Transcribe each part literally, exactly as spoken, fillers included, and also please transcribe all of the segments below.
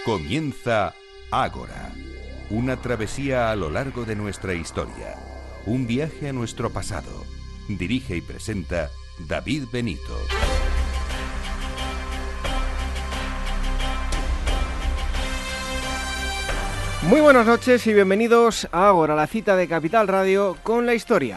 Comienza Ágora, una travesía a lo largo de nuestra historia, un viaje a nuestro pasado. Dirige y presenta David Benito. Muy buenas noches y bienvenidos a Ágora, la cita de Capital Radio con la historia.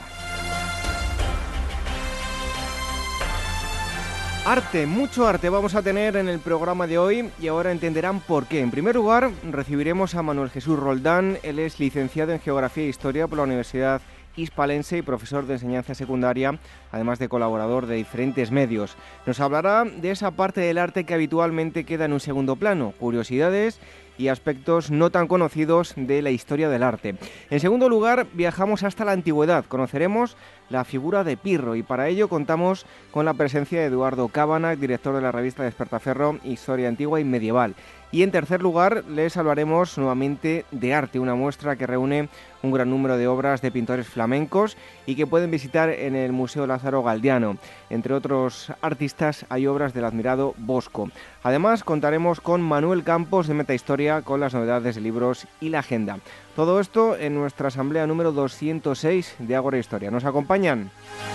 Arte, mucho arte vamos a tener en el programa de hoy y ahora entenderán por qué. En primer lugar, recibiremos a Manuel Jesús Roldán. Él es licenciado en Geografía e Historia por la Universidad Hispalense y profesor de enseñanza secundaria, además de colaborador de diferentes medios. Nos hablará de esa parte del arte que habitualmente queda en un segundo plano, curiosidades y aspectos no tan conocidos de la historia del arte. En segundo lugar, viajamos hasta la antigüedad. Conoceremos la figura de Pirro y para ello contamos con la presencia de Eduardo Cabanach, director de la revista Despertaferro, Historia Antigua y Medieval. Y en tercer lugar, les hablaremos nuevamente de arte, una muestra que reúne un gran número de obras de pintores flamencos y que pueden visitar en el Museo Lázaro Galdiano. Entre otros artistas hay obras del admirado Bosco. Además, contaremos con Manuel Campos de Metahistoria con las novedades de libros y la agenda. Todo esto en nuestra asamblea número doscientos seis de Ágora Historia. ¿Nos acompañan?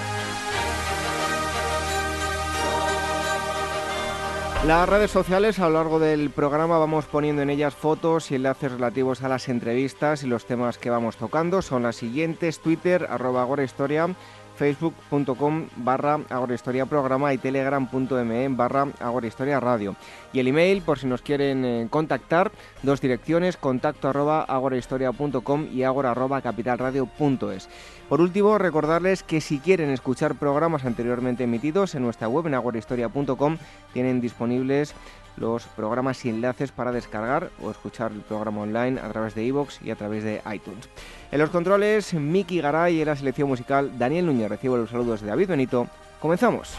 Las redes sociales, a lo largo del programa vamos poniendo en ellas fotos y enlaces relativos a las entrevistas y los temas que vamos tocando. Son las siguientes: Twitter, arroba agorahistoria, facebook.com barra agorahistoria programa y telegram.me barra agorahistoria radio. Y el email, por si nos quieren eh, contactar, dos direcciones: contacto arroba agorahistoria.com y agora arroba capitalradio.es. Por último, recordarles que si quieren escuchar programas anteriormente emitidos en nuestra web en agorahistoria punto com tienen disponibles los programas y enlaces para descargar o escuchar el programa online a través de iVoox y a través de iTunes. En los controles, Miki Garay, y en la selección musical, Daniel Núñez. Recibo los saludos de David Benito. ¡Comenzamos!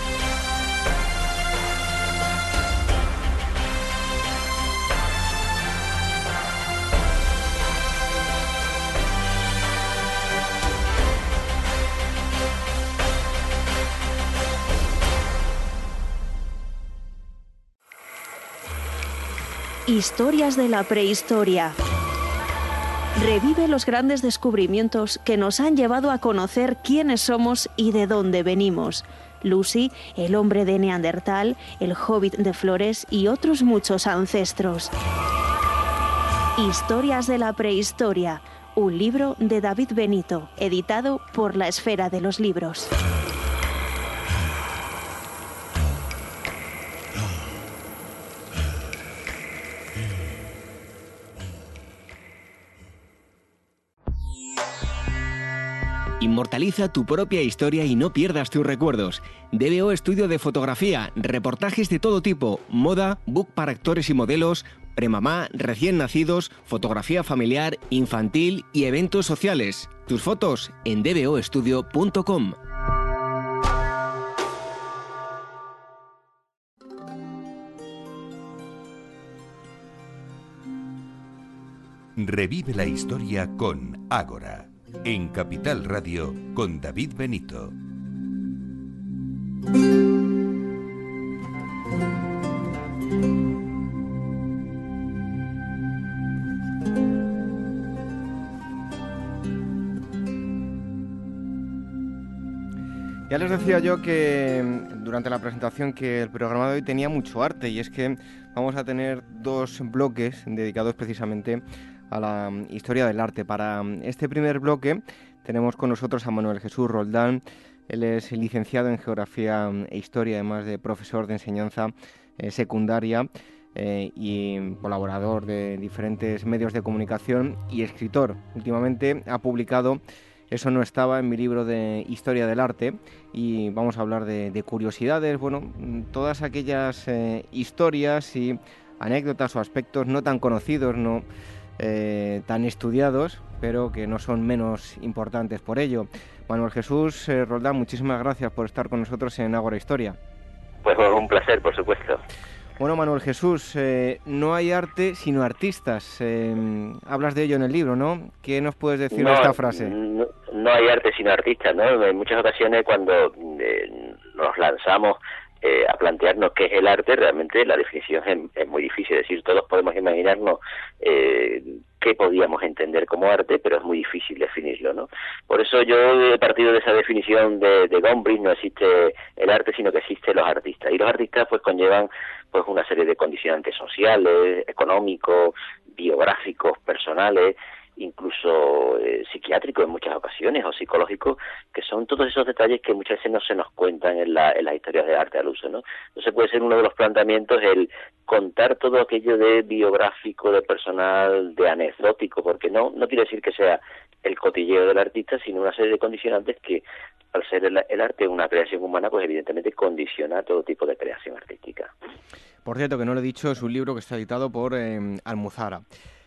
Historias de la prehistoria. Revive los grandes descubrimientos que nos han llevado a conocer quiénes somos y de dónde venimos. Lucy, el hombre de Neandertal, el hobbit de Flores y otros muchos ancestros. Historias de la prehistoria, un libro de David Benito, editado por La Esfera de los Libros. Inmortaliza tu propia historia y no pierdas tus recuerdos. D B O Estudio de Fotografía, reportajes de todo tipo, moda, book para actores y modelos, premamá, recién nacidos, fotografía familiar, infantil y eventos sociales. Tus fotos en d b o estudio punto com. Revive la historia con Ágora. En Capital Radio con David Benito. Ya les decía yo que durante la presentación que el programa de hoy tenía mucho arte, y es que vamos a tener dos bloques dedicados precisamente a la historia del arte. Para este primer bloque tenemos con nosotros a Manuel Jesús Roldán. Él es licenciado en Geografía e Historia, además de profesor de enseñanza eh, secundaria eh, y colaborador de diferentes medios de comunicación y escritor. Últimamente ha publicado Eso no estaba en mi libro de Historia del Arte y vamos a hablar de, de curiosidades, bueno, todas aquellas eh, historias y anécdotas o aspectos no tan conocidos, no eh, tan estudiados, pero que no son menos importantes por ello. Manuel Jesús eh, Roldán, muchísimas gracias por estar con nosotros en Ágora Historia. Pues un placer, por supuesto. Bueno, Manuel Jesús, eh, no hay arte sino artistas. Eh, hablas de ello en el libro, ¿no? ¿Qué nos puedes decir no, de esta frase? No, no hay arte sino artistas, ¿no? En muchas ocasiones cuando eh, nos lanzamos eh, a plantearnos qué es el arte, realmente la definición es, es muy difícil. Es decir, todos podemos imaginarnos eh, qué podíamos entender como arte, pero es muy difícil definirlo, ¿no? Por eso yo he partido de esa definición de, de Gombrich: no existe el arte, sino que existen los artistas. Y los artistas pues conllevan pues una serie de condicionantes sociales, económicos, biográficos, personales, incluso eh, psiquiátricos en muchas ocasiones, o psicológicos, que son todos esos detalles que muchas veces no se nos cuentan en, la, en las historias de arte al uso, ¿no? Entonces puede ser uno de los planteamientos el contar todo aquello de biográfico, de personal, de anecdótico, porque no no quiere decir que sea el cotilleo del artista, sino una serie de condicionantes que, al ser el, el arte una creación humana, pues evidentemente condiciona todo tipo de creación artística. Por cierto, que no lo he dicho, es un libro que está editado por eh, Almuzara.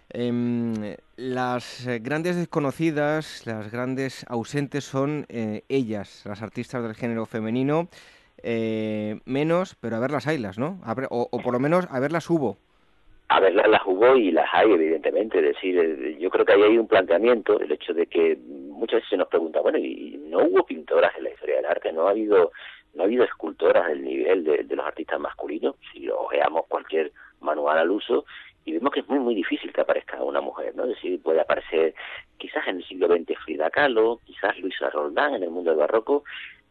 Eh, las grandes desconocidas, las grandes ausentes son eh, ellas, las artistas del género femenino, eh, menos, pero a verlas haylas, ¿no? A ver, o, o por lo menos a verlas hubo. A verlas las hubo y las hay, evidentemente. Es decir, yo creo que ahí hay un planteamiento, el hecho de que muchas veces se nos pregunta, bueno, ¿y no hubo pintoras en la historia del arte? ¿No ha habido no ha habido escultoras del nivel de, de los artistas masculinos? Si ojeamos cualquier manual al uso, y vemos que es muy muy difícil que aparezca una mujer, ¿no? Es decir, puede aparecer quizás en el siglo veinte Frida Kahlo, quizás Luisa Roldán en el mundo del barroco,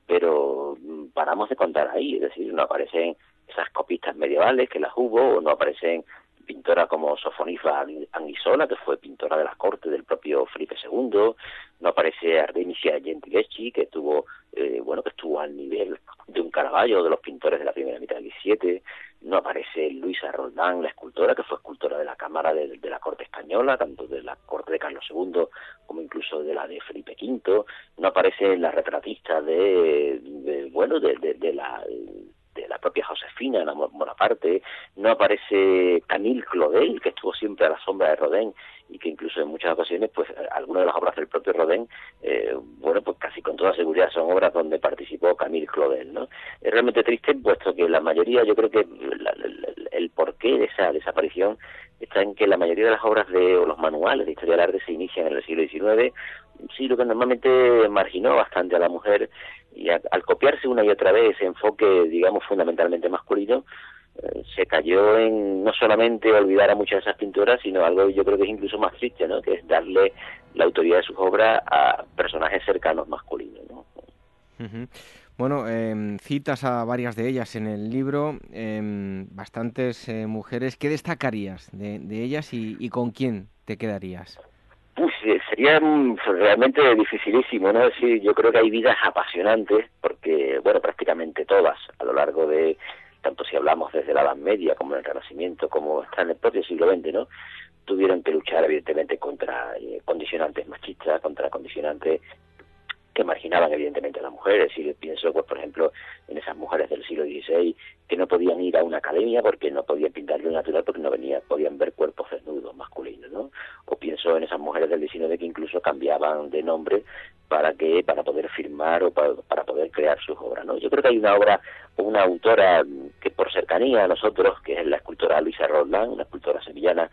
pero paramos de contar ahí. Es decir, no aparecen esas copistas medievales que las hubo, o no aparecen pintoras como Sofonifa Anguissola, que fue pintora de la corte del propio Felipe segundo, no aparece Artemisia Gentileschi, que tuvo eh, bueno que estuvo al nivel de un Caravaggio, de los pintores de la primera mitad del diecisiete, no aparece Luisa Roldán, la escultora, que fue escultora de la Cámara de, de la corte española, tanto de la corte de Carlos segundo como incluso de la de Felipe quinto, no aparece la retratista de, de bueno de, de, de la de la propia Josefina Bonaparte, no aparece Camille Claudel, que estuvo siempre a la sombra de Rodin, y que incluso en muchas ocasiones, pues algunas de las obras del propio Rodin, eh, bueno, pues casi con toda seguridad son obras donde participó Camille Claudel, ¿no? Es realmente triste, puesto que la mayoría, yo creo que la, la, el porqué de esa desaparición está en que la mayoría de las obras de, o los manuales de historia del arte se inician en el siglo diecinueve, un siglo que normalmente marginó bastante a la mujer, y a, al copiarse una y otra vez ese enfoque, digamos, fundamentalmente masculino, eh, se cayó en no solamente olvidar a muchas de esas pintoras, sino algo yo creo que es incluso más triste, ¿no? Que es darle la autoría de sus obras a personajes cercanos masculinos, ¿no? Uh-huh. Bueno, eh, citas a varias de ellas en el libro, eh, bastantes eh, mujeres. ¿Qué destacarías de, de ellas y, y con quién te quedarías? Pues sería realmente dificilísimo, ¿no? Es decir, yo creo que hay vidas apasionantes, porque, bueno, prácticamente todas, a lo largo de, tanto si hablamos desde la Edad Media, como en el Renacimiento, como hasta en el propio siglo veinte, ¿no?, tuvieron que luchar, evidentemente, contra eh, condicionantes machistas, contra condicionantes que marginaban evidentemente a la mujer. Es decir, pienso, pues por ejemplo, en esas mujeres del siglo dieciséis que no podían ir a una academia porque no podían pintar lo natural, porque no venía, podían ver cuerpos desnudos masculinos, ¿no? O pienso en esas mujeres del diecinueve que incluso cambiaban de nombre para que para poder firmar o para, para poder crear sus obras, ¿no? Yo creo que hay una obra, una autora que por cercanía a nosotros, que es la escultora Luisa Roldán, una escultora sevillana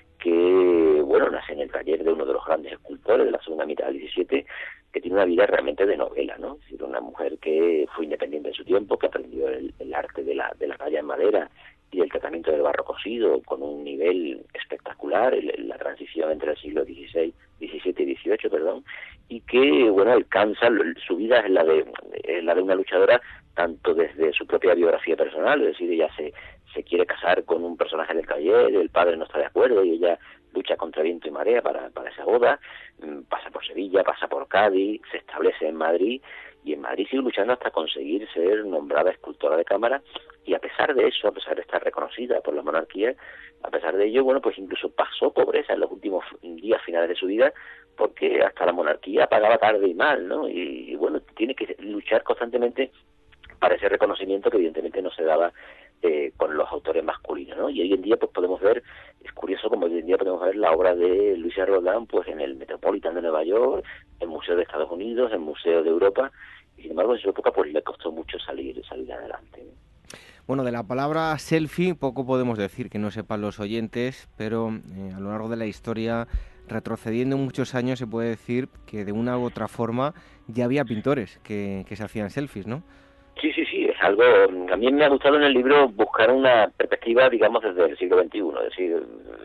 que, bueno, nace en el taller de uno de los grandes escultores de la segunda mitad del diecisiete, que tiene una vida realmente de novela, ¿no? Es decir, una mujer que fue independiente en su tiempo, que aprendió el, el arte de la, de la talla en madera y el tratamiento del barro cosido con un nivel espectacular, el, la transición entre el siglo dieciséis, diecisiete y dieciocho, perdón, y que, bueno, alcanza, su vida es la de, es la de una luchadora tanto desde su propia biografía personal, es decir, ella se, se quiere casar con un personaje del taller, el padre no está de acuerdo y ella lucha contra viento y marea para, para esa boda, pasa por Sevilla, pasa por Cádiz, se establece en Madrid, y en Madrid sigue luchando hasta conseguir ser nombrada escultora de cámara, y a pesar de eso, a pesar de estar reconocida por la monarquía, a pesar de ello, bueno, pues incluso pasó pobreza en los últimos días finales de su vida, porque hasta la monarquía pagaba tarde y mal, ¿no? Y, y bueno, tiene que luchar constantemente para ese reconocimiento que evidentemente no se daba eh, con los autores masculinos, ¿no? Y hoy en día pues podemos ver, es curioso como hoy en día podemos ver la obra de Luisa Roldán pues en el Metropolitan de Nueva York, en Museo de Estados Unidos, en Museo de Europa, y sin embargo en su época pues le costó mucho salir salir adelante, ¿no? Bueno, de la palabra selfie poco podemos decir que no sepan los oyentes, pero eh, a lo largo de la historia, retrocediendo muchos años, se puede decir que de una u otra forma ya había pintores que, que se hacían selfies, ¿no? Sí, sí, sí, es algo... A mí me ha gustado en el libro buscar una perspectiva, digamos, desde el siglo veintiuno, es decir,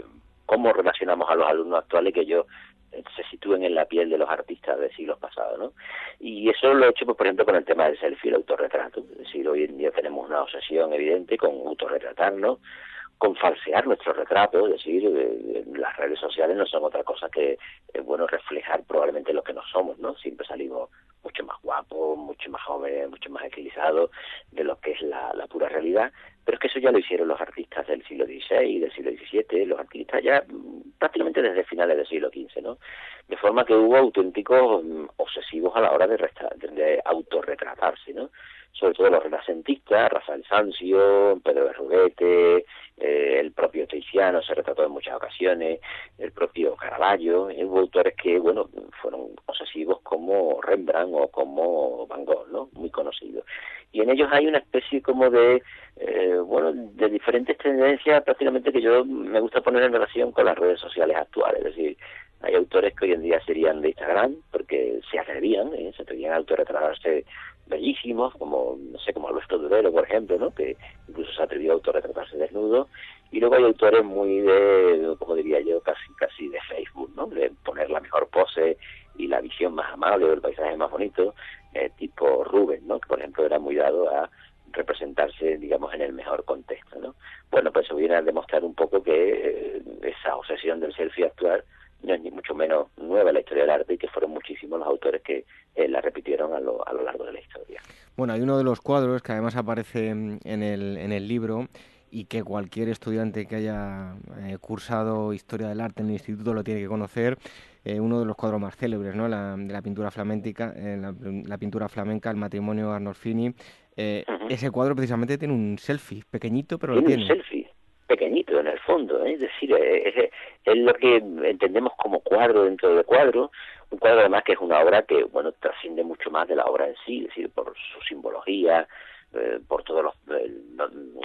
cómo relacionamos a los alumnos actuales que ellos se sitúen en la piel de los artistas de siglos pasados, ¿no? Y eso lo he hecho, pues, por ejemplo, con el tema del selfie y el autorretrato. Es decir, hoy en día tenemos una obsesión evidente con autorretratarnos, con falsear nuestros retratos, es decir, eh, las redes sociales no son otra cosa que, eh, bueno, reflejar probablemente lo que no somos, ¿no? Siempre salimos mucho más guapos, mucho más jóvenes, mucho más estilizados de lo que es la, la pura realidad, pero es que eso ya lo hicieron los artistas del siglo dieciséis, del siglo diecisiete, los artistas ya prácticamente desde finales del siglo quince, ¿no? De forma que hubo auténticos um, obsesivos a la hora de, restra- de autorretratarse, ¿no? Sobre todo los renacentistas, Rafael Sanzio, Pedro Berruguete, eh, el propio Tiziano se retrató en muchas ocasiones, el propio Caravaggio, y hubo autores que, bueno, fueron obsesivos como Rembrandt o como Van Gogh, ¿no? Muy conocidos. Y en ellos hay una especie como de, eh, bueno, de diferentes tendencias prácticamente que yo me gusta poner en relación con las redes sociales actuales, es decir, hay autores que hoy en día serían de Instagram porque se atrevían, ¿eh? se atrevían a autorretratarse bellísimos, como, no sé, como Alberto Durero, por ejemplo, ¿no? Que incluso se atrevió a autorretratarse desnudo. Y luego hay autores muy de, como diría yo, casi casi de Facebook, ¿no? De poner la mejor pose y la visión más amable o el paisaje más bonito, eh, tipo Rubens, ¿no? Que, por ejemplo, era muy dado a representarse, digamos, en el mejor contexto, ¿no? Bueno, pues eso viene a demostrar un poco que eh, esa obsesión del selfie actual no es ni mucho menos nueva en la historia del arte y que fueron muchísimos los autores que eh, la repitieron a lo, a lo largo de la historia. Bueno, hay uno de los cuadros que además aparece en el, en el libro y que cualquier estudiante que haya eh, cursado Historia del Arte en el instituto lo tiene que conocer, eh, uno de los cuadros más célebres, ¿no? La, de la pintura flamenca, eh, la, la pintura flamenca, el matrimonio Arnolfini. Eh, uh-huh. Ese cuadro precisamente tiene un selfie, pequeñito, pero ¿Tiene lo tiene. un selfie? Pequeñito en el fondo, ¿eh? Es decir, es, es lo que entendemos como cuadro dentro del cuadro, un cuadro además que es una obra que, bueno, trasciende mucho más de la obra en sí, es decir, por su simbología, eh, por todo lo, lo,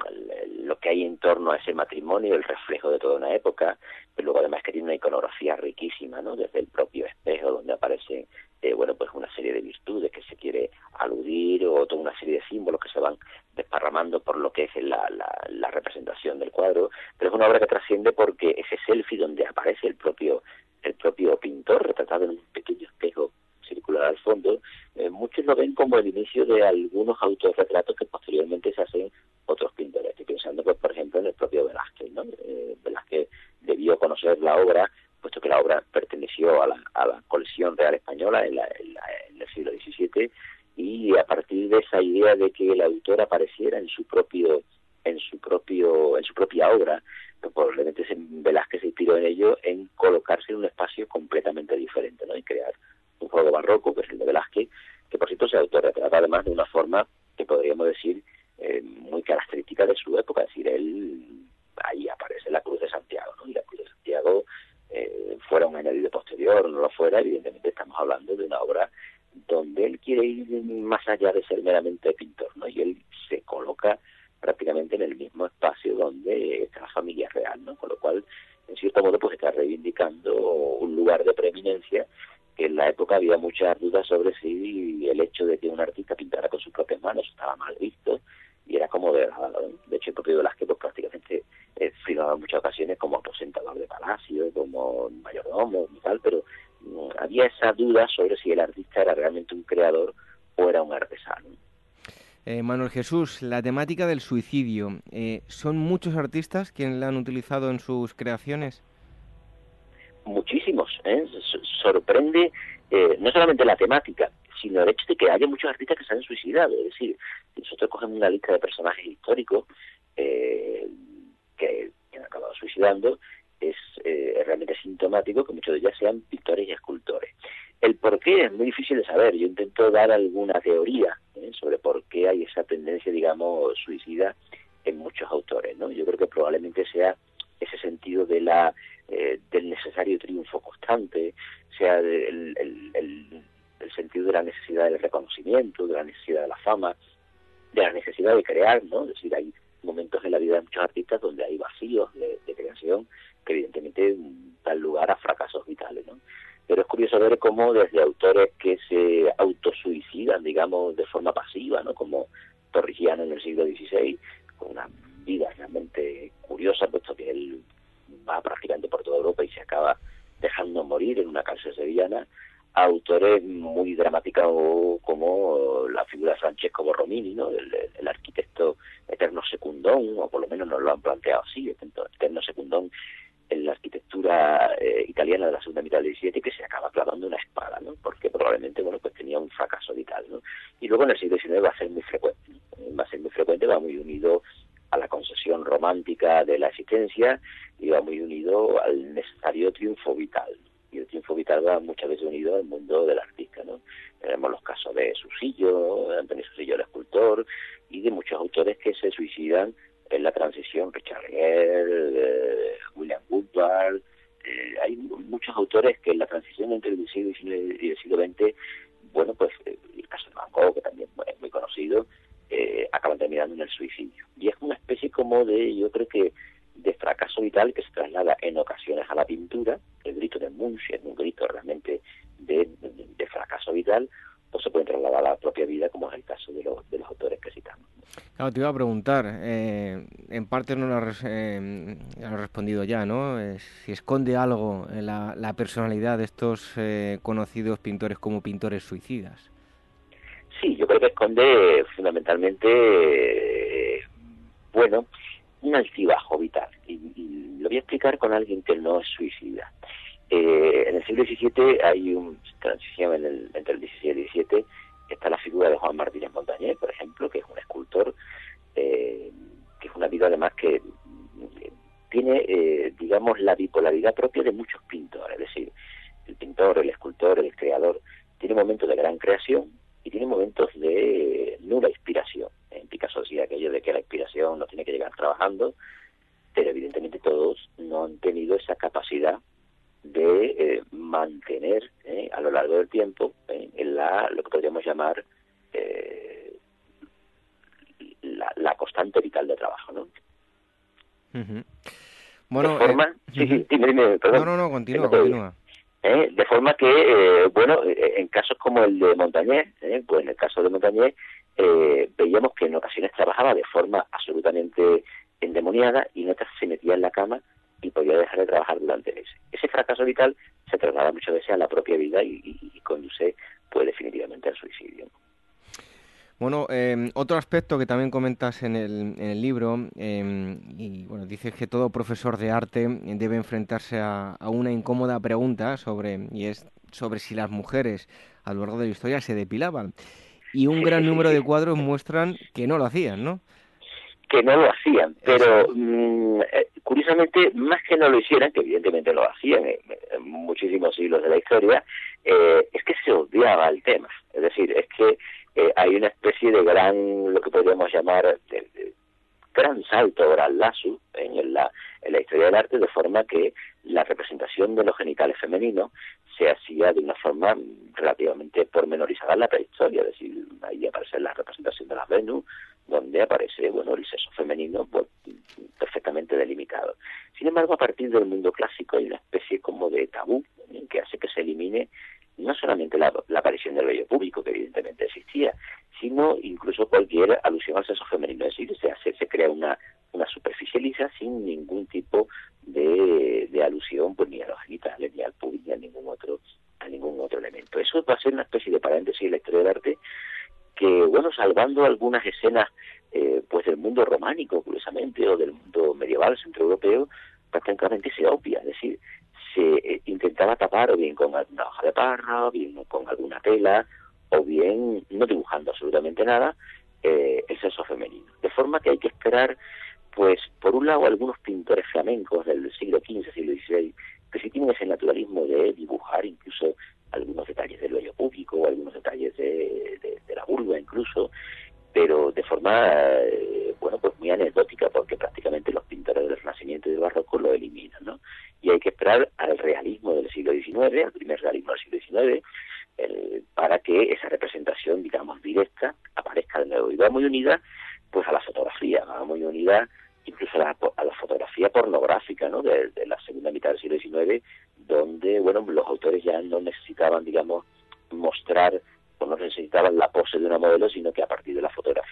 lo que hay en torno a ese matrimonio, el reflejo de toda una época, pero luego además que tiene una iconografía riquísima, ¿no? Desde el propio espejo donde aparecen, eh, bueno, pues una serie de virtudes que se quiere aludir o toda una serie de símbolos que se van desparramando por lo que es la, la, la representación del cuadro, pero es una obra que trasciende porque ese selfie donde aparece el propio el propio pintor retratado en un pequeño espejo circular al fondo, eh, muchos lo ven como el inicio de algunos autorretratos que posteriormente se hacen otros pintores. Estoy pensando, pues, por ejemplo, en el propio Velázquez, ¿no? Eh, Velázquez debió conocer la obra, puesto que la obra perteneció a la, a la colección real española en, la, en, la, en el siglo diecisiete, y a partir de esa idea de que el autor apareciera en su propio en su propio en su propia obra, pues probablemente Velázquez se inspiró en ello, en colocarse en un espacio completamente diferente, ¿no? Y crear un juego barroco, que es el de Velázquez, que por cierto se autorretrata además de una forma que podríamos decir eh, muy característica de su época, es decir, él ahí aparece la Cruz de Santiago, ¿no? Y la Cruz de Santiago, eh, fuera un añadido posterior o no lo fuera, evidentemente estamos hablando de una obra donde él quiere ir más allá de ser meramente pintor, ¿no? Y él se coloca prácticamente en el mismo espacio donde está la familia real, ¿no? Con lo cual, en cierto modo, pues está reivindicando un lugar de preeminencia, que en la época había muchas dudas sobre si el hecho de que un artista pintara con sus propias manos estaba mal visto y era como degradado, ¿no? De hecho, el propio Velázquez pues, prácticamente eh, figuraba en muchas ocasiones como aposentador de palacio, como mayordomo y tal, pero mm, había esa duda sobre si el artista era realmente un creador o era un artesano. Eh, Manuel Jesús, la temática del suicidio, eh, ¿son muchos artistas quienes la han utilizado en sus creaciones? Muchísimos, ¿eh? Sorprende eh, no solamente la temática, sino el hecho de que haya muchos artistas que se han suicidado. Es decir, si nosotros cogemos una lista de personajes históricos eh, que, que han acabado suicidando, es eh, realmente sintomático que muchos de ellos sean pintores y escultores. El por qué es muy difícil de saber. Yo intento dar alguna teoría ¿eh? sobre por qué hay esa tendencia, digamos, suicida en muchos autores, ¿no? Yo creo que probablemente sea ese sentido de la eh, del necesario triunfo constante, sea el, el, el, el sentido de la necesidad del reconocimiento, de la necesidad de la fama, de la necesidad de crear, ¿no? Es decir, hay momentos en la vida de muchos artistas donde hay vacíos de, de creación que evidentemente dan lugar a fracasos vitales, ¿no? Pero es curioso ver cómo desde autores que se autosuicidan, digamos, de forma pasiva, ¿no? Como torrigiano en el siglo dieciséis, con una vida realmente curiosa, puesto que él va prácticamente por toda Europa y se acaba dejando morir en una cárcel sevillana, a autores muy dramáticos como la figura de Francesco Borromini, ¿no? el, el arquitecto eterno secundón, o por lo menos nos lo han planteado así, eterno secundón en la arquitectura eh, italiana de la segunda mitad del diecisiete, que se acaba clavando una espada, ¿no? Porque probablemente, bueno, pues tenía un fracaso vital, ¿no? Y luego en el siglo diecinueve va a ser muy frecuente, ¿no? Va a ser muy frecuente, va muy unido a la concesión romántica de la existencia y va muy unido al necesario triunfo vital. Y el triunfo vital va muchas veces unido al mundo del artista, ¿no? Tenemos los casos de Susillo, de Antonio Susillo, el escultor, y de muchos autores que se suicidan en la transición, Richard Gere, eh, William Woodward. Eh, hay muchos autores que en la transición entre el siglo diecinueve y el siglo veinte, bueno, pues eh, el caso de Van Gogh, que también es muy conocido, eh, acaban terminando en el suicidio. Y es una especie como de, yo creo que, de fracaso vital que se traslada en ocasiones a la pintura. El grito de Munch es un grito realmente de, de, de fracaso vital, o se puede trasladar a la propia vida, como es el caso de los, de los autores que citamos. Claro, te iba a preguntar, eh, en parte no lo has, eh, lo has respondido ya, ¿no? Eh, si esconde algo en la, la personalidad de estos eh, conocidos pintores como pintores suicidas. Sí, yo creo que esconde fundamentalmente, eh, bueno, un altibajo vital. Y, y lo voy a explicar con alguien que no es suicida. Eh, en el siglo diecisiete hay una transición en el, entre el dieciséis y el diecisiete. Está la figura de Juan Martínez Montañés, por ejemplo, que es un escultor, eh, que es una vida además que eh, tiene, eh, digamos, la bipolaridad propia de muchos pintores. Es decir, el pintor, el escultor, el creador, tiene momentos de gran creación y tiene momentos de nula inspiración. En Picasso decía aquello de que la inspiración no tiene que llegar trabajando, pero evidentemente todos no han tenido esa capacidad de eh, mantener eh, a lo largo del tiempo eh, en la, lo que podríamos llamar eh, la, la constante vital de trabajo, ¿no? Uh-huh. Bueno, de forma, eh, sí, uh-huh. sí, dime, dime, perdón. No, no, no, continúa, continúa. Eh, de forma que, eh, bueno, en casos como el de Montañés, eh, pues en el caso de Montañés, eh, veíamos que en ocasiones trabajaba de forma absolutamente endemoniada y en otras se metía en la cama y podía dejar de trabajar durante meses. Ese fracaso vital se traslada muchas veces a la propia vida y, y, y conduce pues definitivamente al suicidio. Bueno, eh, otro aspecto que también comentas en el, en el libro, eh, y bueno, dices que todo profesor de arte debe enfrentarse a, a una incómoda pregunta sobre, y es sobre si las mujeres a lo largo de la historia se depilaban. Y un gran número de cuadros muestran que no lo hacían, ¿no? Que no lo hacían, pero mmm, eh, curiosamente, más que no lo hicieran, que evidentemente lo hacían en, en muchísimos siglos de la historia, eh, es que se obviaba el tema. Es decir, es que eh, hay una especie de gran, lo que podríamos llamar, de, de gran salto, gran lazo en la, en la historia del arte, de forma que la representación de los genitales femeninos se hacía de una forma relativamente pormenorizada en la prehistoria. Es decir, ahí aparece la representación de las Venus, donde aparece, bueno, el sexo femenino pues, perfectamente delimitado. Sin embargo, a partir del mundo clásico hay una especie como de tabú ¿eh? que hace que se elimine no solamente la, la aparición del vello púbico, que evidentemente existía, sino incluso cualquier alusión al sexo femenino. Es decir, se hace, se crea una, una superficie lisa sin ningún tipo de, de alusión pues, ni a los genitales, ni al pubis, ni a ningún otro, a ningún otro elemento. Eso va a ser una especie de paréntesis en la historia del arte que, bueno, salvando algunas escenas eh, pues del mundo románico, curiosamente, o del mundo medieval centroeuropeo, prácticamente se obvia. Es decir, se eh, intentaba tapar o bien con alguna hoja de parra, o bien con alguna tela, o bien no dibujando absolutamente nada, eh, el sexo femenino. De forma que hay que esperar, pues, por un lado, algunos pintores flamencos del siglo quince, siglo dieciséis, que sí tienen ese naturalismo de dibujar incluso algunos detalles del vello púbico, o algunos detalles de, de, de la vulva incluso, pero de forma, eh, bueno, pues muy anecdótica, porque prácticamente los pintores del Renacimiento y del Barroco lo eliminan, ¿no? Y hay que esperar al realismo del siglo diecinueve, al primer realismo del siglo diecinueve, el, para que esa representación, digamos, directa aparezca de nuevo. Y va muy unida, pues, a la fotografía, va muy unida incluso a la, a la fotografía pornográfica, ¿no?, de, de la segunda mitad del siglo diecinueve, donde, bueno, los autores ya no necesitaban, digamos, mostrar o no necesitaban la pose de una modelo, sino que a partir de la fotografía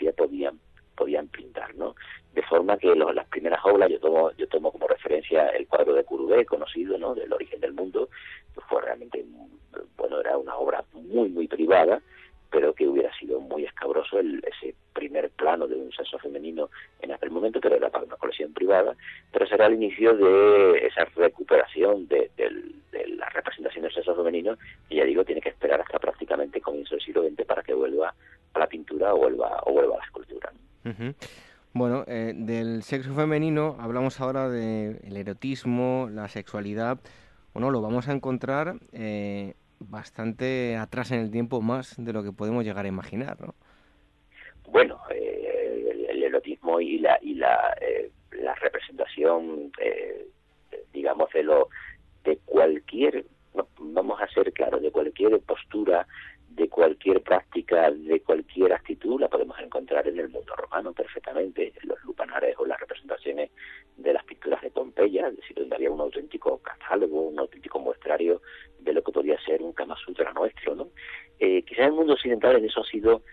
fotografía podían podían pintar, ¿no? De forma que lo, las primeras obras, yo tomo yo tomo como referencia el cuadro de Courbet, conocido, ¿no?, del origen del mundo, que fue realmente, bueno, era una obra muy, muy privada, pero que hubiera sido muy escabroso el, ese primer plano de un sexo femenino en aquel momento, pero era para una colección privada, pero será el inicio de esa recuperación de, de, de la representación del sexo femenino, que ya digo, tiene que esperar hasta prácticamente comienzo del siglo veinte para que vuelva a la pintura o vuelva, o vuelva a la escultura, ¿no? Uh-huh. Bueno, eh, del sexo femenino hablamos ahora del erotismo, la sexualidad. Bueno, lo vamos a encontrar eh, bastante atrás en el tiempo, más de lo que podemos llegar a imaginar, ¿no? Bueno, eh, el, el erotismo y la y la, eh, la representación, eh, digamos, de lo de cualquier, no, vamos a ser claros, de cualquier postura, de cualquier práctica, de cualquier actitud, la podemos encontrar en el mundo romano perfectamente, en los lupanares o las representaciones de las pinturas de Pompeya, es decir, donde había un auténtico catálogo, un auténtico muestrario de lo que podría ser un Kama Sutra nuestro, ¿no? Eh, quizás el mundo occidental en eso ha sido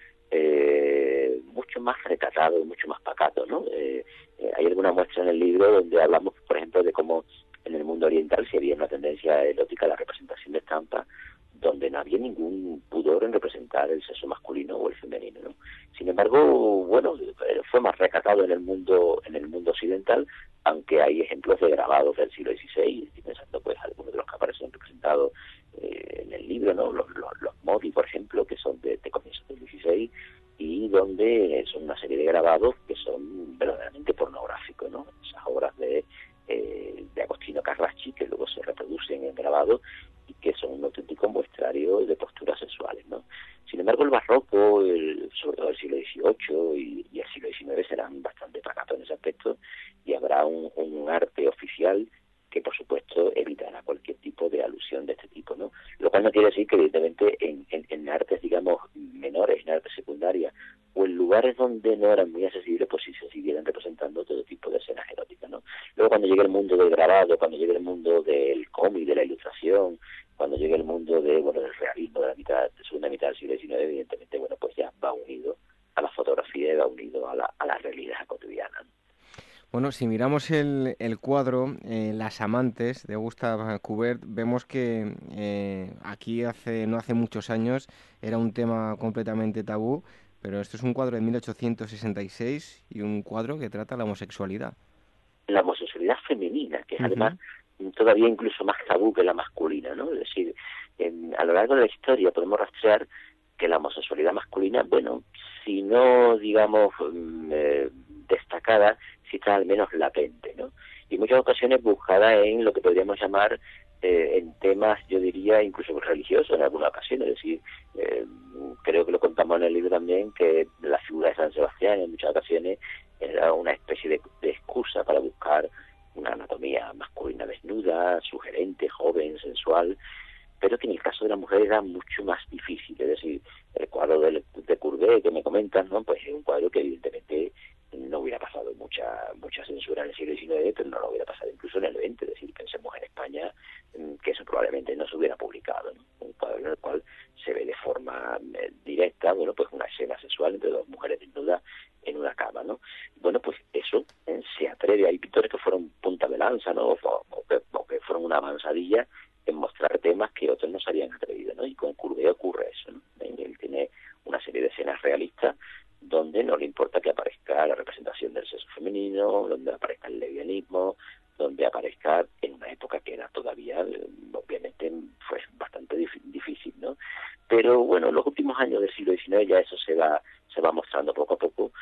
eh, mucho más recatado y mucho más pacato, ¿no? Eh, eh, hay alguna muestra en el libro donde hablamos, por ejemplo, de cómo en el mundo oriental si había una tendencia erótica a la representación de estampas, donde no había ningún pudor en representar el sexo masculino o el femenino, ¿no? Sin embargo, bueno, fue más recatado en el mundo en el mundo occidental, aunque hay ejemplos de grabados del siglo dieciséis, estoy pensando pues algunos de los que aparecen representados eh, en el libro, ¿no? Los, los, los Modi, por ejemplo, que son de, de comienzos del dieciséis, y donde son una serie de grabados que son verdaderamente pornográficos, ¿no? Esas obras de, eh, de Agostino Carracci, que luego se reproducen en grabados, y que son un auténtico muestrario de posturas sexuales, ¿no? Sin embargo, el barroco, el, sobre todo el siglo dieciocho y, y el siglo diecinueve serán bastante pacatos en ese aspecto, y habrá un, un arte oficial que, por supuesto, evitará cualquier tipo de alusión de este tipo, ¿no? Lo cual no quiere decir que, evidentemente, en, en, en artes, digamos, menores, en artes secundarias, o en lugares donde no eran muy accesibles, pues sí se siguieran representando todo tipo de escenas eróticas, ¿no? Luego, cuando llegue el mundo del grabado, cuando llegue el mundo del cómic, de la ilustración, cuando llegue el mundo de, bueno, del realismo de la mitad, de segunda mitad del siglo diecinueve, evidentemente, bueno, pues ya va unido a la fotografía y va unido a la, a la realidad cotidiana, ¿no? Bueno, si miramos el, el cuadro, eh, Las amantes, de Gustave Courbet, vemos que eh, aquí hace no hace muchos años era un tema completamente tabú, pero esto es un cuadro de mil ochocientos sesenta y seis y un cuadro que trata la homosexualidad. La homosexualidad femenina, que es uh-huh. además todavía incluso más tabú que la masculina, ¿no? Es decir, en, a lo largo de la historia podemos rastrear que la homosexualidad masculina, bueno, si no, digamos, eh, destacada, si está al menos latente, ¿no? Y en muchas ocasiones buscada en lo que podríamos llamar eh, en temas, yo diría, incluso religiosos en algunas ocasiones. Es decir, eh, creo que lo contamos en el libro también, que la figura de San Sebastián en muchas ocasiones era una especie de, de excusa para buscar una anatomía masculina desnuda, sugerente, joven, sensual, pero que en el caso de la mujer era mucho más difícil. Es decir, el cuadro de, de Courbet que me comentas, ¿no? Pues es un cuadro que evidentemente no hubiera pasado mucha mucha censura en el siglo diecinueve, pero no lo hubiera pasado incluso en el veinte. Es decir, pensemos en España, que eso probablemente no se hubiera publicado, ¿no? Un cuadro en el cual se ve de forma eh, directa, bueno, pues una escena sexual entre dos mujeres desnudas en una cama, ¿no? Bueno, pues eso eh, se atreve. Hay pintores que fueron punta de lanza, ¿no? O, o, que, o que fueron una avanzadilla en mostrar temas que otros no se habían atrevido, ¿no? Y con Courbet ocurre eso, ¿no? Él tiene una serie de escenas realistas donde no le importa que aparezca la representación del sexo femenino, donde aparezca el lesbianismo, donde aparezca en una época que era todavía, obviamente, fue bastante dif- difícil, ¿no? Pero bueno, en los últimos años del siglo diecinueve ya eso se va se va mostrando poco a poco,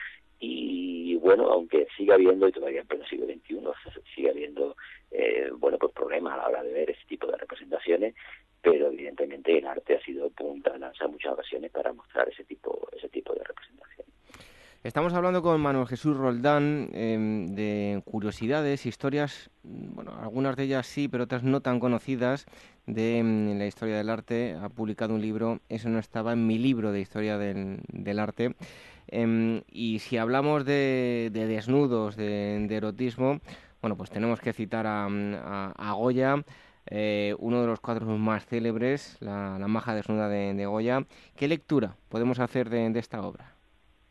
y bueno, aunque siga habiendo, y todavía en pleno siglo veintiuno sigue habiendo, eh, bueno, pues problemas a la hora de ver ese tipo de representaciones, pero evidentemente el arte ha sido punta de lanza en muchas ocasiones para mostrar ese tipo ese tipo de representaciones. Estamos hablando con Manuel Jesús Roldán eh, de curiosidades, historias, bueno, algunas de ellas sí, pero otras no tan conocidas, de mm, la historia del arte. Ha publicado un libro, eso no estaba en mi libro de historia del, del arte. Eh, y si hablamos de, de desnudos, de, de erotismo, bueno, pues tenemos que citar a, a, a Goya, eh, uno de los cuadros más célebres, la, la maja desnuda de, de Goya. ¿Qué lectura podemos hacer de, de esta obra?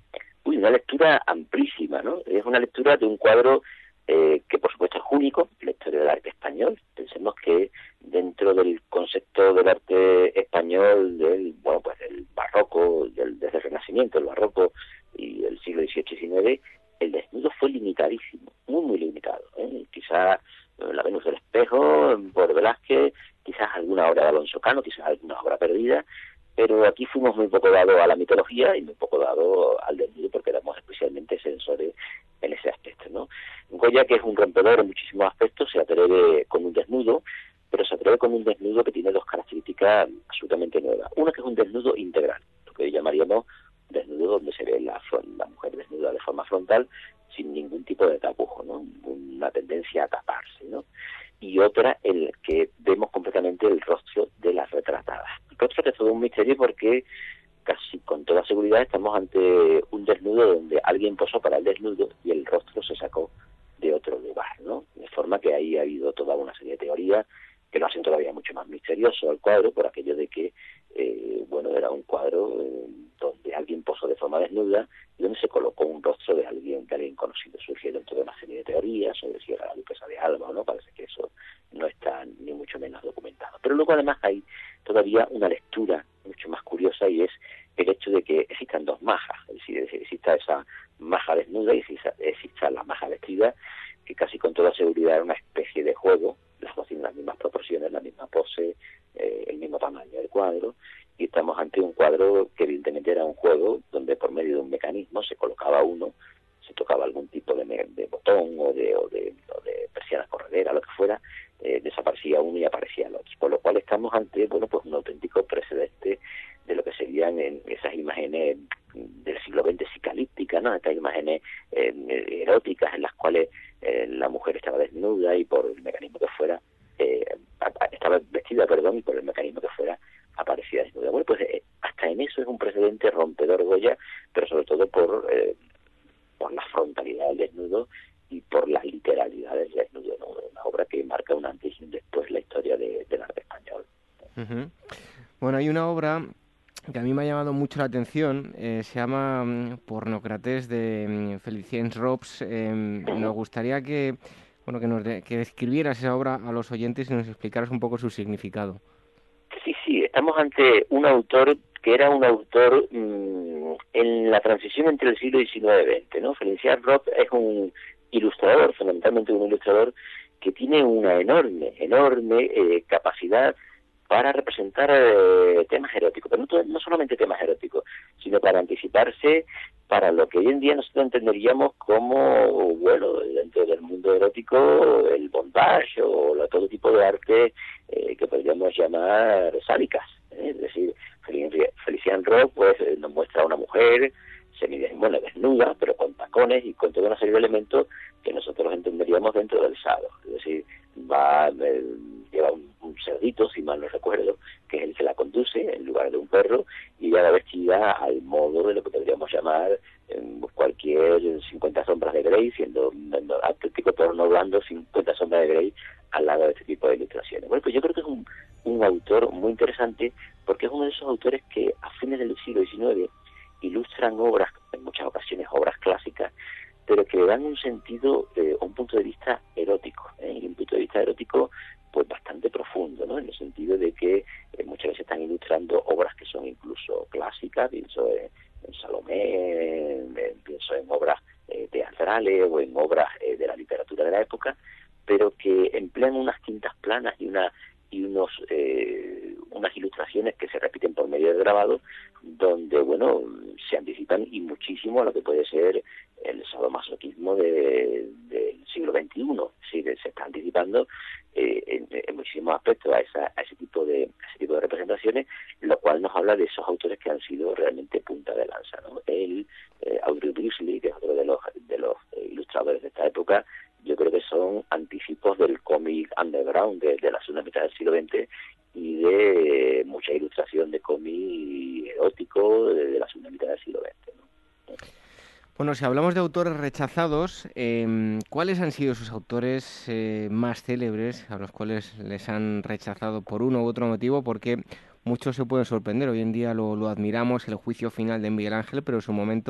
uy, una lectura amplísima, ¿no? Es una lectura de un cuadro eh, que por supuesto es único en la historia del arte español. Pensemos que dentro del concepto del arte español, del bueno pues del barroco, del, desde el Renacimiento, el barroco y el siglo dieciocho y diecinueve, el desnudo fue limitadísimo, muy muy limitado, ¿eh? Quizás la Venus del Espejo por Velázquez, quizás alguna obra de Alonso Cano, quizás alguna obra perdida, pero aquí fuimos muy poco dados a la mitología y muy poco dados al desnudo porque éramos especialmente sensores en ese aspecto, ¿no? Goya, que es un rompedor en muchísimos aspectos, se atreve con un desnudo, pero se atreve con un desnudo que tiene dos características absolutamente nuevas. Una, que es un desnudo integral, lo que llamaríamos desnudo donde se ve la, la mujer desnuda de forma frontal sin ningún tipo de tapujo, ¿no? Una tendencia a taparse, ¿no? Y otra, el que vemos completamente el rostro de las retratadas. El rostro que es todo un misterio porque casi con toda seguridad estamos ante un desnudo donde alguien posó para el desnudo y el rostro se sacó de otro lugar, ¿no? De forma que ahí ha habido toda una serie de teorías que lo hacen todavía mucho más misterioso al cuadro, por aquello de que, eh, bueno, era un cuadro eh, donde alguien posó de forma desnuda y donde se colocó un rostro de alguien, de alguien conocido. Surgieron toda una serie de teorías sobre si era la duquesa de Alba o no, parece que eso no está ni mucho menos documentado. Pero luego además hay todavía una lectura mucho más curiosa y es el hecho de que existan dos majas, es decir, exista esa maja desnuda y exista, exista la maja vestida, que casi con toda seguridad era una especie de juego, las dos tienen las mismas proporciones, la misma pose, eh, el mismo tamaño del cuadro, y estamos ante un cuadro que evidentemente era un juego donde por medio de un mecanismo se colocaba uno, se tocaba algún tipo de, de botón o de, o de, o de persiana corredera, lo que fuera, eh, desaparecía uno y aparecía el otro, por lo cual estamos ante, bueno, pues un auténtico precedente de lo que serían en esas imágenes del siglo veinte psicalípticas, ¿no? Estas imágenes eh, eróticas en las cuales eh, la mujer estaba desnuda y por el mecanismo que fuera, eh, estaba vestida, perdón, y por el mecanismo que fuera aparecía desnuda. Bueno, pues eh, hasta en eso es un precedente rompedor Goya, pero sobre todo por, eh, por la frontalidad del desnudo y por la literalidad del desnudo, ¿no? Una obra que marca un antes y un después en la historia de, del arte español. Uh-huh. Bueno, hay una obra que a mí me ha llamado mucho la atención, eh, se llama um, Pornocrates de um, Felicien Rops. Eh, nos gustaría que, bueno, que, nos de, que describieras esa obra a los oyentes y nos explicaras un poco su significado. Sí, sí, estamos ante un autor que era un autor mmm, en la transición entre el siglo diecinueve y veinte, ¿no? Felicien Rops es un ilustrador, fundamentalmente un ilustrador que tiene una enorme, enorme eh, capacidad para representar eh, temas eróticos, pero no, no solamente temas eróticos, sino para anticiparse para lo que hoy en día nosotros entenderíamos como, bueno, dentro del mundo erótico, el bondage o la, todo tipo de arte eh, que podríamos llamar sádicas, ¿eh? Es decir, Felicien Rops pues nos muestra a una mujer semidesnuda, desnuda, pero con tacones y con toda una serie de elementos que nosotros entenderíamos dentro del sado. Es decir, va eh, lleva un, un cerdito, si mal no recuerdo, que es el que la conduce en lugar de un perro, y ella va vestida al modo de lo que podríamos llamar eh, cualquier cincuenta sombras de Grey, siendo un auténtico porno blando, cincuenta sombras de Grey al lado de este tipo de ilustraciones. Bueno, pues yo creo que es un, un autor muy interesante, porque es uno de esos autores que a fines del siglo diecinueve ilustran obras, en muchas ocasiones obras clásicas, pero que le dan un sentido, eh, un punto de vista erótico, ¿eh? Y un punto de vista erótico pues bastante profundo, ¿no? En el sentido de que eh, muchas veces están ilustrando obras que son incluso clásicas, pienso en, en Salomé, en, en, pienso en obras eh, teatrales o en obras eh, de la literatura de la época, pero que emplean unas tintas planas y una y unos eh, unas ilustraciones que se repiten por medio de grabado, donde, bueno, se anticipan y muchísimo a lo que puede ser el sadomasoquismo de, del siglo veintiuno. Sí, se está anticipando eh, en, en muchísimos aspectos a, esa, a ese tipo de a ese tipo de representaciones, lo cual nos habla de esos autores que han sido realmente punta de lanza, ¿no? El eh, Audrey Beasley, que es otro de los de los eh, ilustradores de esta época, yo creo que son anticipos del cómic underground de, de la segunda mitad del siglo veinte y de mucha ilustración de cómic erótico de, de la segunda mitad del siglo veinte, ¿no? Bueno, si hablamos de autores rechazados, eh, ¿cuáles han sido sus autores eh, más célebres a los cuales les han rechazado por uno u otro motivo? Porque muchos se pueden sorprender. Hoy en día lo, lo admiramos, el juicio final de Miguel Ángel, pero en su momento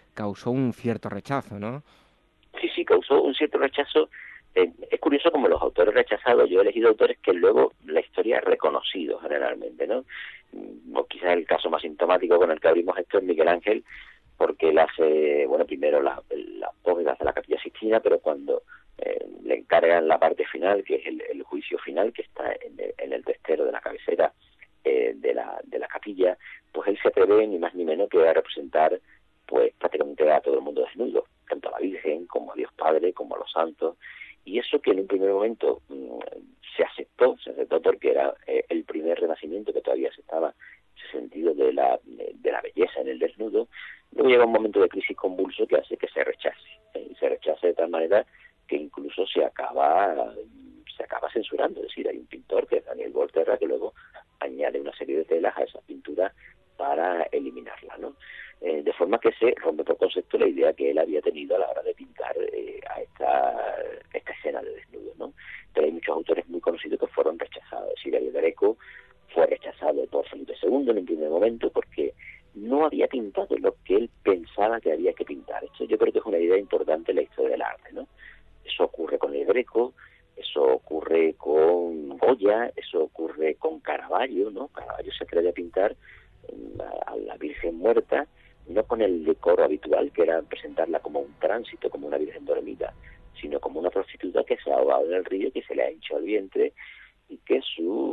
causó un cierto rechazo, ¿no? Sí, sí, causó un cierto rechazo. Eh, es curioso como los autores rechazados, yo he elegido autores que luego la historia ha reconocido generalmente, ¿no? O quizás el caso más sintomático con el que abrimos esto es Miguel Ángel, porque él hace, bueno, primero las la bóvedas de la Capilla Sixtina, pero cuando eh, le encargan la parte final, que es el, el juicio final, que está en el, en el testero de la cabecera eh, de, la, de la capilla, pues él se atreve ni más ni menos que a representar pues prácticamente a todo el mundo desnudo, tanto a la Virgen como a Dios Padre, como a los santos, y eso que en un primer momento mmm, se aceptó, se aceptó porque era eh, el primer renacimiento que todavía se estaba ese sentido de la, de, de la belleza en el desnudo. Luego llega un momento de crisis convulso que hace que se rechace, ¿eh? y se rechace de tal manera que incluso se acaba se acaba censurando. Es decir, hay un pintor que es Daniel Volterra que luego añade una serie de telas a esa pintura para eliminarla, ¿no? Eh, de forma que se rompe por concepto la idea que él había tenido a la hora de pintar eh, a esta, esta escena de desnudo, ¿no? Pero hay muchos autores muy conocidos que fueron rechazados. Es decir, el Greco fue rechazado por Felipe segundo en un primer momento porque no había pintado lo que él pensaba que había que pintar. Esto yo creo que es una idea importante en la historia del arte, ¿no? Eso ocurre con el Greco, eso ocurre con Goya, eso ocurre con Caravaggio, ¿no? Caravaggio se atreve a pintar a la Virgen muerta, no con el decoro habitual, que era presentarla como un tránsito, como una virgen dormida, sino como una prostituta que se ha ahogado en el río y que se le ha hinchado el vientre, y que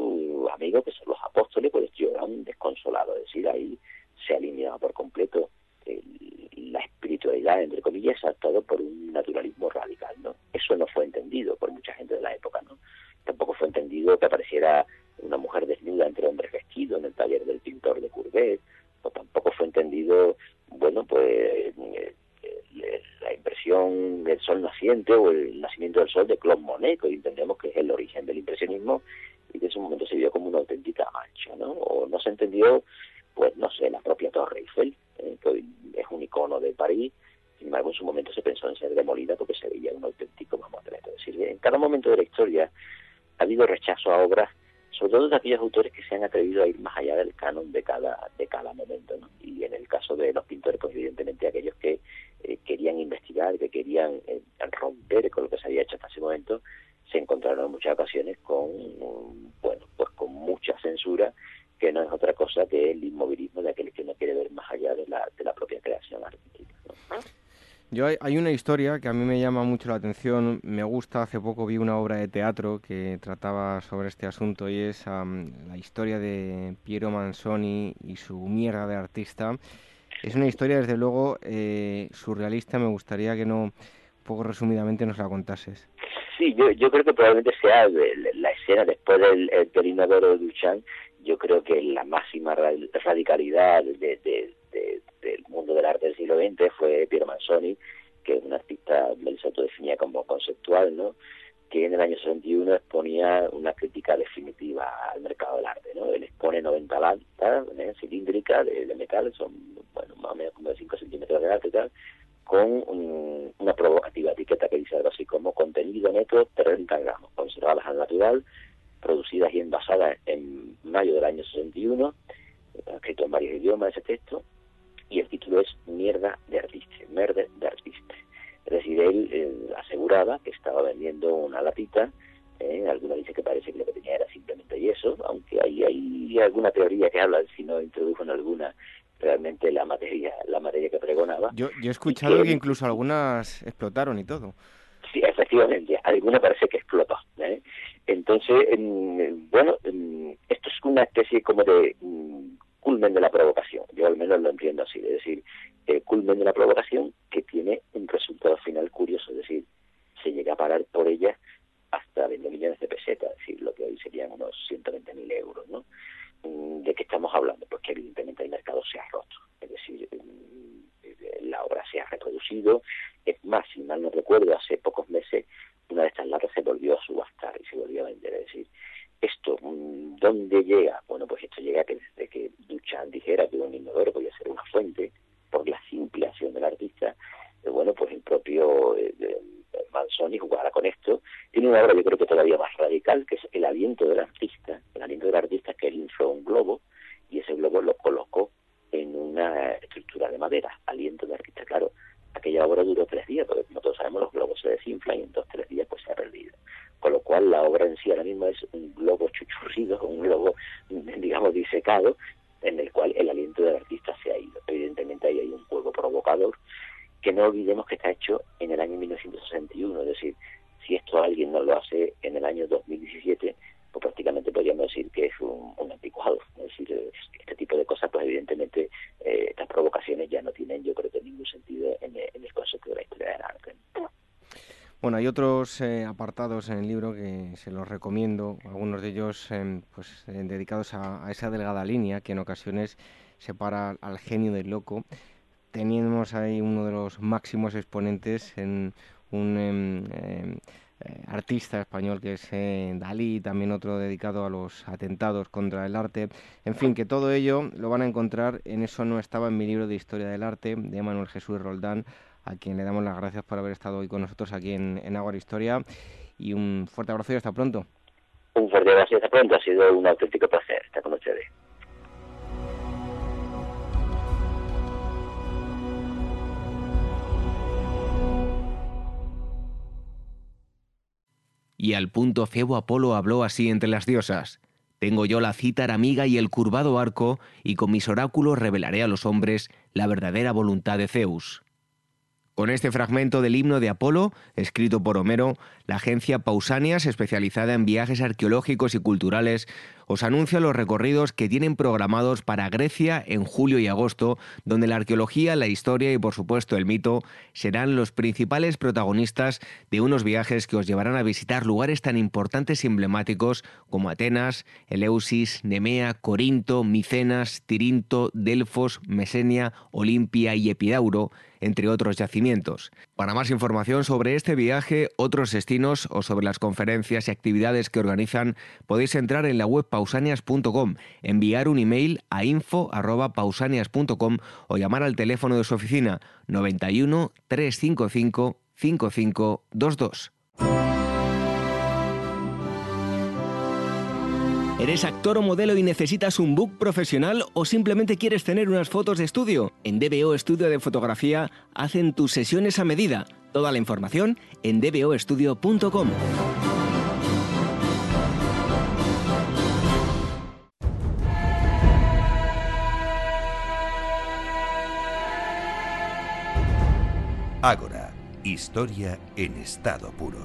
su amigo, que son los apóstoles, pues lloran desconsolados. Es decir, ahí se ha alineado por completo el, la espiritualidad, entre comillas, saltado por un naturalismo radical, ¿no? Eso no fue entendido por mucha gente de la época, ¿no? Tampoco fue entendido que apareciera una mujer desnuda entre hombres vestidos en el taller del pintor de Courbet, o tampoco fue entendido, bueno, pues eh, eh, la impresión del sol naciente o el nacimiento del sol de Claude Monet, que hoy entendemos que es el origen del impresionismo y que en su momento se vio como una auténtica mancha, ¿no? O no se entendió, pues no sé, la propia Torre Eiffel, eh, que hoy es un icono de París. Sin embargo, en su momento se pensó en ser demolida porque se veía un auténtico mamotreto. Es decir, en cada momento de la historia ha habido rechazo a obras, sobre todo de aquellos autores que se han atrevido a ir más allá del canon de cada de cada momento, ¿no? Y en el caso de los pintores, pues evidentemente aquellos que eh, querían investigar, que querían eh, romper con lo que se había hecho hasta ese momento, se encontraron en muchas ocasiones con, bueno, pues con mucha censura, que no es otra cosa que el inmovilismo de aquel que no quiere ver más allá de la, de la propia creación artística, ¿no? Yo hay, hay una historia que a mí me llama mucho la atención, me gusta, hace poco vi una obra de teatro que trataba sobre este asunto y es um, la historia de Piero Manzoni y su mierda de artista. Es una historia, desde luego, eh, surrealista, me gustaría que no, un poco resumidamente, nos la contases. Sí, yo, yo creo que probablemente sea la escena después del del inodoro de Duchamp. Yo creo que la máxima radicalidad de, de, de, del mundo del arte del siglo veinte fue Piero Manzoni, que es un artista, él se autodefinía como conceptual, ¿no? Que en el año sesenta y uno exponía una crítica definitiva al mercado del arte, ¿no? Él expone noventa latas ¿eh? cilíndricas de, de metal, son, bueno, más o menos como de cinco centímetros de alto y tal, con un, una provocativa etiqueta que dice algo así como contenido neto treinta gramos, conservadas al natural, producidas y envasadas en mayo del año sesenta y uno, escrito en varios idiomas ese texto, y el título es Mierda de artista, Mierda de artista. Es decir, él eh, aseguraba que estaba vendiendo una latita, eh, alguna dice que parece que lo que tenía era simplemente yeso, aunque hay, hay alguna teoría que habla de si no introdujo en alguna realmente la materia la materia que pregonaba. Yo, yo he escuchado que, que incluso algunas explotaron y todo. Sí, efectivamente, alguna parece que explotó, ¿eh? Entonces, en, bueno, en, esto es una especie como de um, culmen de la provocación, yo al menos lo entiendo así, es decir, eh, culmen de la provocación que tiene un resultado final curioso, es decir, se llega a pagar por ella hasta veinte millones de pesetas, es decir, lo que hoy serían unos ciento veinte mil euros, ¿no? ¿De qué estamos hablando? Pues que evidentemente el mercado se ha roto, es decir, la obra se ha reproducido. Es más, si mal no recuerdo, hace pocos meses una de estas latas se volvió a subastar y se volvió a vender. Es decir, esto, ¿dónde llega? Bueno, pues esto llega que desde que Duchamp dijera que un inodoro podía ser una fuente por la simple acción del artista, eh, bueno, pues el propio eh, eh, Manzoni jugara con esto. Tiene una obra, yo creo que todavía más radical, que es el aliento del artista. El aliento del artista es que él infló un globo y ese globo lo colocó en una estructura de madera, aliento de artista. Claro, desinfla y en dos tres días pues se ha perdido. Con lo cual la obra en sí ahora mismo es un globo chuchurrido, un globo, digamos, disecado, en el cual el aliento del artista se ha ido. Evidentemente ahí hay un juego provocador, que no olvidemos que está hecho en el año mil novecientos sesenta y uno, es decir, si esto alguien no lo hace en el año dos mil diecisiete, pues prácticamente podríamos decir que es un, un anticuado. Es decir, este tipo de cosas, pues evidentemente eh, estas provocaciones ya no tienen, yo creo que ningún sentido en el, en el concepto de la historia del arte. Bueno, hay otros eh, apartados en el libro que se los recomiendo, algunos de ellos eh, pues eh, dedicados a, a esa delgada línea que en ocasiones separa al genio del loco. Teníamos ahí uno de los máximos exponentes en un eh, eh, artista español que es eh, Dalí, y también otro dedicado a los atentados contra el arte. En fin, que todo ello lo van a encontrar en Eso no estaba en mi libro de Historia del Arte, de Manuel Jesús Roldán, a quien le damos las gracias por haber estado hoy con nosotros aquí en, en Ágora Historia. Y un fuerte abrazo y hasta pronto. Un fuerte abrazo y hasta pronto. Ha sido un auténtico placer estar con ustedes. Y al punto Febo Apolo habló así entre las diosas: tengo yo la cítara amiga y el curvado arco, y con mis oráculos revelaré a los hombres la verdadera voluntad de Zeus. Con este fragmento del himno de Apolo, escrito por Homero, la agencia Pausanias, especializada en viajes arqueológicos y culturales, os anuncia los recorridos que tienen programados para Grecia en julio y agosto, donde la arqueología, la historia y por supuesto el mito serán los principales protagonistas de unos viajes que os llevarán a visitar lugares tan importantes y emblemáticos como Atenas, Eleusis, Nemea, Corinto, Micenas, Tirinto, Delfos, Mesenia, Olimpia y Epidauro, entre otros yacimientos. Para más información sobre este viaje, otros destinos o sobre las conferencias y actividades que organizan, podéis entrar en la web pausanias punto com, enviar un email a info arroba pausanias punto com o llamar al teléfono de su oficina noventa y uno, trescientos cincuenta y cinco, cincuenta y cinco veintidós. ¿Eres actor o modelo y necesitas un book profesional o simplemente quieres tener unas fotos de estudio? En D B O Estudio de Fotografía hacen tus sesiones a medida. Toda la información en d b o estudio punto com. Ágora, historia en estado puro.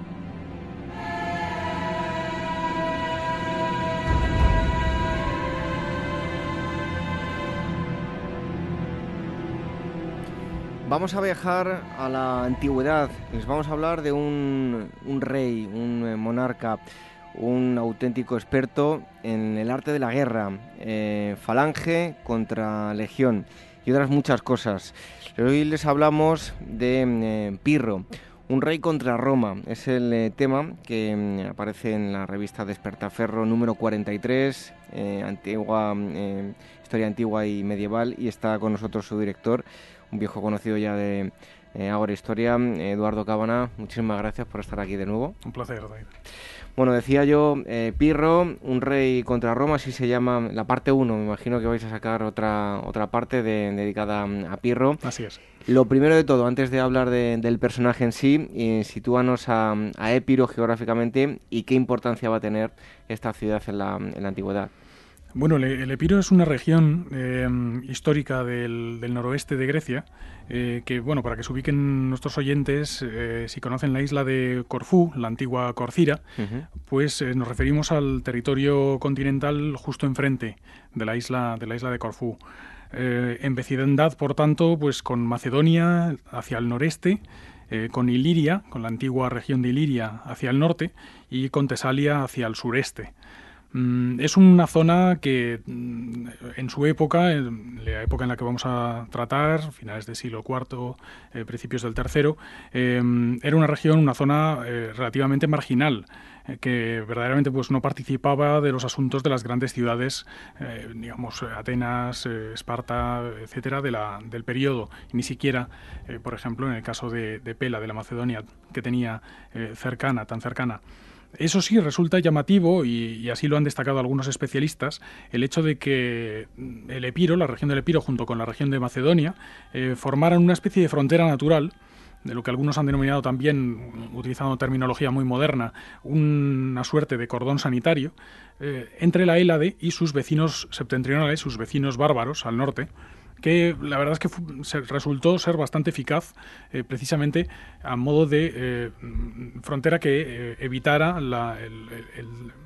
Vamos a viajar a la antigüedad. Les vamos a hablar de un, un rey, un monarca, un auténtico experto en el arte de la guerra, eh, falange contra legión y otras muchas cosas. Hoy les hablamos de eh, Pirro, un rey contra Roma. Es el eh, tema que eh, aparece en la revista Despertaferro número cuarenta y tres, eh, antigua, eh, historia antigua y medieval, y está con nosotros su director, un viejo conocido ya de eh, Ágora Historia, Eduardo Cabana. Muchísimas gracias por estar aquí de nuevo. Un placer, David. Bueno, decía yo, eh, Pirro, un rey contra Roma, así se llama la parte uno. Me imagino que vais a sacar otra otra parte de, dedicada a Pirro. Así es. Lo primero de todo, antes de hablar de, del personaje en sí, eh, sitúanos a, a Épiro geográficamente y qué importancia va a tener esta ciudad en la, en la antigüedad. Bueno, el, el Epiro es una región eh, histórica del, del noroeste de Grecia, eh, que, bueno, para que se ubiquen nuestros oyentes, eh, si conocen la isla de Corfú, la antigua Corcira, uh-huh. pues eh, nos referimos al territorio continental justo enfrente de la isla de la isla de Corfú. Eh, en vecindad, por tanto, pues con Macedonia hacia el noreste, eh, con Iliria, con la antigua región de Iliria hacia el norte, y con Tesalia hacia el sureste. Es una zona que en su época, en la época en la que vamos a tratar, finales del siglo cuarto, eh, principios del tercero, eh, era una región, una zona eh, relativamente marginal, eh, que verdaderamente pues no participaba de los asuntos de las grandes ciudades, eh, digamos Atenas, eh, Esparta, etcétera, de la, del periodo. Ni siquiera, eh, por ejemplo, en el caso de, de Pela, de la Macedonia, que tenía eh, cercana, tan cercana. Eso sí, resulta llamativo, y, y así lo han destacado algunos especialistas, el hecho de que el Epiro, la región del Epiro, junto con la región de Macedonia, eh, formaran una especie de frontera natural de lo que algunos han denominado también, utilizando terminología muy moderna, una suerte de cordón sanitario eh, entre la Hélade y sus vecinos septentrionales, sus vecinos bárbaros al norte, que la verdad es que fu- se resultó ser bastante eficaz eh, precisamente a modo de eh, frontera que eh, evitara la, el, el,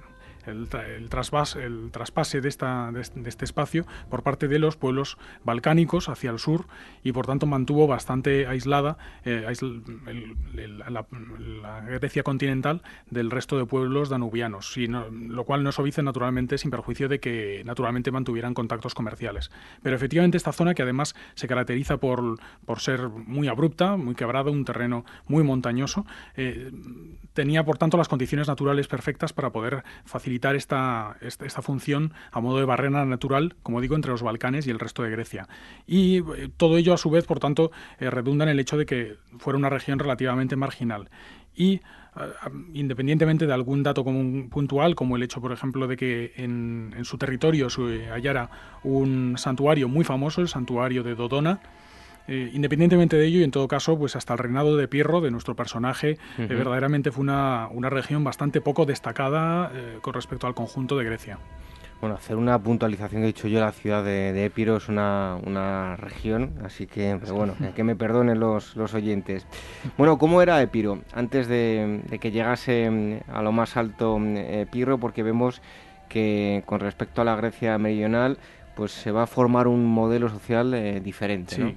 el, el, trasvas, el traspase de, esta, de, este, de este espacio por parte de los pueblos balcánicos hacia el sur, y por tanto mantuvo bastante aislada eh, aisl el, el, la, la Grecia continental del resto de pueblos danubianos, y no, lo cual no es obvio naturalmente, sin perjuicio de que naturalmente mantuvieran contactos comerciales. Pero efectivamente esta zona, que además se caracteriza por, por ser muy abrupta, muy quebrada, un terreno muy montañoso, eh, tenía por tanto las condiciones naturales perfectas para poder facilitar Esta, esta, esta función a modo de barrera natural, como digo, entre los Balcanes y el resto de Grecia. Y eh, todo ello, a su vez, por tanto, eh, redunda en el hecho de que fuera una región relativamente marginal. Y, uh, independientemente de algún dato común puntual, como el hecho, por ejemplo, de que en, en su territorio se hallara un santuario muy famoso, el santuario de Dodona, Eh, independientemente de ello, y en todo caso, pues hasta el reinado de Pirro, de nuestro personaje, uh-huh. eh, verdaderamente fue una, una región bastante poco destacada eh, con respecto al conjunto de Grecia. Bueno, hacer una puntualización que he dicho yo, la ciudad de, de Épiro es una, una región, así que, pero bueno, que me perdonen los, los oyentes. Bueno, ¿cómo era Épiro antes de, de que llegase a lo más alto eh, Pirro? Porque vemos que con respecto a la Grecia meridional, pues se va a formar un modelo social eh, diferente, ¿no? Sí.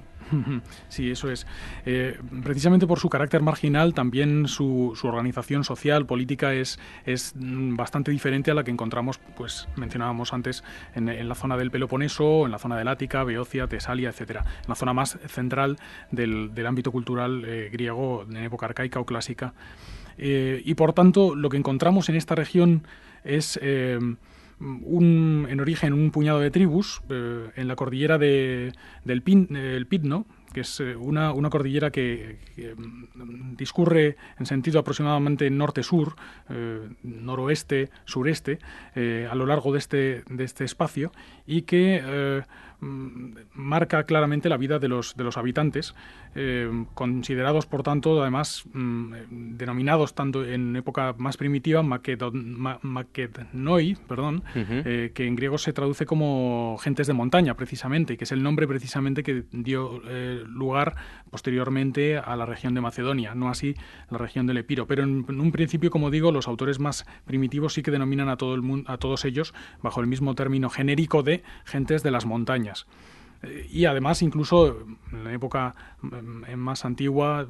Sí, eso es. Eh, precisamente por su carácter marginal, también su, su organización social, política, es, es bastante diferente a la que encontramos, pues mencionábamos antes, en, en la zona del Peloponeso, en la zona del Ática, Beocia, Tesalia, etcétera. En la zona más central del, del ámbito cultural eh, griego en época arcaica o clásica. Eh, y por tanto, lo que encontramos en esta región es... Eh, Un, en origen un puñado de tribus eh, en la cordillera de, del Pin, eh, el Pidno, que es eh, una, una cordillera que, que discurre en sentido aproximadamente norte-sur, eh, noroeste, sureste, eh, a lo largo de este, de este espacio, y que eh, marca claramente la vida de los, de los habitantes, eh, considerados por tanto, además, mmm, denominados tanto en época más primitiva Makedon, ma, Makednoi, perdón, uh-huh. eh, que en griego se traduce como gentes de montaña, precisamente, y que es el nombre precisamente que dio eh, lugar posteriormente a la región de Macedonia, no así la región del Epiro. Pero en, en un principio, como digo, los autores más primitivos sí que denominan a todo el mundo, a todos ellos bajo el mismo término genérico de gentes de las montañas. Y además, incluso en la época más antigua,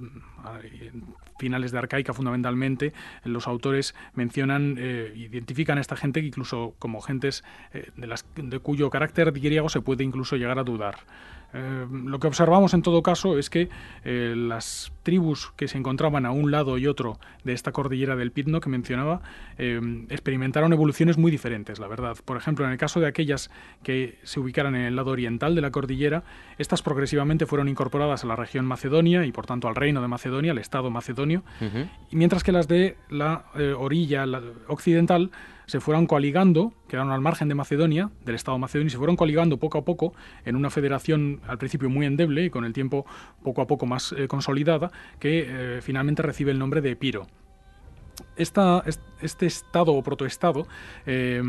finales de arcaica fundamentalmente, los autores mencionan, eh, identifican a esta gente incluso como gentes eh, de, las, de cuyo carácter griego se puede incluso llegar a dudar. Eh, lo que observamos en todo caso es que eh, las tribus que se encontraban a un lado y otro de esta cordillera del Pidno que mencionaba eh, experimentaron evoluciones muy diferentes, la verdad. Por ejemplo, en el caso de aquellas que se ubicaran en el lado oriental de la cordillera, estas progresivamente fueron incorporadas a la región Macedonia y por tanto al reino de Macedonia, al estado macedonio, uh-huh. y mientras que las de la eh, orilla la occidental se fueron coaligando, quedaron al margen de Macedonia, del Estado macedonio, y se fueron coaligando poco a poco en una federación al principio muy endeble y con el tiempo poco a poco más eh, consolidada, que eh, finalmente recibe el nombre de Epiro. Esta, este estado o protoestado eh,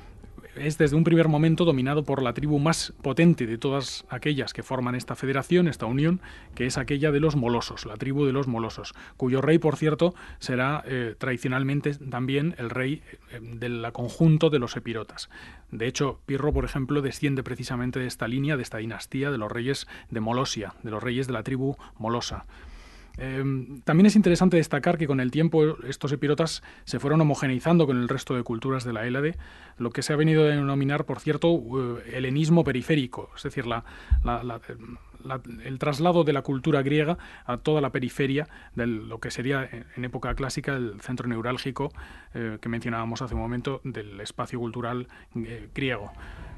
es desde un primer momento dominado por la tribu más potente de todas aquellas que forman esta federación, esta unión, que es aquella de los molosos, la tribu de los molosos, cuyo rey, por cierto, será eh, tradicionalmente también el rey eh, del conjunto de los epirotas. De hecho, Pirro, por ejemplo, desciende precisamente de esta línea, de esta dinastía de los reyes de Molosia, de los reyes de la tribu molosa. Eh, también es interesante destacar que con el tiempo estos epirotas se fueron homogeneizando con el resto de culturas de la Hélade, lo que se ha venido a denominar, por cierto, uh, helenismo periférico, es decir, la, la, la, la, el traslado de la cultura griega a toda la periferia de lo que sería en época clásica el centro neurálgico eh, que mencionábamos hace un momento del espacio cultural eh, griego.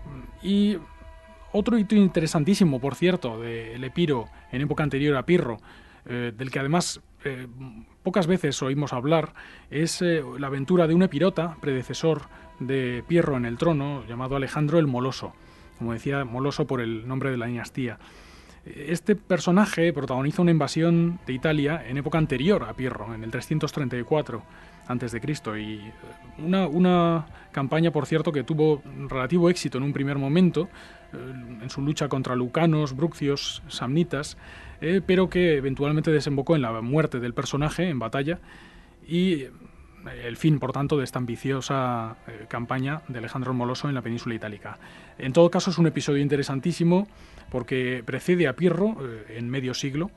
Y otro hito interesantísimo, por cierto, del Epiro en época anterior a Pirro, Eh, del que además eh, pocas veces oímos hablar, es eh, la aventura de un epirota, predecesor de Pirro en el trono, llamado Alejandro el Moloso, como decía, Moloso por el nombre de la dinastía. Este personaje protagoniza una invasión de Italia en época anterior a Pirro, en el trescientos treinta y cuatro antes de Cristo, y una, una campaña, por cierto, que tuvo relativo éxito en un primer momento eh, en su lucha contra lucanos, brucios, samnitas, eh, pero que eventualmente desembocó en la muerte del personaje en batalla y el fin, por tanto, de esta ambiciosa eh, campaña de Alejandro el Moloso en la península itálica. En todo caso, es un episodio interesantísimo porque precede a Pirro eh, en medio siglo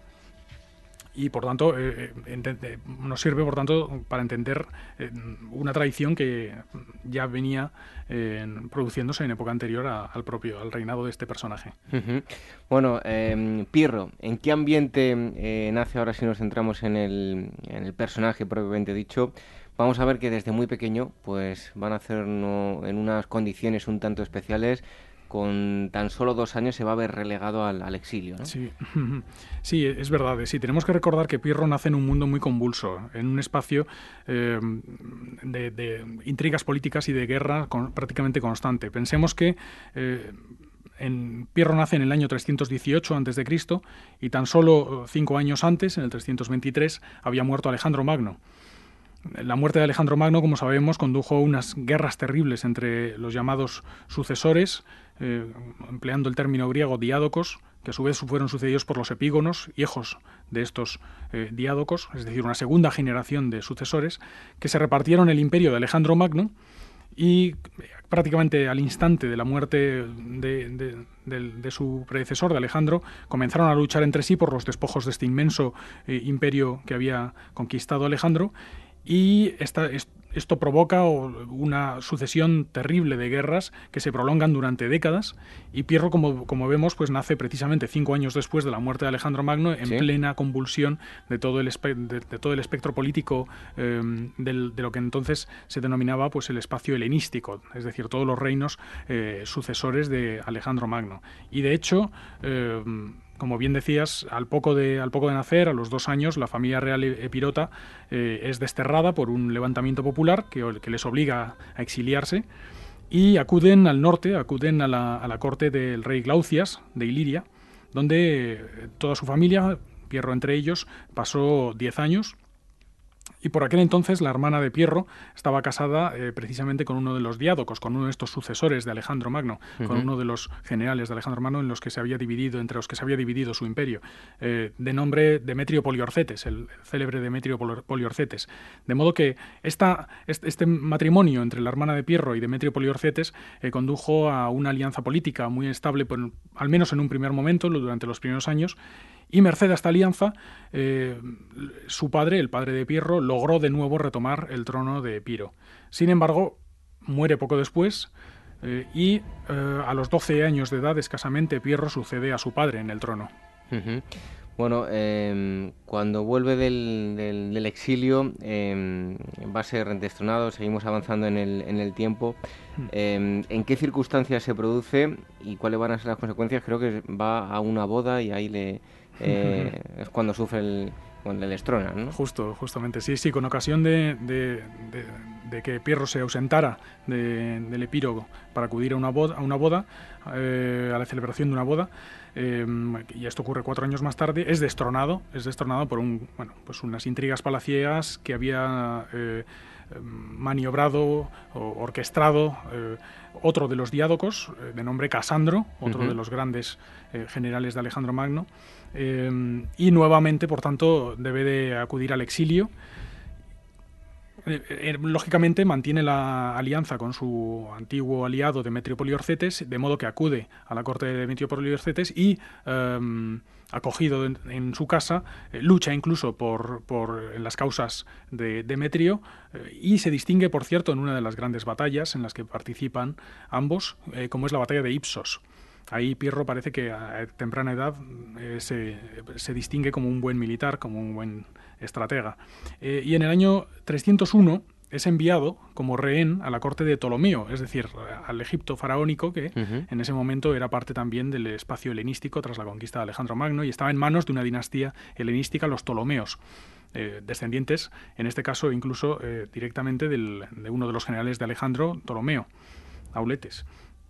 y, por tanto, eh, eh, nos sirve, por tanto, para entender eh, una tradición que ya venía eh, produciéndose en época anterior a, al propio al reinado de este personaje. Uh-huh. Bueno, eh, Pirro, ¿en qué ambiente eh, nace ahora si nos centramos en el, en el personaje propiamente dicho? Vamos a ver que desde muy pequeño pues van a hacer no, en unas condiciones un tanto especiales. Con tan solo dos años se va a ver relegado al, al exilio, ¿no? Sí. Sí, es verdad. Sí, tenemos que recordar que Pirro nace en un mundo muy convulso, en un espacio eh, de, de intrigas políticas y de guerra con, prácticamente constante. Pensemos que eh, en, Pirro nace en el año trescientos dieciocho antes de Cristo y tan solo cinco años antes, en el trescientos veintitrés, había muerto Alejandro Magno. La muerte de Alejandro Magno, como sabemos, condujo a unas guerras terribles entre los llamados sucesores, eh, empleando el término griego diádocos, que a su vez fueron sucedidos por los epígonos, hijos de estos eh, diádocos, es decir, una segunda generación de sucesores, que se repartieron el imperio de Alejandro Magno y prácticamente al instante de la muerte de, de, de, de su predecesor, de Alejandro, comenzaron a luchar entre sí por los despojos de este inmenso eh, imperio que había conquistado Alejandro. Y esta, esto provoca una sucesión terrible de guerras que se prolongan durante décadas y Pirro, como, como vemos, pues nace precisamente cinco años después de la muerte de Alejandro Magno en ¿Sí? plena convulsión de todo el, espe de, de todo el espectro político eh, del, de lo que entonces se denominaba pues el espacio helenístico, es decir, todos los reinos eh, sucesores de Alejandro Magno. Y de hecho, eh, como bien decías, al poco de, al poco de nacer, a los dos años, la familia real epirota eh, es desterrada por un levantamiento popular que, que les obliga a exiliarse y acuden al norte, acuden a la, a la corte del rey Glaucias de Iliria, donde toda su familia, Pirro entre ellos, pasó diez años. Y por aquel entonces la hermana de Pirro estaba casada eh, precisamente con uno de los diádocos, con uno de estos sucesores de Alejandro Magno, uh-huh. con uno de los generales de Alejandro Magno en los que se había dividido, entre los que se había dividido su imperio, eh, de nombre Demetrio Poliorcetes, el célebre Demetrio Poliorcetes. De modo que esta, este, este matrimonio entre la hermana de Pirro y Demetrio Poliorcetes eh, condujo a una alianza política muy estable, por, al menos en un primer momento, durante los primeros años. Y merced a esta alianza, eh, su padre, el padre de Pirro, logró de nuevo retomar el trono de Epiro. Sin embargo, muere poco después eh, y eh, a los doce años de edad, escasamente, Pirro sucede a su padre en el trono. Uh-huh. Bueno, eh, cuando vuelve del, del, del exilio eh, va a ser destronado, seguimos avanzando en el, en el tiempo. Eh, ¿En qué circunstancias se produce y cuáles van a ser las consecuencias? Creo que va a una boda y ahí le... Eh, es cuando sufre el, cuando le destronan, ¿no? Justo, justamente, sí, sí, con ocasión de, de, de, de que Pirro se ausentara de, del Epiro para acudir a una boda, a, una boda, eh, a la celebración de una boda, eh, y esto ocurre cuatro años más tarde, es destronado, es destronado por un, bueno, pues unas intrigas palaciegas que había eh, maniobrado o orquestado eh, otro de los diádocos, eh, de nombre Casandro, otro uh-huh. de los grandes eh, generales de Alejandro Magno, eh, y nuevamente, por tanto, debe de acudir al exilio. Eh, eh, lógicamente mantiene la alianza con su antiguo aliado Demetrio Poliorcetes, de modo que acude a la corte de Demetrio Poliorcetes y, eh, acogido en, en su casa, eh, lucha incluso por, por las causas de Demetrio eh, y se distingue, por cierto, en una de las grandes batallas en las que participan ambos, eh, como es la batalla de Ipsos. Ahí Pirro parece que a temprana edad eh, se, se distingue como un buen militar, como un buen estratega. Eh, y en el año trescientos uno es enviado como rehén a la corte de Ptolomeo, es decir, al Egipto faraónico, que uh-huh. en ese momento era parte también del espacio helenístico tras la conquista de Alejandro Magno y estaba en manos de una dinastía helenística, los Ptolomeos, eh, descendientes, en este caso incluso eh, directamente del, de uno de los generales de Alejandro, Ptolomeo, Auletes.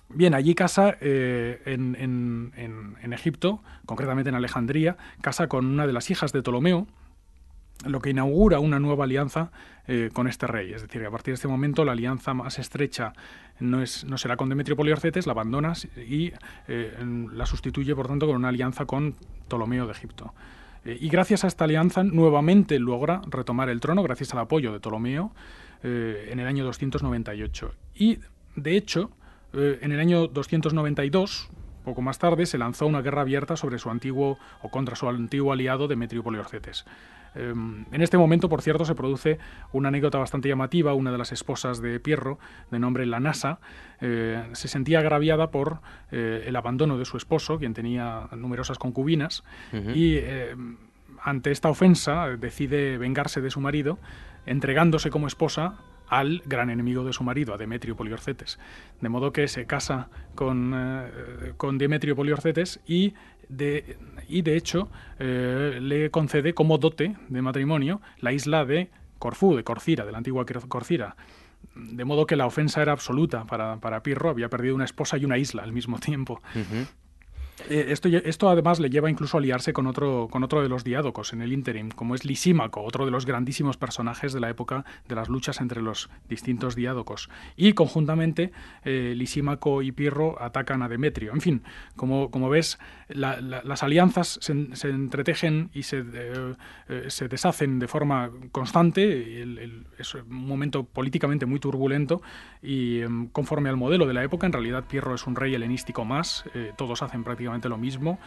Bien, allí casa eh, en, en, en, en Egipto, concretamente en Alejandría, casa con una de las hijas de Ptolomeo, lo que inaugura una nueva alianza eh, con este rey. Es decir, que a partir de este momento la alianza más estrecha no, es, no será con Demetrio Poliorcetes, la abandona y eh, la sustituye, por tanto, con una alianza con Ptolomeo de Egipto. Eh, y gracias a esta alianza nuevamente logra retomar el trono, gracias al apoyo de Ptolomeo, eh, en el año doscientos noventa y ocho. Y, de hecho, eh, en el año doscientos noventa y dos... poco más tarde, se lanzó una guerra abierta sobre su antiguo o contra su antiguo aliado Demetrio Poliorcetes. Eh, en este momento, por cierto, se produce una anécdota bastante llamativa. Una de las esposas de Pirro, de nombre Lanasa, eh, se sentía agraviada por eh, el abandono de su esposo, quien tenía numerosas concubinas, uh-huh. y eh, ante esta ofensa decide vengarse de su marido, entregándose como esposa al gran enemigo de su marido, a Demetrio Poliorcetes. De modo que se casa con, eh, con Demetrio Poliorcetes y de, y de hecho eh, le concede como dote de matrimonio la isla de Corfú, de Corcira, de la antigua Corcira. De modo que la ofensa era absoluta para, para Pirro, había perdido una esposa y una isla al mismo tiempo. Uh-huh. Eh, esto, esto además le lleva incluso a aliarse con otro, con otro de los diádocos en el ínterim, como es Lisímaco, otro de los grandísimos personajes de la época de las luchas entre los distintos diádocos. Y conjuntamente eh, Lisímaco y Pirro atacan a Demetrio. En fin, como, como ves, la, la, las alianzas se, se entretejen y se, eh, eh, se deshacen de forma constante. El, el, es un momento políticamente muy turbulento y eh, conforme al modelo de la época, en realidad Pirro es un rey helenístico más, eh, todos hacen prácticamente lo mismo,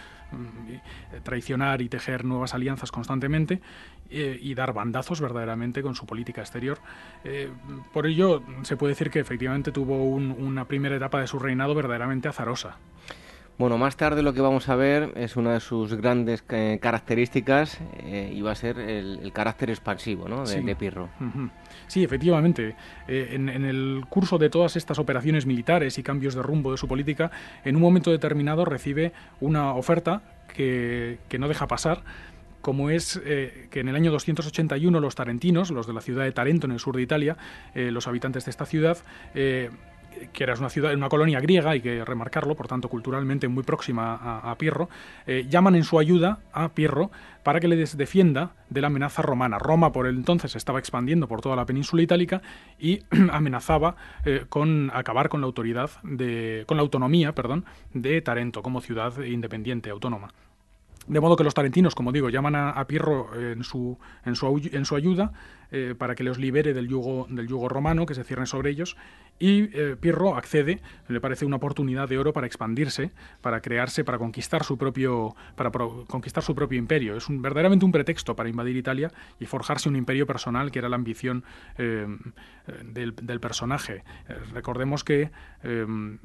eh, traicionar y tejer nuevas alianzas constantemente eh, y dar bandazos verdaderamente con su política exterior. Eh, por ello se puede decir que efectivamente tuvo un, una primera etapa de su reinado verdaderamente azarosa. Bueno, más tarde lo que vamos a ver es una de sus grandes eh, características eh, y va a ser el, el carácter expansivo, ¿no?, de, sí. de Pirro. Uh-huh. Sí, efectivamente. Eh, en, en el curso de todas estas operaciones militares y cambios de rumbo de su política, en un momento determinado recibe una oferta que, que no deja pasar, como es eh, que en el año doscientos ochenta y uno los tarentinos, los de la ciudad de Tarento en el sur de Italia, eh, los habitantes de esta ciudad, eh, que era una ciudad, una colonia griega, hay que remarcarlo, por tanto culturalmente muy próxima a, a Pirro, eh, llaman en su ayuda a Pirro para que les defienda de la amenaza romana. Roma por el entonces se estaba expandiendo por toda la península itálica y amenazaba eh, con acabar con la autoridad de, con la autonomía, perdón, de Tarento como ciudad independiente, autónoma. De modo que los tarentinos, como digo, llaman a, a Pirro en su, en su, en su ayuda eh, para que los libere del yugo, del yugo romano, que se cierne sobre ellos, y eh, Pirro accede, le parece una oportunidad de oro para expandirse, para crearse, para conquistar su propio, para pro, conquistar su propio imperio. Es un, verdaderamente un pretexto para invadir Italia y forjarse un imperio personal, que era la ambición eh, del, del personaje. Eh, recordemos que eh,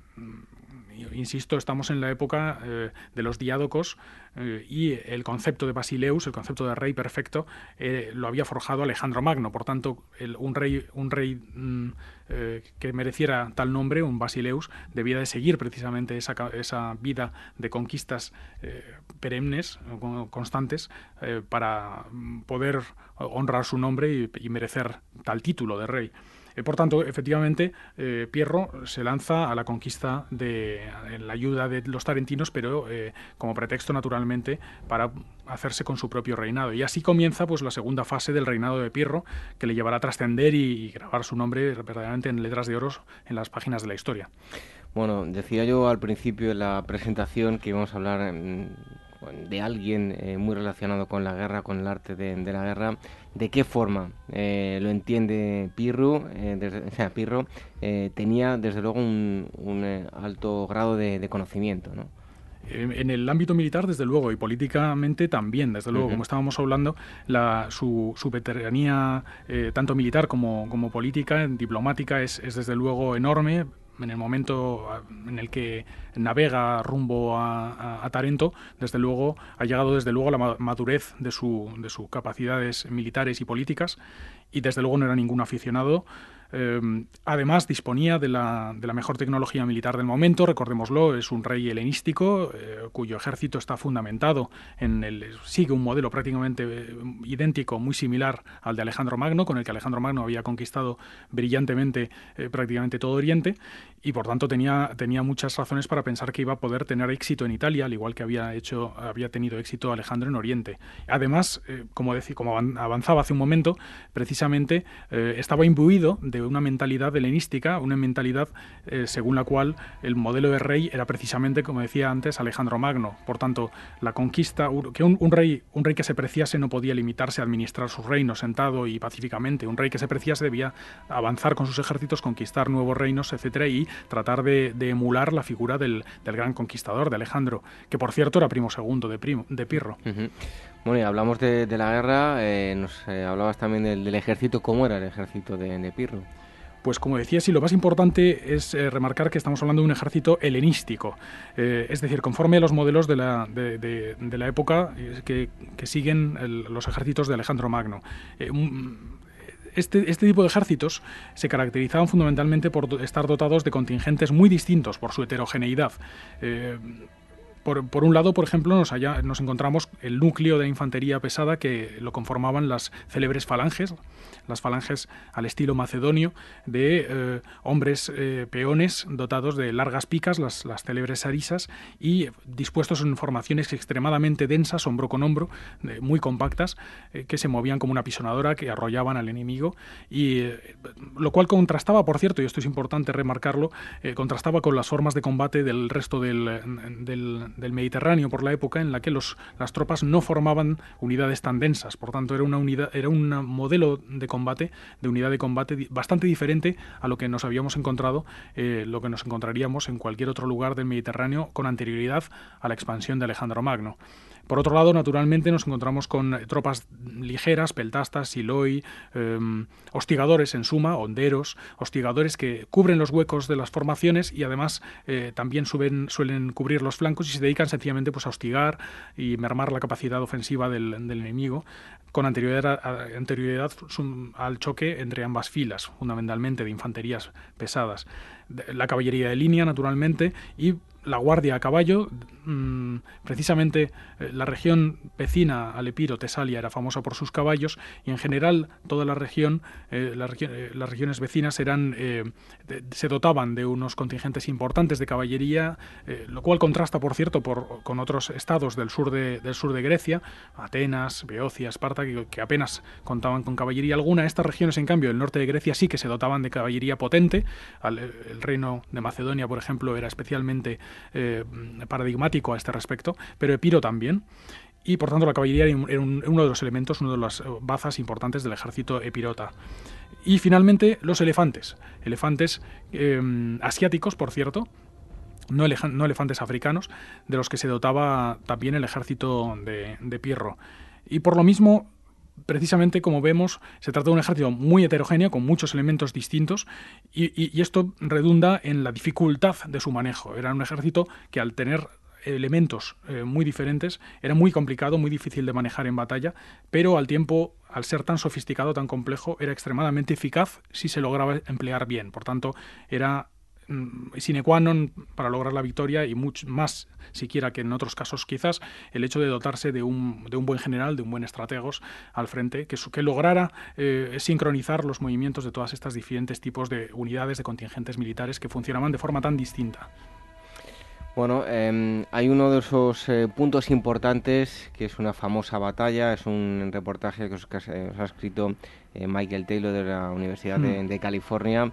insisto, estamos en la época eh, de los diádocos eh, y el concepto de Basileus, el concepto de rey perfecto, eh, lo había forjado Alejandro Magno. Por tanto, el, un rey, un rey mm, eh, que mereciera tal nombre, un Basileus, debía de seguir precisamente esa, esa vida de conquistas eh, perennes, constantes, eh, para poder honrar su nombre y, y merecer tal título de rey. Eh, por tanto, efectivamente, eh, Pirro se lanza a la conquista de en la ayuda de los tarentinos, pero eh, como pretexto, naturalmente, para hacerse con su propio reinado. Y así comienza pues la segunda fase del reinado de Pirro, que le llevará a trascender y, y grabar su nombre verdaderamente en letras de oro en las páginas de la historia. Bueno, decía yo al principio de la presentación que íbamos a hablar mmm, de alguien eh, muy relacionado con la guerra, con el arte de, de la guerra. ¿De qué forma eh, lo entiende Pirro? Eh, desde, o sea, Pirro eh, tenía desde luego un, un eh, alto grado de, de conocimiento, ¿no? En el ámbito militar, desde luego, y políticamente también, desde luego, uh-huh. Como estábamos hablando, la, su, su veteranía, eh, tanto militar como, como política, diplomática, es, es desde luego enorme. En el momento en el que navega rumbo a, a, a Tarento, desde luego, ha llegado desde luego a la madurez de, su, de sus capacidades militares y políticas. y desde luego no era ningún aficionado. Eh, además disponía de la, de la mejor tecnología militar del momento, recordémoslo, es un rey helenístico eh, cuyo ejército está fundamentado en el, sigue un modelo prácticamente eh, idéntico, muy similar al de Alejandro Magno, con el que Alejandro Magno había conquistado brillantemente eh, prácticamente todo Oriente, y por tanto tenía, tenía muchas razones para pensar que iba a poder tener éxito en Italia, al igual que había hecho, había tenido éxito Alejandro en Oriente. Además, eh, como, decía, como avanzaba hace un momento, precisamente eh, estaba imbuido de una mentalidad helenística, una mentalidad eh, según la cual el modelo de rey era precisamente, como decía antes, Alejandro Magno. Por tanto, la conquista, que un, un rey un rey que se preciase no podía limitarse a administrar su reino sentado y pacíficamente. Un rey que se preciase debía avanzar con sus ejércitos, conquistar nuevos reinos, etcétera, y tratar de, de emular la figura del, del gran conquistador, de Alejandro, que por cierto era primo segundo de, primo, de Pirro. Uh-huh. Bueno, y hablamos de, de la guerra, eh, nos eh, hablabas también del, del ejército. ¿Cómo era el ejército de, de Pirro? Pues como decía, sí, lo más importante es eh, remarcar que estamos hablando de un ejército helenístico, eh, es decir, conforme a los modelos de la, de, de, de la época eh, que, que siguen el, los ejércitos de Alejandro Magno. Eh, un, Este, este tipo de ejércitos se caracterizaban fundamentalmente por estar dotados de contingentes muy distintos por su heterogeneidad. Eh, Por, por un lado, por ejemplo, nos, haya, nos encontramos el núcleo de infantería pesada que lo conformaban las célebres falanges, las falanges al estilo macedonio, de eh, hombres eh, peones dotados de largas picas, las, las célebres sarisas, y dispuestos en formaciones extremadamente densas, hombro con hombro, eh, muy compactas, eh, que se movían como una pisonadora, que arrollaban al enemigo, y eh, lo cual contrastaba, por cierto, y esto es importante remarcarlo, eh, contrastaba con las formas de combate del resto del, del del Mediterráneo por la época, en la que los, las tropas no formaban unidades tan densas. Por tanto, era una unidad, era un modelo de combate, de unidad de combate bastante diferente a lo que nos habíamos encontrado, eh, lo que nos encontraríamos en cualquier otro lugar del Mediterráneo con anterioridad a la expansión de Alejandro Magno. Por otro lado, naturalmente, nos encontramos con tropas ligeras, peltastas, siloi, eh, hostigadores en suma, honderos, hostigadores que cubren los huecos de las formaciones y además eh, también suben, suelen cubrir los flancos y se dedican sencillamente pues, a hostigar y mermar la capacidad ofensiva del, del enemigo, con anterioridad, a, anterioridad al choque entre ambas filas, fundamentalmente de infanterías pesadas. La caballería de línea, naturalmente, y la guardia a caballo. Mmm, precisamente eh, la región vecina al Epiro, Tesalia, era famosa por sus caballos, y en general toda la región, eh, la regi eh, las regiones vecinas eran eh, de, se dotaban de unos contingentes importantes de caballería, eh, lo cual contrasta, por cierto, por, con otros estados del sur de, del sur de Grecia, Atenas, Beocia, Esparta, que, que apenas contaban con caballería alguna. Estas regiones, en cambio, el norte de Grecia sí que se dotaban de caballería potente. Al, el reino de Macedonia, por ejemplo, era especialmente eh, paradigmático a este respecto, pero Epiro también, y por tanto la caballería era, un, era uno de los elementos, uno de las bazas importantes del ejército epirota. Y finalmente los elefantes, elefantes eh, asiáticos, por cierto, no, elef no elefantes africanos, de los que se dotaba también el ejército de, de Pirro. Y por lo mismo, precisamente, como vemos, se trata de un ejército muy heterogéneo, con muchos elementos distintos, y, y, y esto redunda en la dificultad de su manejo. Era un ejército que, al tener elementos eh, muy diferentes, era muy complicado, muy difícil de manejar en batalla, pero al tiempo, al ser tan sofisticado, tan complejo, era extremadamente eficaz si se lograba emplear bien. Por tanto, era mm, sine qua non para lograr la victoria, y mucho más siquiera que en otros casos quizás, el hecho de dotarse de un, de un buen general, de un buen estrategos al frente, que, que lograra eh, sincronizar los movimientos de todas estas diferentes tipos de unidades, de contingentes militares que funcionaban de forma tan distinta. Bueno, eh, hay uno de esos eh, puntos importantes, que es una famosa batalla, es un reportaje que os, que os ha escrito eh, Michael Taylor de la Universidad mm. de, de California.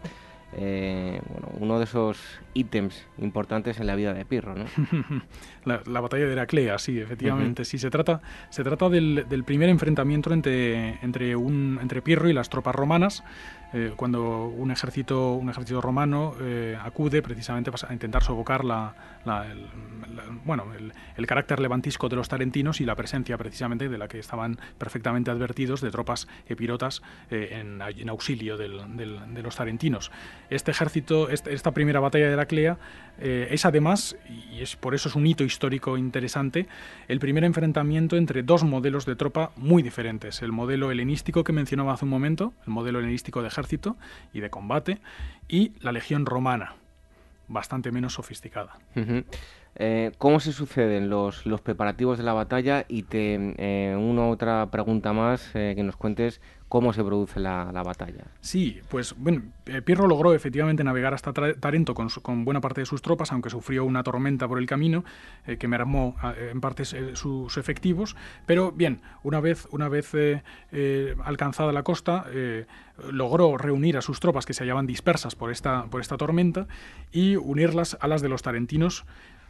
Eh, bueno, uno de esos ítems importantes en la vida de Pirro, ¿no? la, la batalla de Heraclea, sí, efectivamente. Uh-huh. Sí, se trata, se trata del, del primer enfrentamiento entre, entre, un, entre Pirro y las tropas romanas, eh, cuando un ejército, un ejército romano eh, acude precisamente a intentar sofocar la, la, el, la, bueno, el, el carácter levantisco de los tarentinos y la presencia precisamente de la que estaban perfectamente advertidos de tropas epirotas eh, en, en auxilio del, del, de los tarentinos. Este ejército, este, esta primera batalla de Heraclea, eh, es además, y es por eso es un hito histórico interesante, el primer enfrentamiento entre dos modelos de tropa muy diferentes. El modelo helenístico que mencionaba hace un momento, el modelo helenístico de ejército y de combate, y la legión romana, bastante menos sofisticada. Uh-huh. Eh, ¿Cómo se suceden los, los preparativos de la batalla? Y te eh, una otra pregunta más, eh, que nos cuentes cómo se produce la, la batalla. Sí, pues bueno, eh, Pirro logró efectivamente navegar hasta Tarento con, su, con buena parte de sus tropas, aunque sufrió una tormenta por el camino eh, que mermó eh, en parte eh, sus efectivos. Pero bien, una vez, una vez eh, eh, alcanzada la costa, eh, logró reunir a sus tropas que se hallaban dispersas por esta, por esta tormenta y unirlas a las de los tarentinos,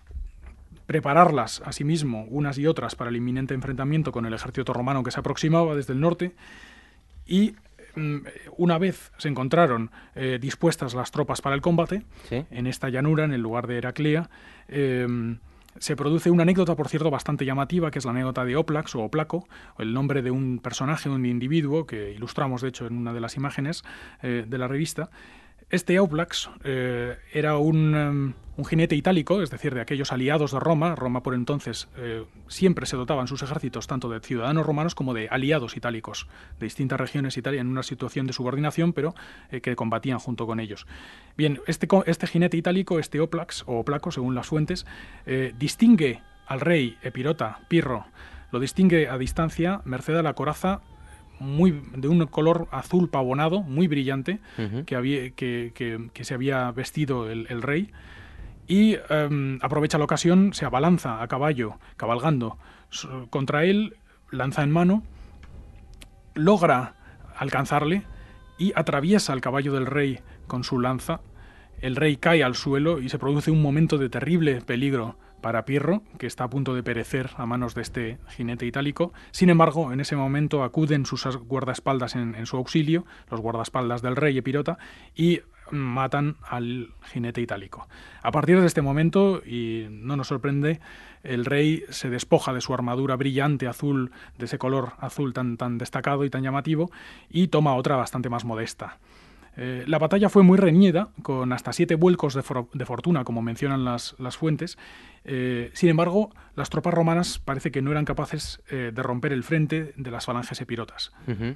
prepararlas asimismo unas y otras para el inminente enfrentamiento con el ejército romano que se aproximaba desde el norte, y una vez se encontraron eh, dispuestas las tropas para el combate, ¿sí?, en esta llanura, en el lugar de Heraclea, eh, se produce una anécdota, por cierto, bastante llamativa, que es la anécdota de Oplax o Oplaco, el nombre de un personaje, un individuo, que ilustramos, de hecho, en una de las imágenes eh, de la revista. Este Oplax eh, era un, um, un jinete itálico, es decir, de aquellos aliados de Roma. Roma por entonces eh, siempre se dotaban sus ejércitos tanto de ciudadanos romanos como de aliados itálicos de distintas regiones de Italia en una situación de subordinación, pero eh, que combatían junto con ellos. Bien, este, este jinete itálico, este Oplax o Oplaco, según las fuentes, eh, distingue al rey Epirota, Pirro, lo distingue a distancia merced a la coraza muy de un color azul pavonado, muy brillante, uh-huh. que, había, que, que, que se había vestido el, el rey, y um, aprovecha la ocasión, se abalanza a caballo, cabalgando contra él, lanza en mano, logra alcanzarle y atraviesa el caballo del rey con su lanza. El rey cae al suelo y se produce un momento de terrible peligro para Pirro, que está a punto de perecer a manos de este jinete itálico. Sin embargo, en ese momento acuden sus guardaespaldas en, en su auxilio, los guardaespaldas del rey Epirota, y matan al jinete itálico. A partir de este momento, y no nos sorprende, el rey se despoja de su armadura brillante azul, de ese color azul tan, tan destacado y tan llamativo, y toma otra bastante más modesta. Eh, la batalla fue muy reñida, con hasta siete vuelcos de, for de fortuna, como mencionan las, las fuentes. Eh, sin embargo, las tropas romanas parece que no eran capaces eh, de romper el frente de las falanges epirotas. Uh-huh.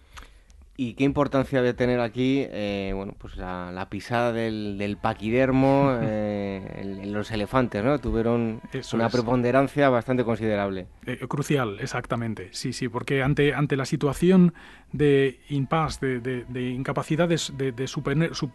¿Y qué importancia debe tener aquí eh, bueno, pues la, la pisada del, del paquidermo? eh, el, el, los elefantes, ¿no? Tuvieron Eso una es. preponderancia bastante considerable. Eh, crucial, exactamente. Sí, sí, porque ante, ante la situación de impasse, de, de, de incapacidad de, de, de, super, sup,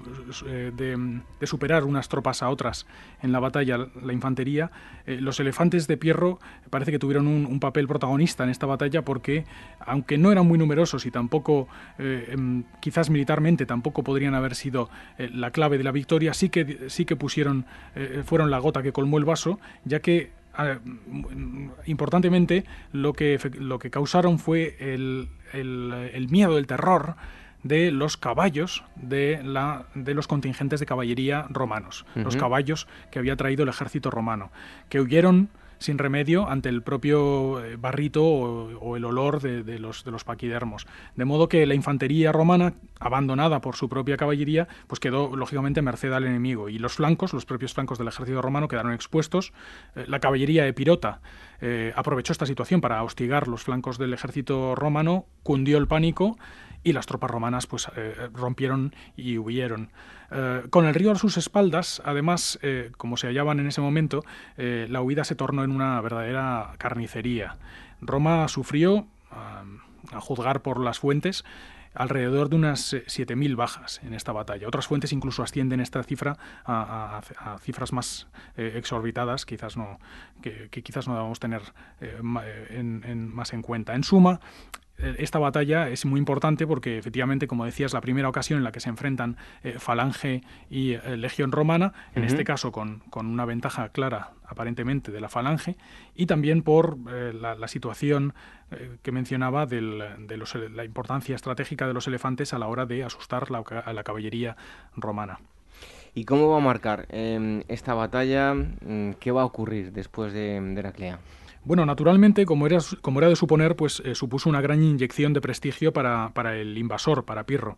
de, de superar unas tropas a otras en la batalla, la infantería, eh, los elefantes de Pirro parece que tuvieron un, un papel protagonista en esta batalla, porque aunque no eran muy numerosos y tampoco... Eh, Eh, quizás militarmente tampoco podrían haber sido eh, la clave de la victoria, sí que, sí que pusieron, eh, fueron la gota que colmó el vaso, ya que eh, importantemente lo que, lo que causaron fue el, el, el miedo, el terror de los caballos de, la, de los contingentes de caballería romanos, uh-huh. los caballos que había traído el ejército romano, que huyeron sin remedio ante el propio barrito o, o el olor de, de, los, de los paquidermos. De modo que la infantería romana, abandonada por su propia caballería, pues quedó lógicamente merced al enemigo, y los flancos, los propios flancos del ejército romano quedaron expuestos. Eh, la caballería epirota eh, aprovechó esta situación para hostigar los flancos del ejército romano, cundió el pánico, y las tropas romanas pues eh, rompieron y huyeron. Eh, con el río a sus espaldas, además, eh, como se hallaban en ese momento, eh, la huida se tornó en una verdadera carnicería. Roma sufrió, a, a juzgar por las fuentes, alrededor de unas siete mil bajas en esta batalla. Otras fuentes incluso ascienden esta cifra a, a, a cifras más eh, exorbitadas, quizás no, que, que quizás no debamos tener eh, en, en, más en cuenta. En suma, esta batalla es muy importante porque, efectivamente, como decía, es la primera ocasión en la que se enfrentan eh, falange y eh, legión romana, en uh-huh. este caso con, con una ventaja clara, aparentemente, de la falange, y también por eh, la, la situación eh, que mencionaba del, de los, la importancia estratégica de los elefantes a la hora de asustar la, a la caballería romana. ¿Y cómo va a marcar eh, esta batalla? ¿Qué va a ocurrir después de, de Heraclea? Bueno, naturalmente, como era, como era de suponer, pues eh, supuso una gran inyección de prestigio para, para el invasor, para Pirro.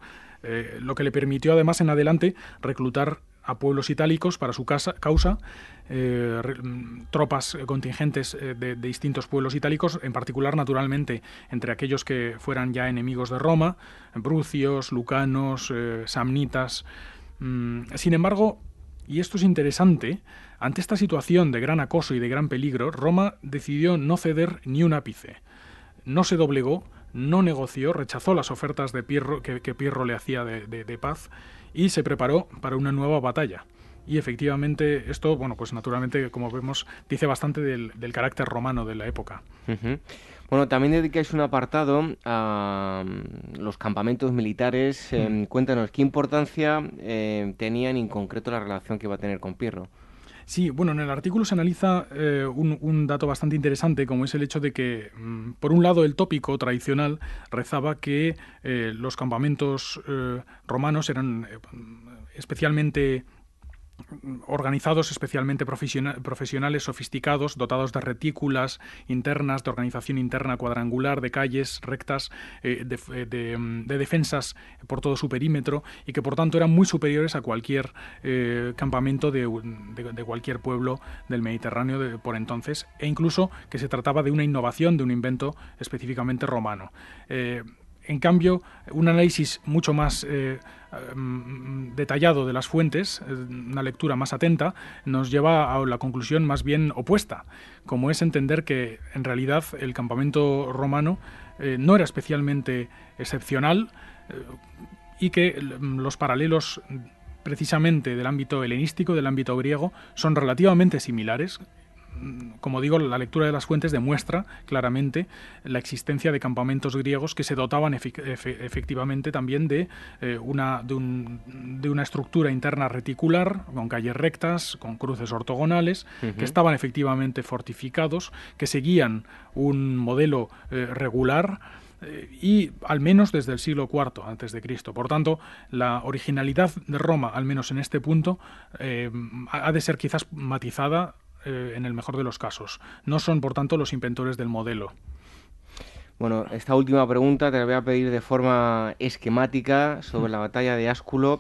eh, lo que le permitió además en adelante reclutar a pueblos itálicos para su casa, causa, eh, re, tropas contingentes eh, de, de distintos pueblos itálicos, en particular, naturalmente, entre aquellos que fueran ya enemigos de Roma, brucios, lucanos, eh, samnitas. Mm, sin embargo, y esto es interesante, ante esta situación de gran acoso y de gran peligro, Roma decidió no ceder ni un ápice. No se doblegó, no negoció, rechazó las ofertas de Pirro, que, que Pirro le hacía de, de, de paz, y se preparó para una nueva batalla. Y efectivamente esto, bueno, pues naturalmente, como vemos, dice bastante del, del carácter romano de la época. Uh-huh. Bueno, también dedicáis un apartado a um, los campamentos militares. Eh, mm. Cuéntanos, ¿qué importancia eh, tenían y en concreto la relación que iba a tener con Pirro? Sí, bueno, en el artículo se analiza eh, un, un dato bastante interesante, como es el hecho de que, mmm, por un lado, el tópico tradicional rezaba que eh, los campamentos eh, romanos eran eh, especialmente organizados, especialmente profesional, profesionales, sofisticados, dotados de retículas internas, de organización interna cuadrangular, de calles rectas, eh, de, de, de defensas por todo su perímetro, y que por tanto eran muy superiores a cualquier eh, campamento de, de, de cualquier pueblo del Mediterráneo de, por entonces, e incluso que se trataba de una innovación, de un invento específicamente romano. Eh, En cambio, un análisis mucho más eh, detallado de las fuentes, una lectura más atenta, nos lleva a la conclusión más bien opuesta, como es entender que en realidad el campamento romano eh, no era especialmente excepcional eh, y que los paralelos precisamente del ámbito helenístico, del ámbito griego, son relativamente similares. Como digo, la lectura de las fuentes demuestra claramente la existencia de campamentos griegos que se dotaban efe- efe- efectivamente también de, eh, una, de, un, de una estructura interna reticular, con calles rectas, con cruces ortogonales, uh-huh. que estaban efectivamente fortificados, que seguían un modelo eh, regular, y al menos desde el siglo cuarto antes de Cristo. Por tanto, la originalidad de Roma, al menos en este punto, eh, ha de ser quizás matizada en el mejor de los casos. No son, por tanto, los inventores del modelo. Bueno, esta última pregunta te la voy a pedir de forma esquemática sobre la batalla de Ásculo.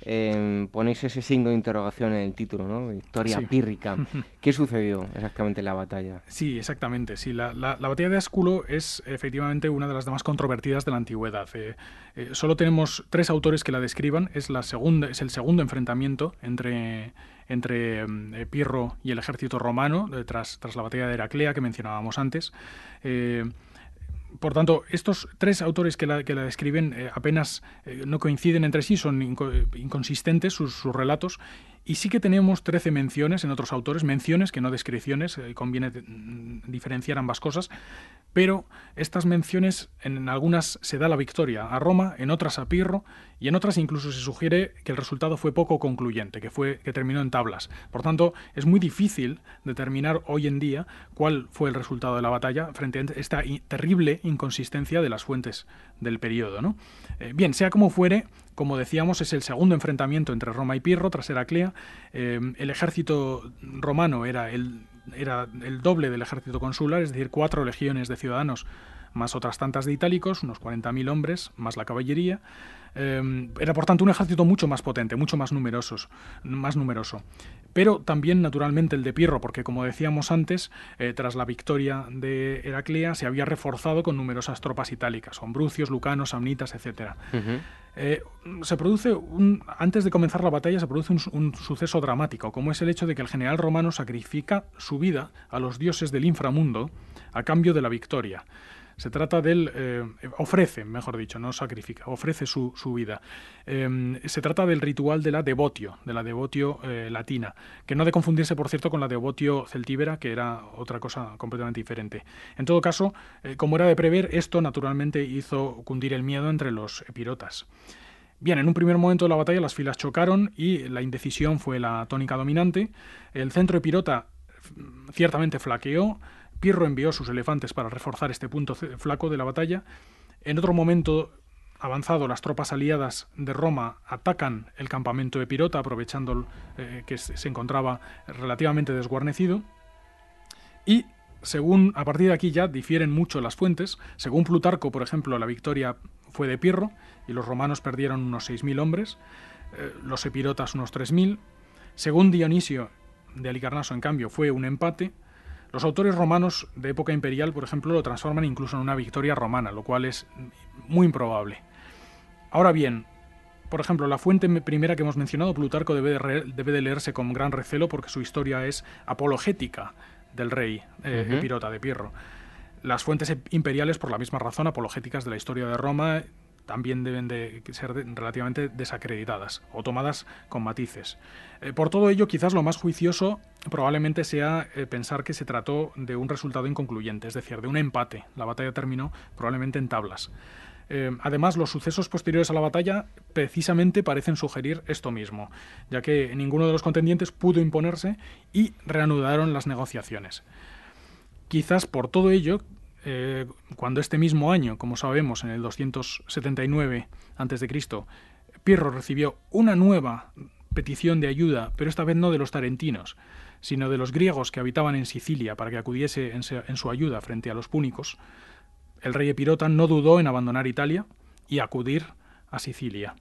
Eh, ponéis ese signo de interrogación en el título, ¿no? Victoria sí. pírrica. ¿Qué sucedió exactamente en la batalla? Sí, exactamente. Sí, la, la, la batalla de Ásculo es efectivamente una de las más controvertidas de la antigüedad. Eh, eh, solo tenemos tres autores que la describan. Es, la segunda, es el segundo enfrentamiento entre... entre eh, Pirro y el ejército romano, eh, tras, tras la batalla de Heraclea que mencionábamos antes. Eh, por tanto, estos tres autores que la, que la describen eh, apenas eh, no coinciden entre sí, son inco- inconsistentes sus, sus relatos, y sí que tenemos trece menciones en otros autores, menciones que no descripciones, eh, conviene de, mm, diferenciar ambas cosas, pero estas menciones en algunas se da la victoria a Roma, en otras a Pirro, y en otras incluso se sugiere que el resultado fue poco concluyente, que fue que terminó en tablas. Por tanto, es muy difícil determinar hoy en día cuál fue el resultado de la batalla frente a esta terrible inconsistencia de las fuentes del periodo, ¿no? Eh, bien, sea como fuere, como decíamos, es el segundo enfrentamiento entre Roma y Pirro tras Heraclea. Eh, el ejército romano era el, era el doble del ejército consular, es decir, cuatro legiones de ciudadanos más otras tantas de itálicos, unos cuarenta mil hombres, más la caballería. Eh, era, por tanto, un ejército mucho más potente, mucho más numerosos, más numeroso. Pero también, naturalmente, el de Pirro, porque, como decíamos antes, eh, tras la victoria de Heraclea se había reforzado con numerosas tropas itálicas, con brucios, lucanos, samnitas, etcétera. Uh-huh. Eh, se produce un, antes de comenzar la batalla se produce un, un suceso dramático, como es el hecho de que el general romano sacrifica su vida a los dioses del inframundo a cambio de la victoria. Se trata del... Eh, ofrece, mejor dicho, no sacrifica, ofrece su, su vida. Eh, se trata del ritual de la devotio, de la devotio eh, latina, que no ha de confundirse, por cierto, con la devotio celtíbera, que era otra cosa completamente diferente. En todo caso, eh, como era de prever, esto naturalmente hizo cundir el miedo entre los epirotas. Bien, en un primer momento de la batalla las filas chocaron y la indecisión fue la tónica dominante. El centro epirota ciertamente flaqueó. Pirro envió sus elefantes para reforzar este punto flaco de la batalla. En otro momento avanzado, las tropas aliadas de Roma atacan el campamento epirota, aprovechando eh, que se encontraba relativamente desguarnecido. Y según, a partir de aquí ya difieren mucho las fuentes. Según Plutarco, por ejemplo, la victoria fue de Pirro y los romanos perdieron unos seis mil hombres, eh, los epirotas unos tres mil. Según Dionisio de Halicarnaso, en cambio, fue un empate. Los autores romanos de época imperial, por ejemplo, lo transforman incluso en una victoria romana, lo cual es muy improbable. Ahora bien, por ejemplo, la fuente primera que hemos mencionado, Plutarco, debe de, re, debe de leerse con gran recelo porque su historia es apologética del rey eh, uh-huh. epirota de Pirro. Las fuentes imperiales, por la misma razón, apologéticas de la historia de Roma, también deben de ser de, relativamente desacreditadas o tomadas con matices. Eh, por todo ello, quizás lo más juicioso probablemente sea eh, pensar que se trató de un resultado inconcluyente, es decir, de un empate. La batalla terminó probablemente en tablas. Eh, además, los sucesos posteriores a la batalla precisamente parecen sugerir esto mismo, ya que ninguno de los contendientes pudo imponerse y reanudaron las negociaciones. Quizás por todo ello, eh, cuando este mismo año, como sabemos, en el doscientos setenta y nueve antes de Cristo, Pirro recibió una nueva petición de ayuda, pero esta vez no de los tarentinos, sino de los griegos que habitaban en Sicilia para que acudiese en, se, en su ayuda frente a los púnicos, el rey epirota no dudó en abandonar Italia y acudir a Sicilia.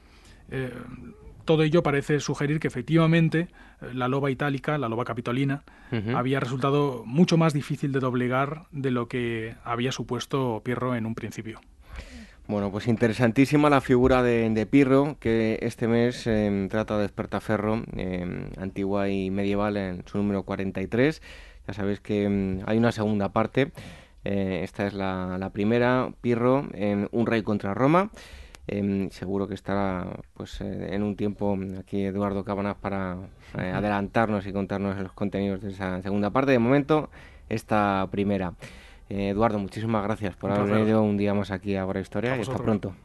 Eh, todo ello parece sugerir que efectivamente la loba itálica, la loba capitolina, uh-huh. había resultado mucho más difícil de doblegar de lo que había supuesto Pirro en un principio. Bueno, pues interesantísima la figura de, de Pirro, que este mes eh, trata de Despertaferro, eh, antigua y medieval, en su número cuarenta y tres. Ya sabéis que eh, hay una segunda parte. Eh, esta es la, la primera, Pirro, en Un rey contra Roma. Eh, seguro que estará pues eh, en un tiempo aquí Eduardo Cabanás para eh, adelantarnos y contarnos los contenidos de esa segunda parte. De momento, esta primera. Eh, Eduardo, muchísimas gracias por haber venido un día más aquí a Ágora Historia y hasta pronto.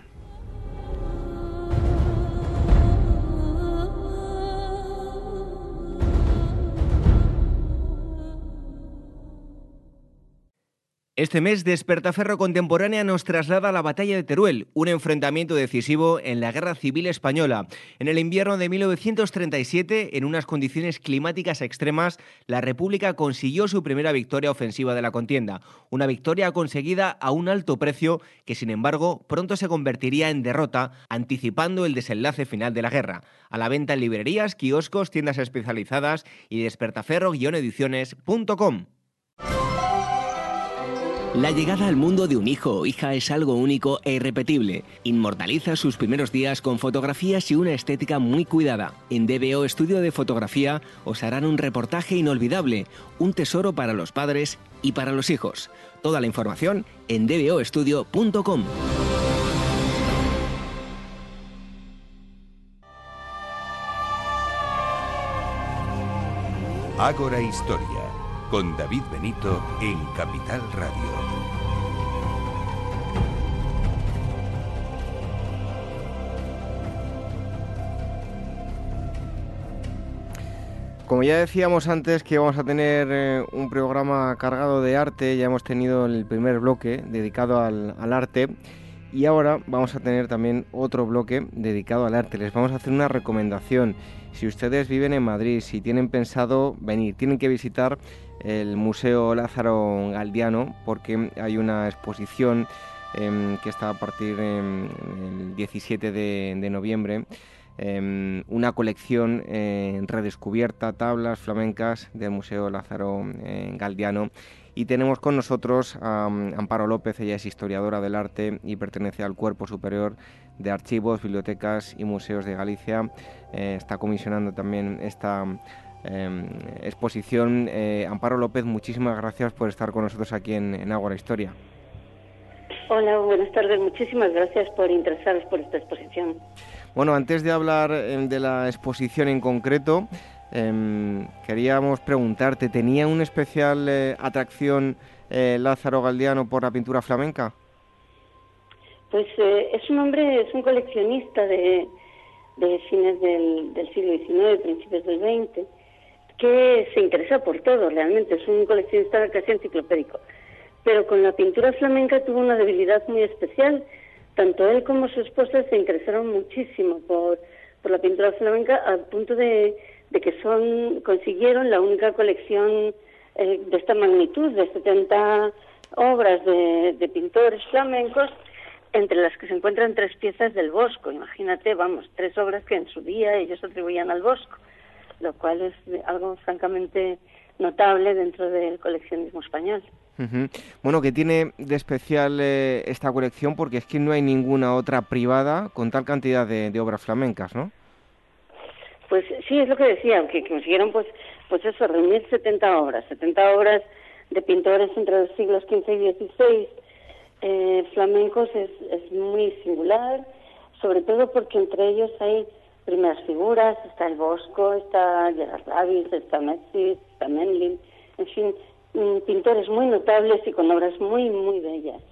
Este mes, Despertaferro Contemporánea nos traslada a la batalla de Teruel, un enfrentamiento decisivo en la Guerra Civil Española. En el invierno de mil novecientos treinta y siete, en unas condiciones climáticas extremas, la República consiguió su primera victoria ofensiva de la contienda. Una victoria conseguida a un alto precio que, sin embargo, pronto se convertiría en derrota, anticipando el desenlace final de la guerra. A la venta en librerías, kioscos, tiendas especializadas y despertaferro guion ediciones punto com. La llegada al mundo de un hijo o hija es algo único e irrepetible. Inmortaliza sus primeros días con fotografías y una estética muy cuidada. En D B O Estudio de Fotografía os harán un reportaje inolvidable, un tesoro para los padres y para los hijos. Toda la información en d b o estudio punto com. Ágora Historia, con David Benito en Capital Radio. Como ya decíamos antes que vamos a tener eh, un programa cargado de arte, ya hemos tenido el primer bloque dedicado al, al arte y ahora vamos a tener también otro bloque dedicado al arte. Les vamos a hacer una recomendación. Si ustedes viven en Madrid, si tienen pensado venir, tienen que visitar el Museo Lázaro Galdiano porque hay una exposición eh, que está a partir del eh, diecisiete de noviembre. Eh, una colección eh, redescubierta, tablas flamencas del Museo Lázaro eh, Galdiano. Y tenemos con nosotros a um, Amparo López. Ella es historiadora del arte y pertenece al Cuerpo Superior de Archivos, Bibliotecas y Museos de Galicia. Eh, está comisionando también esta eh, exposición. Eh, Amparo López, muchísimas gracias por estar con nosotros aquí en, en Ágora Historia. Hola, buenas tardes. Muchísimas gracias por interesaros por esta exposición. Bueno, antes de hablar eh, de la exposición en concreto, eh, queríamos preguntarte, ¿tenía una especial eh, atracción eh, Lázaro Galdiano por la pintura flamenca? Pues eh, es un hombre, es un coleccionista de, de fines del, del siglo diecinueve, principios del veinte, que se interesa por todo, realmente, es un coleccionista casi enciclopédico. Pero con la pintura flamenca tuvo una debilidad muy especial. Tanto él como su esposa se interesaron muchísimo por, por la pintura flamenca, al punto de, de que son consiguieron la única colección eh, de esta magnitud, de setenta obras de, de pintores flamencos, entre las que se encuentran tres piezas del Bosco. Imagínate, vamos, tres obras que en su día ellos atribuían al Bosco, lo cual es algo francamente notable dentro del coleccionismo español. Uh-huh. Bueno, ¿qué tiene de especial eh, esta colección? Porque es que no hay ninguna otra privada con tal cantidad de, de obras flamencas, ¿no? Pues sí, es lo que decía, que consiguieron pues pues eso, reunir setenta obras, setenta obras de pintores entre los siglos quince y dieciséis, eh, flamencos. Es, es muy singular, sobre todo porque entre ellos hay primeras figuras, está el Bosco, está Gerard Davis, está Messi, está Menlin, en fin, pintores muy notables y con obras muy, muy bellas.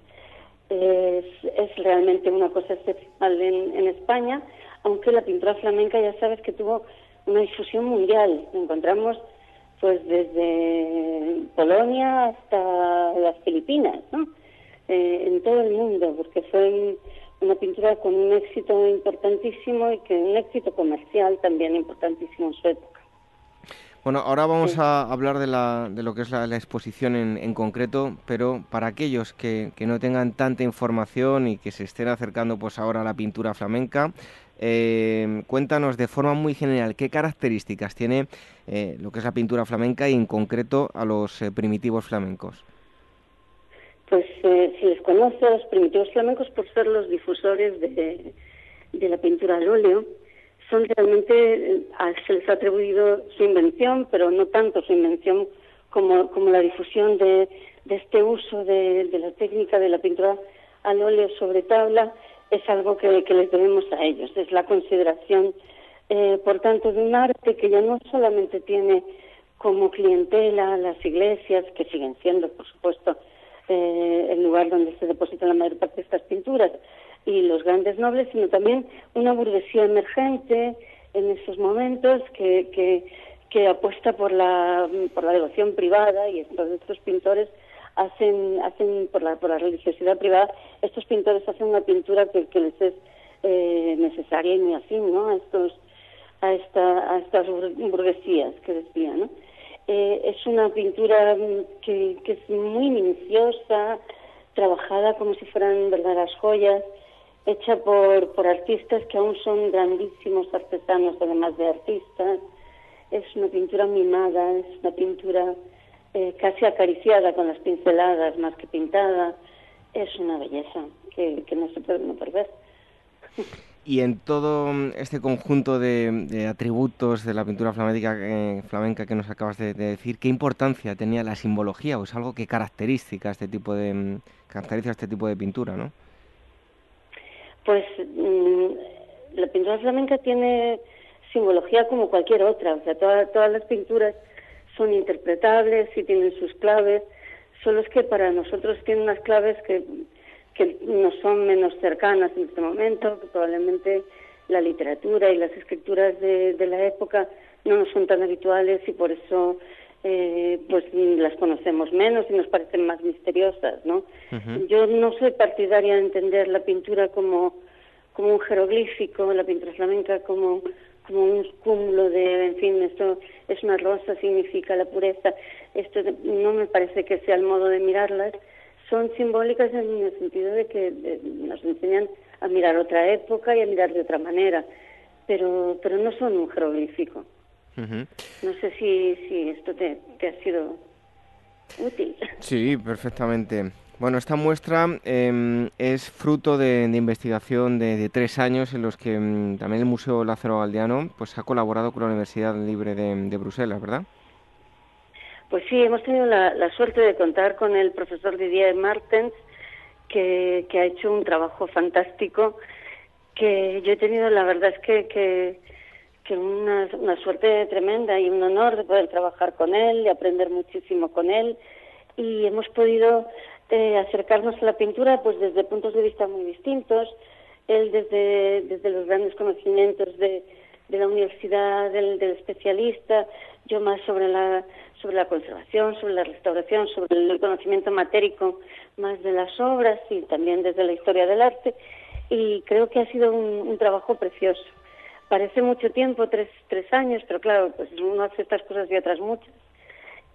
Es, es realmente una cosa excepcional en, en España, aunque la pintura flamenca ya sabes que tuvo una difusión mundial. Encontramos pues desde Polonia hasta las Filipinas, ¿no? Eh, en todo el mundo, porque fue una pintura con un éxito importantísimo y que un éxito comercial también importantísimo en su época. Bueno, ahora vamos Sí. a hablar de, la, de lo que es la, la exposición en, en concreto, pero para aquellos que, que no tengan tanta información y que se estén acercando pues ahora a la pintura flamenca, eh, cuéntanos de forma muy general qué características tiene eh, lo que es la pintura flamenca y en concreto a los eh, primitivos flamencos. Pues eh, se les conoce a los primitivos flamencos por ser los difusores de, de la pintura al óleo. Son realmente, eh, se les ha atribuido su invención, pero no tanto su invención como, como la difusión de, de este uso de, de la técnica de la pintura al óleo sobre tabla. Es algo que, que les debemos a ellos. Es la consideración, eh, por tanto, de un arte que ya no solamente tiene como clientela las iglesias, que siguen siendo, por supuesto, eh, el lugar donde se depositan la mayor parte de estas pinturas, y los grandes nobles, sino también una burguesía emergente en esos momentos que, que, que apuesta por la, por la devoción privada, y estos, estos pintores hacen, hacen por la, por la religiosidad privada, estos pintores hacen una pintura que, que les es eh, necesaria y muy afín, ¿no? A estos, a esta, a estas burguesías que decía, ¿no? Eh, es una pintura que, que es muy minuciosa, trabajada como si fueran verdaderas joyas, hecha por, por artistas que aún son grandísimos artesanos, además de artistas. Es una pintura mimada, es una pintura eh, casi acariciada con las pinceladas, más que pintada. Es una belleza que, que no se puede no perder. Y en todo este conjunto de, de atributos de la pintura flamenca, eh, flamenca que nos acabas de, de decir, ¿qué importancia tenía la simbología? ¿O es algo que caracteriza este tipo de, caracteriza este tipo de pintura, no? Pues mmm, la pintura flamenca tiene simbología como cualquier otra. O sea, toda, todas las pinturas son interpretables y tienen sus claves. Solo es que para nosotros tienen unas claves que... que nos son menos cercanas en este momento, que probablemente la literatura y las escrituras de, de la época no nos son tan habituales y por eso eh, pues las conocemos menos y nos parecen más misteriosas, ¿no? Uh-huh. Yo no soy partidaria de entender la pintura como, como un jeroglífico, la pintura flamenca como, como un cúmulo de, en fin, esto es una rosa, significa la pureza. Esto no me parece que sea el modo de mirarlas. Son simbólicas en el sentido de que de, nos enseñan a mirar otra época y a mirar de otra manera, pero pero no son un jeroglífico. Uh-huh. No sé si, si esto te, te ha sido útil. Sí, perfectamente. Bueno, esta muestra eh, es fruto de, de investigación de, de tres años en los que eh, también el Museo Lázaro Galdiano pues, ha colaborado con la Universidad Libre de, de Bruselas, ¿verdad? Pues sí, hemos tenido la, la suerte de contar con el profesor Didier Martens, que, que ha hecho un trabajo fantástico, que yo he tenido, la verdad es que, que, que una, una suerte tremenda y un honor de poder trabajar con él y aprender muchísimo con él, y hemos podido eh, acercarnos a la pintura pues desde puntos de vista muy distintos, él desde, desde los grandes conocimientos de, de la universidad, del, del especialista, yo más sobre la sobre la conservación, sobre la restauración, sobre el conocimiento matérico más de las obras y también desde la historia del arte, y creo que ha sido un, un trabajo precioso. Parece mucho tiempo, tres, tres años, pero claro, pues uno hace estas cosas y otras muchas,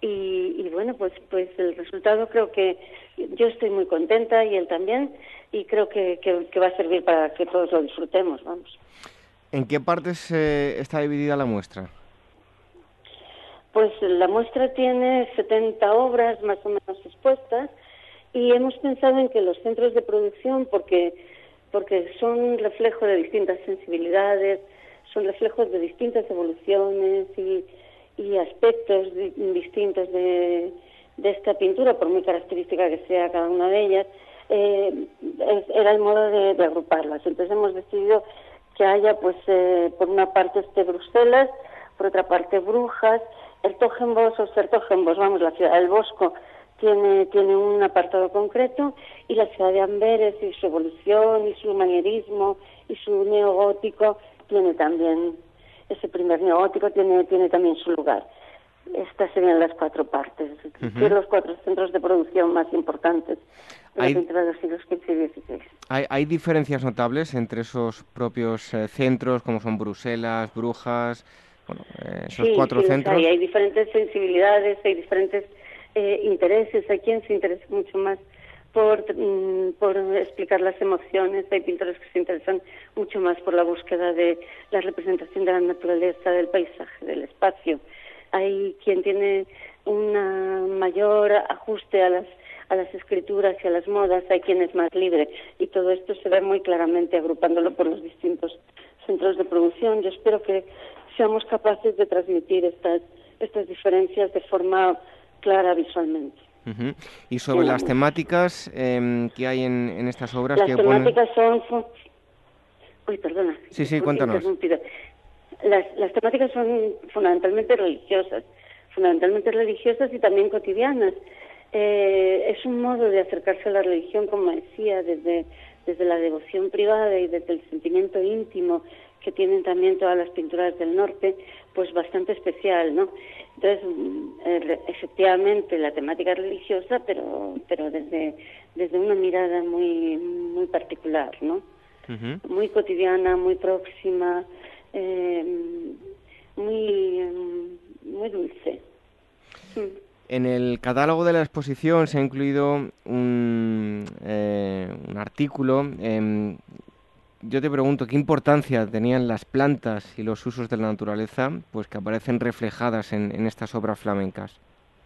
y, y bueno, pues pues el resultado creo que yo estoy muy contenta y él también, y creo que, que, que va a servir para que todos lo disfrutemos, vamos. ¿En qué partes eh, está dividida la muestra? Pues la muestra tiene setenta obras más o menos expuestas, y hemos pensado en que los centros de producción, porque porque son reflejo de distintas sensibilidades, son reflejos de distintas evoluciones y, y aspectos di, distintos de, de esta pintura, por muy característica que sea cada una de ellas, eh, es, era el modo de, de agruparlas. Entonces hemos decidido que haya, pues, eh, por una parte este Bruselas, por otra parte Brujas, el Togenbos o Sertogenbos, vamos, la ciudad del Bosco, tiene tiene un apartado concreto, y la ciudad de Amberes y su evolución y su manierismo y su neogótico tiene también, ese primer neogótico tiene tiene también su lugar. Estas serían las cuatro partes, uh-huh. los cuatro centros de producción más importantes de la pintura de los siglos quince y dieciséis. ¿Hay, hay diferencias notables entre esos propios eh, centros, como son Bruselas, Brujas, bueno, eh, esos sí, cuatro sí, centros? Hay, hay diferentes sensibilidades, hay diferentes eh, intereses. Hay quien se interesa mucho más por, mm, por explicar las emociones, hay pintores que se interesan mucho más por la búsqueda de la representación de la naturaleza, del paisaje, del espacio. Hay quien tiene un mayor ajuste a las a las escrituras y a las modas, hay quien es más libre, y todo esto se ve muy claramente agrupándolo por los distintos centros de producción. Yo espero que seamos capaces de transmitir estas estas diferencias de forma clara visualmente. Uh-huh. Y sobre sí, las temáticas eh, que hay en, en estas obras... Las que temáticas ponen... son... Uy, perdona. Sí, sí, cuéntanos. Las, las temáticas son fundamentalmente religiosas, fundamentalmente religiosas y también cotidianas. Eh, es un modo de acercarse a la religión, como decía, desde, desde la devoción privada y desde el sentimiento íntimo que tienen también todas las pinturas del norte, pues bastante especial, ¿no? Entonces, eh, efectivamente, la temática religiosa, pero pero desde desde una mirada muy muy particular, ¿no? Uh-huh. Muy cotidiana, muy próxima, eh, muy muy dulce. En el catálogo de la exposición se ha incluido un, eh, un artículo. Eh, yo te pregunto, ¿qué importancia tenían las plantas y los usos de la naturaleza, pues que aparecen reflejadas en, en estas obras flamencas?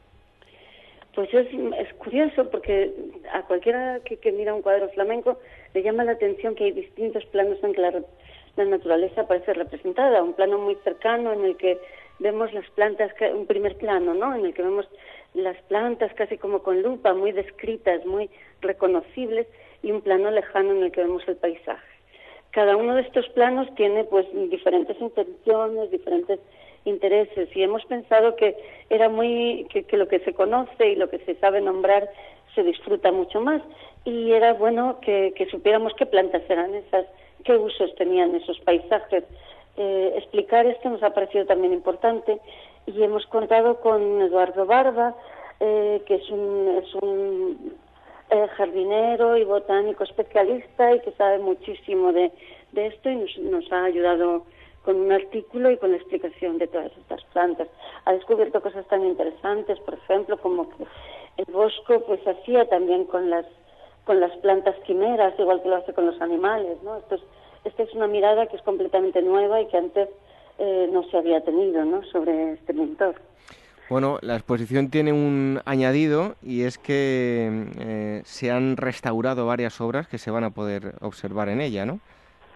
Pues es, es curioso, porque a cualquiera que, que mira un cuadro flamenco le llama la atención que hay distintos planos en que la, la naturaleza aparece representada. Un plano muy cercano en el que vemos las plantas, un primer plano, ¿no?, en el que vemos las plantas casi como con lupa, muy descritas, muy reconocibles, y un plano lejano en el que vemos el paisaje. Cada uno de estos planos tiene pues diferentes intenciones, diferentes intereses, y hemos pensado que era muy que, que lo que se conoce y lo que se sabe nombrar se disfruta mucho más, y era bueno que, que supiéramos qué plantas eran esas, qué usos tenían esos paisajes. Eh, explicar esto nos ha parecido también importante, y hemos contado con Eduardo Barba, eh, que es un, es un eh, jardinero y botánico especialista y que sabe muchísimo de, de esto, y nos, nos ha ayudado con un artículo y con la explicación de todas estas plantas. Ha descubierto cosas tan interesantes, por ejemplo, como que el Bosco pues hacía también con las con las plantas quimeras, igual que lo hace con los animales, ¿no? Esto es, esta es una mirada que es completamente nueva y que antes eh, no se había tenido, ¿no?, sobre este pintor. Bueno, la exposición tiene un añadido, y es que eh, se han restaurado varias obras que se van a poder observar en ella, ¿no?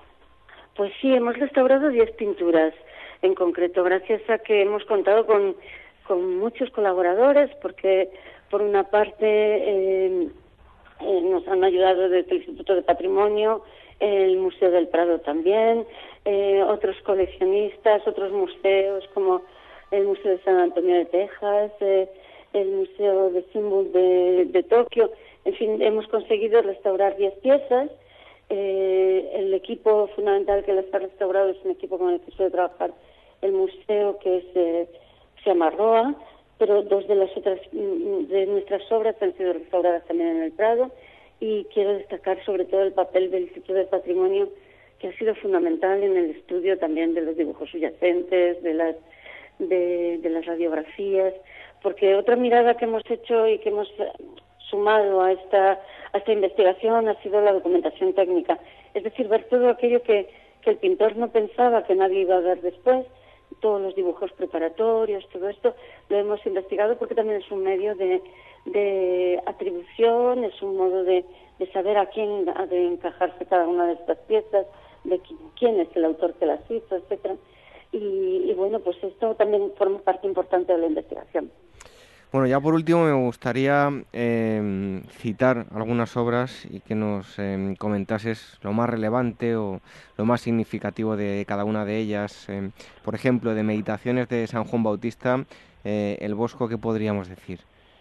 Pues sí, hemos restaurado diez pinturas en concreto, gracias a que hemos contado con, con muchos colaboradores, porque por una parte eh, eh, nos han ayudado desde el Instituto de Patrimonio, el Museo del Prado también, eh, otros coleccionistas, otros museos como el Museo de San Antonio de Texas, eh, el Museo de Símbolo de, de Tokio. En fin, hemos conseguido restaurar diez piezas. Eh, el equipo fundamental que las ha restaurado es un equipo con el que suele trabajar el museo, que es, eh, se llama ROA, pero dos de las otras de nuestras obras han sido restauradas también en el Prado, y quiero destacar sobre todo el papel del Instituto de Patrimonio, que ha sido fundamental en el estudio también de los dibujos subyacentes, de las de, de las radiografías, porque otra mirada que hemos hecho y que hemos sumado a esta, a esta investigación ha sido la documentación técnica, es decir, ver todo aquello que, que el pintor no pensaba que nadie iba a ver después, todos los dibujos preparatorios, todo esto lo hemos investigado porque también es un medio de, de atribución, es un modo de, de saber a quién ha de encajarse cada una de estas piezas, de quién es el autor que las hizo, etcétera. Y, y bueno, pues esto también forma parte importante de la investigación. Bueno, ya por último me gustaría eh, citar algunas obras y que nos eh, comentases lo más relevante o lo más significativo de cada una de ellas. Eh, por ejemplo, de Meditaciones de San Juan Bautista, eh, El Bosco, ¿qué podríamos decir?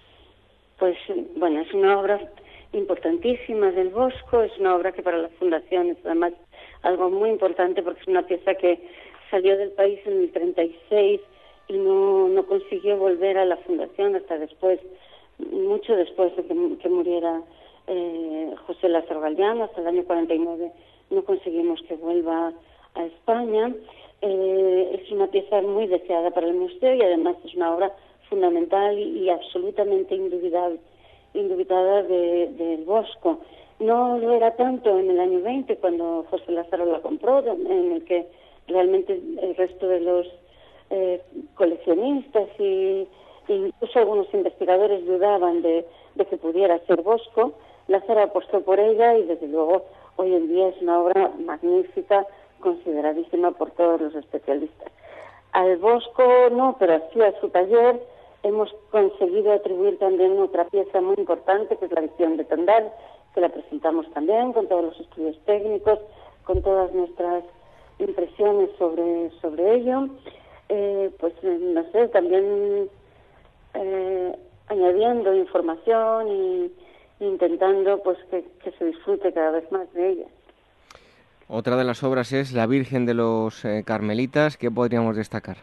Pues bueno, es una obra importantísima del Bosco, es una obra que para la Fundación es además algo muy importante porque es una pieza que salió del país en el treinta y seis y no, no consiguió volver a la Fundación hasta después, mucho después de que, que muriera eh, José Lázaro Galdiano, hasta el año cuarenta y nueve no conseguimos que vuelva a España. Eh, es una pieza muy deseada para el museo y además es una obra fundamental y, y absolutamente indubitable, indubitada del de, de Bosco. No lo era tanto en el año veinte cuando José Lázaro la compró, en el que realmente el resto de los eh, coleccionistas y incluso algunos investigadores dudaban de, de que pudiera ser Bosco. Lázaro apostó por ella y desde luego hoy en día es una obra magnífica, consideradísima por todos los especialistas. Al Bosco no, pero así a su taller hemos conseguido atribuir también otra pieza muy importante, que es la Visión de Tondal, que la presentamos también con todos los estudios técnicos, con todas nuestras impresiones sobre, sobre ello. Eh, pues no sé, también eh, añadiendo información y intentando pues que, que se disfrute cada vez más de ella. Otra de las obras es La Virgen de los eh, Carmelitas. ¿Qué podríamos destacar?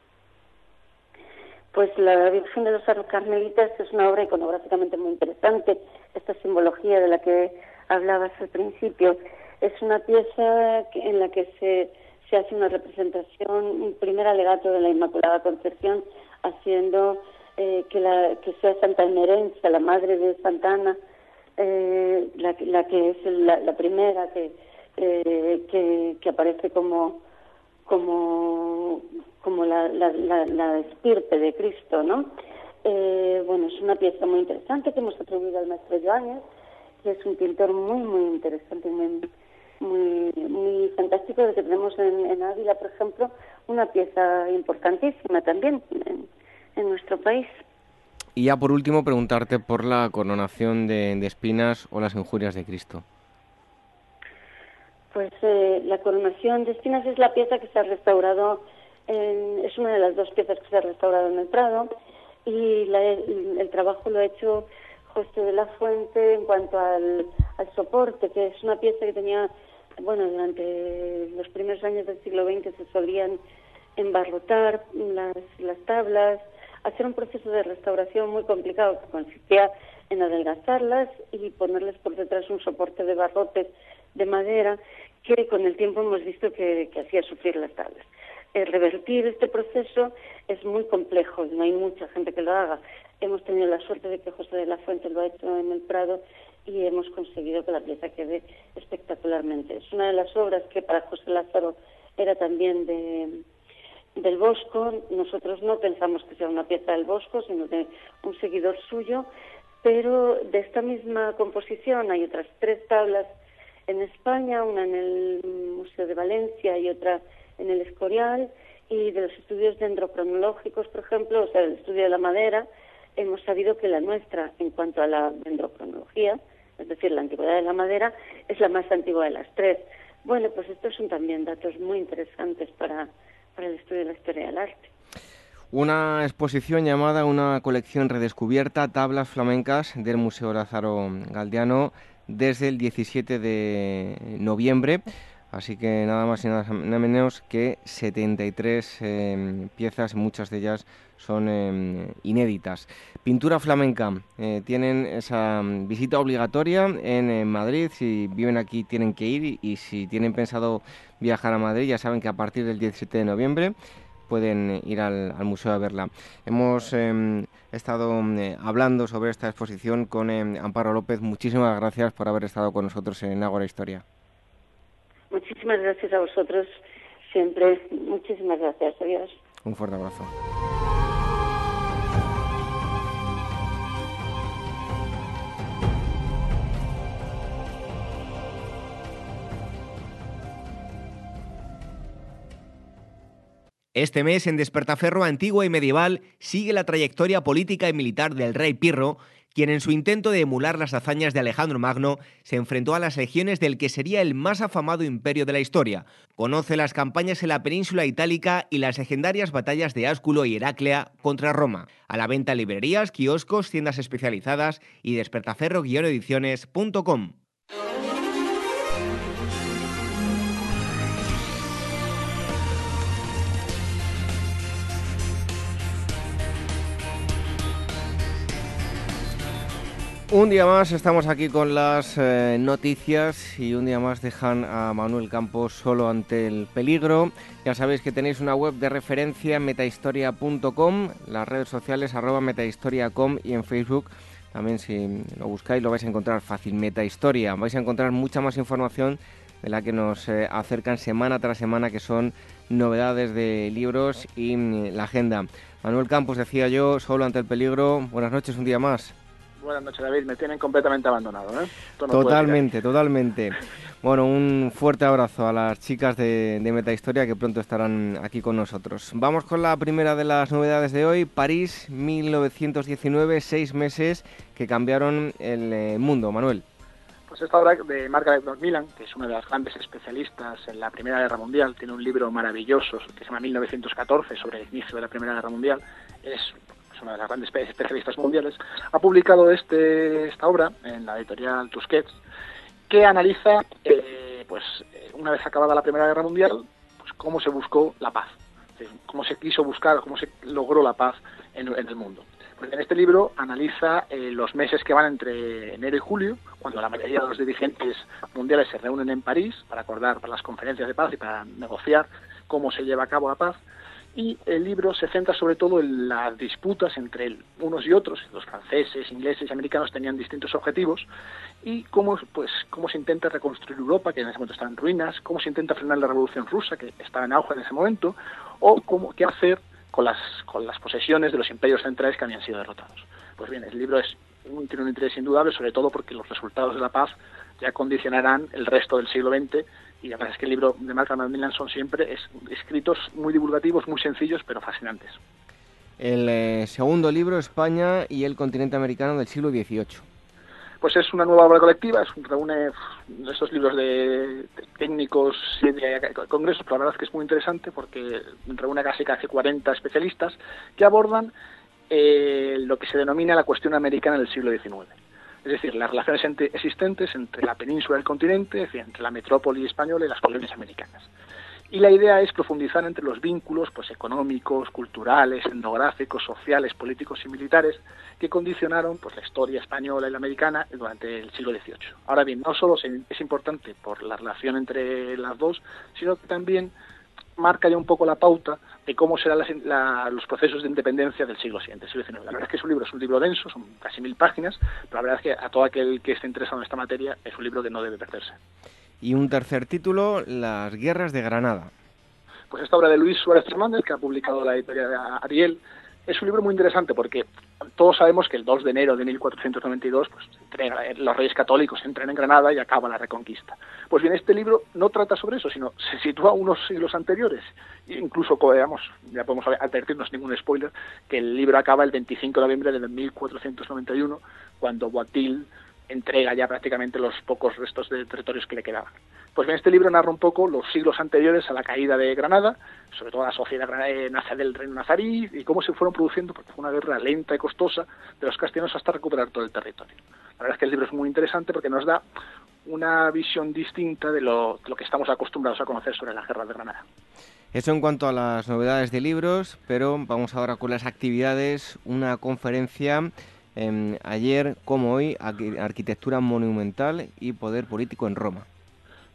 Pues La Virgen de los Carmelitas es una obra iconográficamente muy interesante. Esta simbología de la que hablabas al principio es una pieza que, en la que se, se hace una representación, un primer alegato de la Inmaculada Concepción, haciendo eh, que, la, que sea Santa Emerencia, la madre de Santa Ana, eh, la, la que es la, la primera que, eh, que, que aparece como como como la, la, la, la estirpe de Cristo, ¿no? Eh, bueno, es una pieza muy interesante que hemos atribuido al maestro Joáñez, que es un pintor muy, muy interesante, muy, muy, muy fantástico, de que tenemos en, en Ávila, por ejemplo, una pieza importantísima también en, en nuestro país. Y ya por último, preguntarte por la coronación de, de espinas o las injurias de Cristo. Pues eh, la coronación de espinas es la pieza que se ha restaurado, en, es una de las dos piezas que se ha restaurado en el Prado, y la, el, el trabajo lo ha hecho José de la Fuente en cuanto al, al soporte, que es una pieza que tenía, bueno, durante los primeros años del siglo veinte se solían embarrotar las, las tablas, hacer un proceso de restauración muy complicado que consistía en adelgazarlas y ponerles por detrás un soporte de barrotes de madera que con el tiempo hemos visto que, que hacía sufrir las tablas. El revertir este proceso es muy complejo, no hay mucha gente que lo haga. Hemos tenido la suerte de que José de la Fuente lo ha hecho en el Prado y hemos conseguido que la pieza quede espectacularmente. Es una de las obras que para José Lázaro era también de, del Bosco. Nosotros no pensamos que sea una pieza del Bosco, sino de un seguidor suyo, pero de esta misma composición hay otras tres tablas en España, una en el Museo de Valencia y otra en el Escorial, y de los estudios dendrocronológicos, por ejemplo, o sea, el estudio de la madera, hemos sabido que la nuestra, en cuanto a la dendrocronología, es decir, la antigüedad de la madera, es la más antigua de las tres. Bueno, pues estos son también datos muy interesantes para, para el estudio de la historia del arte. Una exposición llamada Una colección redescubierta, tablas flamencas del Museo Lázaro Galdiano, desde el diecisiete de noviembre. Así que nada más y nada menos que setenta y tres eh, piezas, muchas de ellas son eh, inéditas. Pintura flamenca, eh, tienen esa visita obligatoria en, en Madrid. Si viven aquí tienen que ir, y si tienen pensado viajar a Madrid ya saben que a partir del diecisiete de noviembre pueden ir al, al museo a verla. Hemos eh, estado eh, hablando sobre esta exposición con eh, Amparo López. Muchísimas gracias por haber estado con nosotros en Ágora Historia. Muchísimas gracias a vosotros siempre. Muchísimas gracias. Adiós. Un fuerte abrazo. Este mes, en Despertaferro Antigua y Medieval, sigue la trayectoria política y militar del rey Pirro, quien en su intento de emular las hazañas de Alejandro Magno se enfrentó a las legiones del que sería el más afamado imperio de la historia. Conoce las campañas en la península itálica y las legendarias batallas de Ásculo y Heraclea contra Roma. A la venta en librerías, kioscos, tiendas especializadas y despertaferro guion ediciones punto com. Un día más estamos aquí con las eh, noticias y un día más dejan a Manuel Campos solo ante el peligro. Ya sabéis que tenéis una web de referencia, metahistoria punto com, las redes sociales arroba metahistoria punto com y en Facebook también, si lo buscáis, lo vais a encontrar fácil, Metahistoria. Vais a encontrar mucha más información de la que nos eh, acercan semana tras semana, que son novedades de libros y mm, la agenda. Manuel Campos, decía yo, solo ante el peligro. Buenas noches, un día más. Buenas noches, David. Me tienen completamente abandonado, ¿eh? No totalmente, totalmente. Bueno, un fuerte abrazo a las chicas de, de Metahistoria que pronto estarán aquí con nosotros. Vamos con la primera de las novedades de hoy. París, mil novecientos diecinueve, seis meses que cambiaron el eh, mundo. Manuel. Pues esta obra de Margaret Macmillan, que es una de las grandes especialistas en la Primera Guerra Mundial, tiene un libro maravilloso que se llama mil novecientos catorce, sobre el inicio de la Primera Guerra Mundial. Es una de las grandes especialistas mundiales, ha publicado este, esta obra en la editorial Tusquets, que analiza, eh, pues una vez acabada la Primera Guerra Mundial, pues cómo se buscó la paz, cómo se quiso buscar, cómo se logró la paz en, en el mundo. Porque en este libro analiza eh, los meses que van entre enero y julio, cuando la mayoría de los dirigentes mundiales se reúnen en París para acordar para las conferencias de paz y para negociar cómo se lleva a cabo la paz. Y el libro se centra sobre todo en las disputas entre unos y otros. Los franceses, ingleses y americanos tenían distintos objetivos, y cómo, pues, cómo se intenta reconstruir Europa, que en ese momento estaba en ruinas, cómo se intenta frenar la Revolución Rusa, que estaba en auge en ese momento, o cómo, qué hacer con las, con las posesiones de los imperios centrales que habían sido derrotados. Pues bien, el libro es un, tiene un interés indudable, sobre todo porque los resultados de la paz ya condicionarán el resto del siglo veinte, y la verdad es que el libro de Margaret Macmillan son siempre es, escritos muy divulgativos, muy sencillos, pero fascinantes. El eh, segundo libro, España y el continente americano del siglo dieciocho. Pues es una nueva obra colectiva, es, reúne estos libros de, de técnicos y de congresos, pero la verdad es que es muy interesante porque reúne casi casi cuarenta especialistas que abordan eh, lo que se denomina la cuestión americana del siglo diecinueve. Es decir, las relaciones entre, existentes entre la península y el continente, es decir, entre la metrópoli española y las colonias americanas. Y la idea es profundizar entre los vínculos pues, económicos, culturales, etnográficos, sociales, políticos y militares que condicionaron pues, la historia española y la americana durante el siglo dieciocho. Ahora bien, no solo es importante por la relación entre las dos, sino que también marca ya un poco la pauta de cómo serán las, la, los procesos de independencia del siglo siguiente, del siglo diecinueve. La verdad es que es un libro, es un libro denso, son casi mil páginas, pero la verdad es que a todo aquel que esté interesado en esta materia es un libro que no debe perderse. Y un tercer título, Las guerras de Granada. Pues esta obra de Luis Suárez Fernández, que ha publicado la editorial Ariel, es un libro muy interesante porque todos sabemos que el dos de enero de mil cuatrocientos noventa y dos pues, entrega, los reyes católicos entran en Granada y acaba la Reconquista. Pues bien, este libro no trata sobre eso, sino se sitúa unos siglos anteriores. Incluso, digamos, ya podemos advertirnos ningún spoiler, que el libro acaba el veinticinco de noviembre de mil cuatrocientos noventa y uno, cuando Boabdil entrega ya prácticamente los pocos restos de territorios que le quedaban. Pues bien, este libro narra un poco los siglos anteriores a la caída de Granada, sobre todo la sociedad del reino nazarí, y cómo se fueron produciendo, porque fue una guerra lenta y costosa de los castellanos hasta recuperar todo el territorio. La verdad es que el libro es muy interesante porque nos da una visión distinta de lo, de lo que estamos acostumbrados a conocer sobre las guerras de Granada. Eso en cuanto a las novedades de libros, pero vamos ahora con las actividades. Una conferencia eh, ayer como hoy, Arquitectura Monumental y Poder Político en Roma.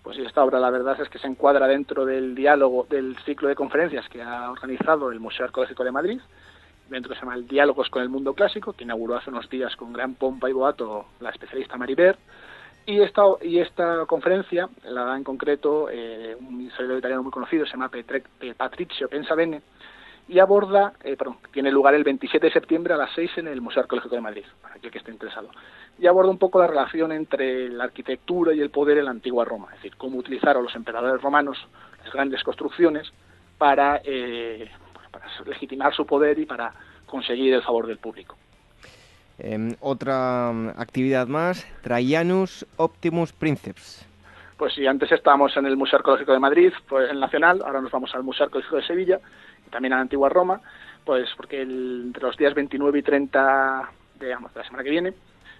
Pues esta obra, la verdad es que se encuadra dentro del diálogo, del ciclo de conferencias que ha organizado el Museo Arqueológico de Madrid, dentro que se llama el Diálogos con el Mundo Clásico, que inauguró hace unos días con gran pompa y boato la especialista Maribert. Y esta, y esta conferencia la da en concreto eh, un historiador italiano muy conocido, se llama Petre, Patrizio Pensabene, y aborda, eh, perdón, tiene lugar el veintisiete de septiembre a las seis en el Museo Arqueológico de Madrid, para aquel que esté interesado. Y aborda un poco la relación entre la arquitectura y el poder en la antigua Roma, es decir, cómo utilizaron los emperadores romanos las grandes construcciones para, eh, para legitimar su poder y para conseguir el favor del público. Eh, otra actividad más, Traianus Optimus Princeps. Pues sí, antes estábamos en el Museo Arqueológico de Madrid, pues el Nacional, ahora nos vamos al Museo Arqueológico de Sevilla, y también a la antigua Roma, pues porque el, entre los días veintinueve y treinta de, digamos, de la semana que viene,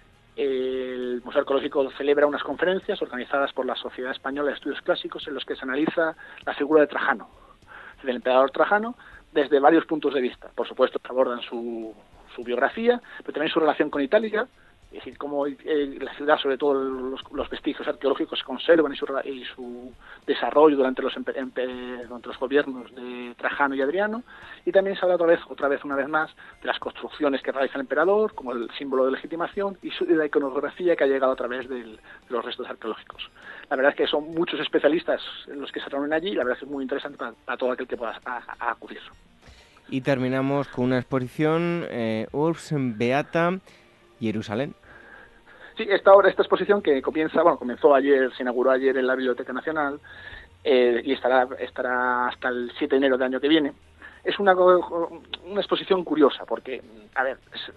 el Museo Arqueológico celebra unas conferencias organizadas por la Sociedad Española de Estudios Clásicos en los que se analiza la figura de Trajano, del emperador Trajano, desde varios puntos de vista. Por supuesto, abordan su, su biografía, pero también su relación con Italia, es decir, cómo eh, la ciudad, sobre todo los, los vestigios arqueológicos, se conservan y su, y su desarrollo durante los, empe, empe, durante los gobiernos de Trajano y Adriano, y también se habla otra vez, otra vez, una vez más, de las construcciones que realiza el emperador, como el símbolo de legitimación, y su, de la iconografía que ha llegado a través del, de los restos arqueológicos. La verdad es que son muchos especialistas los que se reúnen allí, y la verdad es que es muy interesante para, para todo aquel que pueda a, a acudir. Y terminamos con una exposición, eh, Urbs Beata, Jerusalén. Sí, esta obra, esta exposición que comienza, bueno, comenzó ayer, se inauguró ayer en la Biblioteca Nacional eh, y estará estará hasta el siete de enero del año que viene. Es una, una exposición curiosa porque, a ver, es,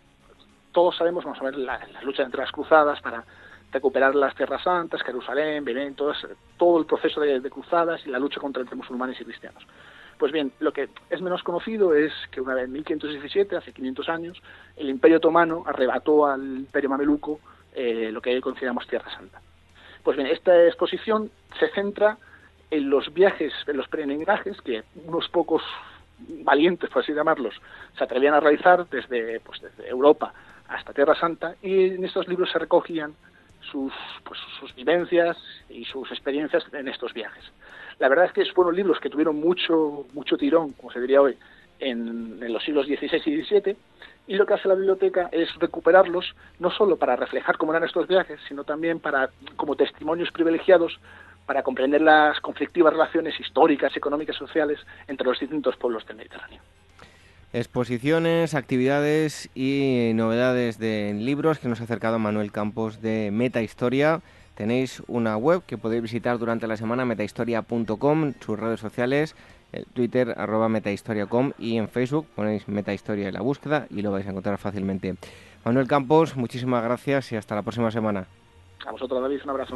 todos sabemos, vamos a ver, la, las luchas entre las cruzadas para recuperar las Tierras Santas, Jerusalén, Belén, todo, todo el proceso de, de cruzadas y la lucha contra entre musulmanes y cristianos. Pues bien, lo que es menos conocido es que una vez en mil quinientos diecisiete, hace quinientos años, el Imperio Otomano arrebató al Imperio Mameluco eh, lo que hoy consideramos Tierra Santa. Pues bien, esta exposición se centra en los viajes, en los peregrinajes que unos pocos valientes, por así llamarlos, se atrevían a realizar desde, pues, desde Europa hasta Tierra Santa, y en estos libros se recogían sus, pues, sus vivencias y sus experiencias en estos viajes. La verdad es que fueron libros que tuvieron mucho mucho tirón, como se diría hoy, en, en los siglos dieciséis y diecisiete, y lo que hace la biblioteca es recuperarlos, no solo para reflejar cómo eran estos viajes, sino también para como testimonios privilegiados para comprender las conflictivas relaciones históricas, económicas y sociales entre los distintos pueblos del Mediterráneo. Exposiciones, actividades y novedades de libros que nos ha acercado Manuel Campos de Metahistoria. Tenéis una web que podéis visitar durante la semana, metahistoria punto com, sus redes sociales, el Twitter, arroba metahistoria punto com, y en Facebook ponéis Metahistoria en la búsqueda y lo vais a encontrar fácilmente. Manuel Campos, muchísimas gracias y hasta la próxima semana. A vosotros, David, un abrazo.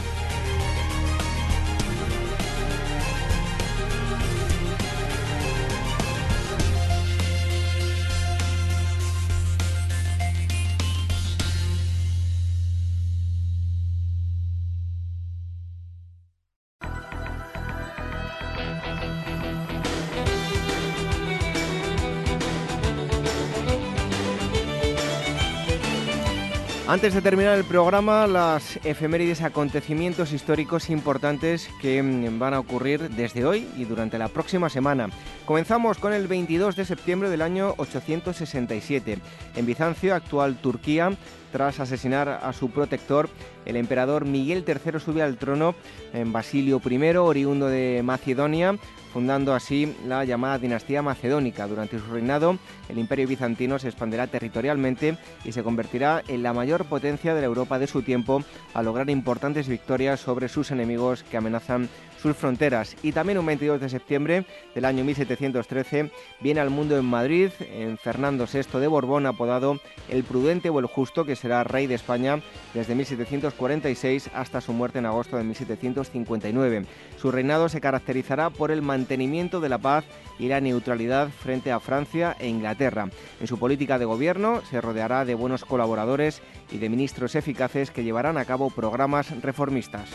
Antes de terminar el programa, las efemérides, acontecimientos históricos importantes que van a ocurrir desde hoy y durante la próxima semana. Comenzamos con el veintidós de septiembre del año ochocientos sesenta y siete. En Bizancio, actual Turquía, tras asesinar a su protector, el emperador Miguel tercero sube al trono en Basilio primero, oriundo de Macedonia, fundando así la llamada dinastía macedónica. Durante su reinado, el imperio bizantino se expandirá territorialmente y se convertirá en la mayor potencia de la Europa de su tiempo, al lograr importantes victorias sobre sus enemigos que amenazan sus fronteras. Y también un veintidós de septiembre del año mil setecientos trece viene al mundo en Madrid en Fernando sexto de Borbón, apodado el Prudente o el Justo, que será rey de España desde mil setecientos cuarenta y seis hasta su muerte en agosto de mil setecientos cincuenta y nueve. Su reinado se caracterizará por el mantenimiento de la paz y la neutralidad frente a Francia e Inglaterra. En su política de gobierno se rodeará de buenos colaboradores y de ministros eficaces que llevarán a cabo programas reformistas.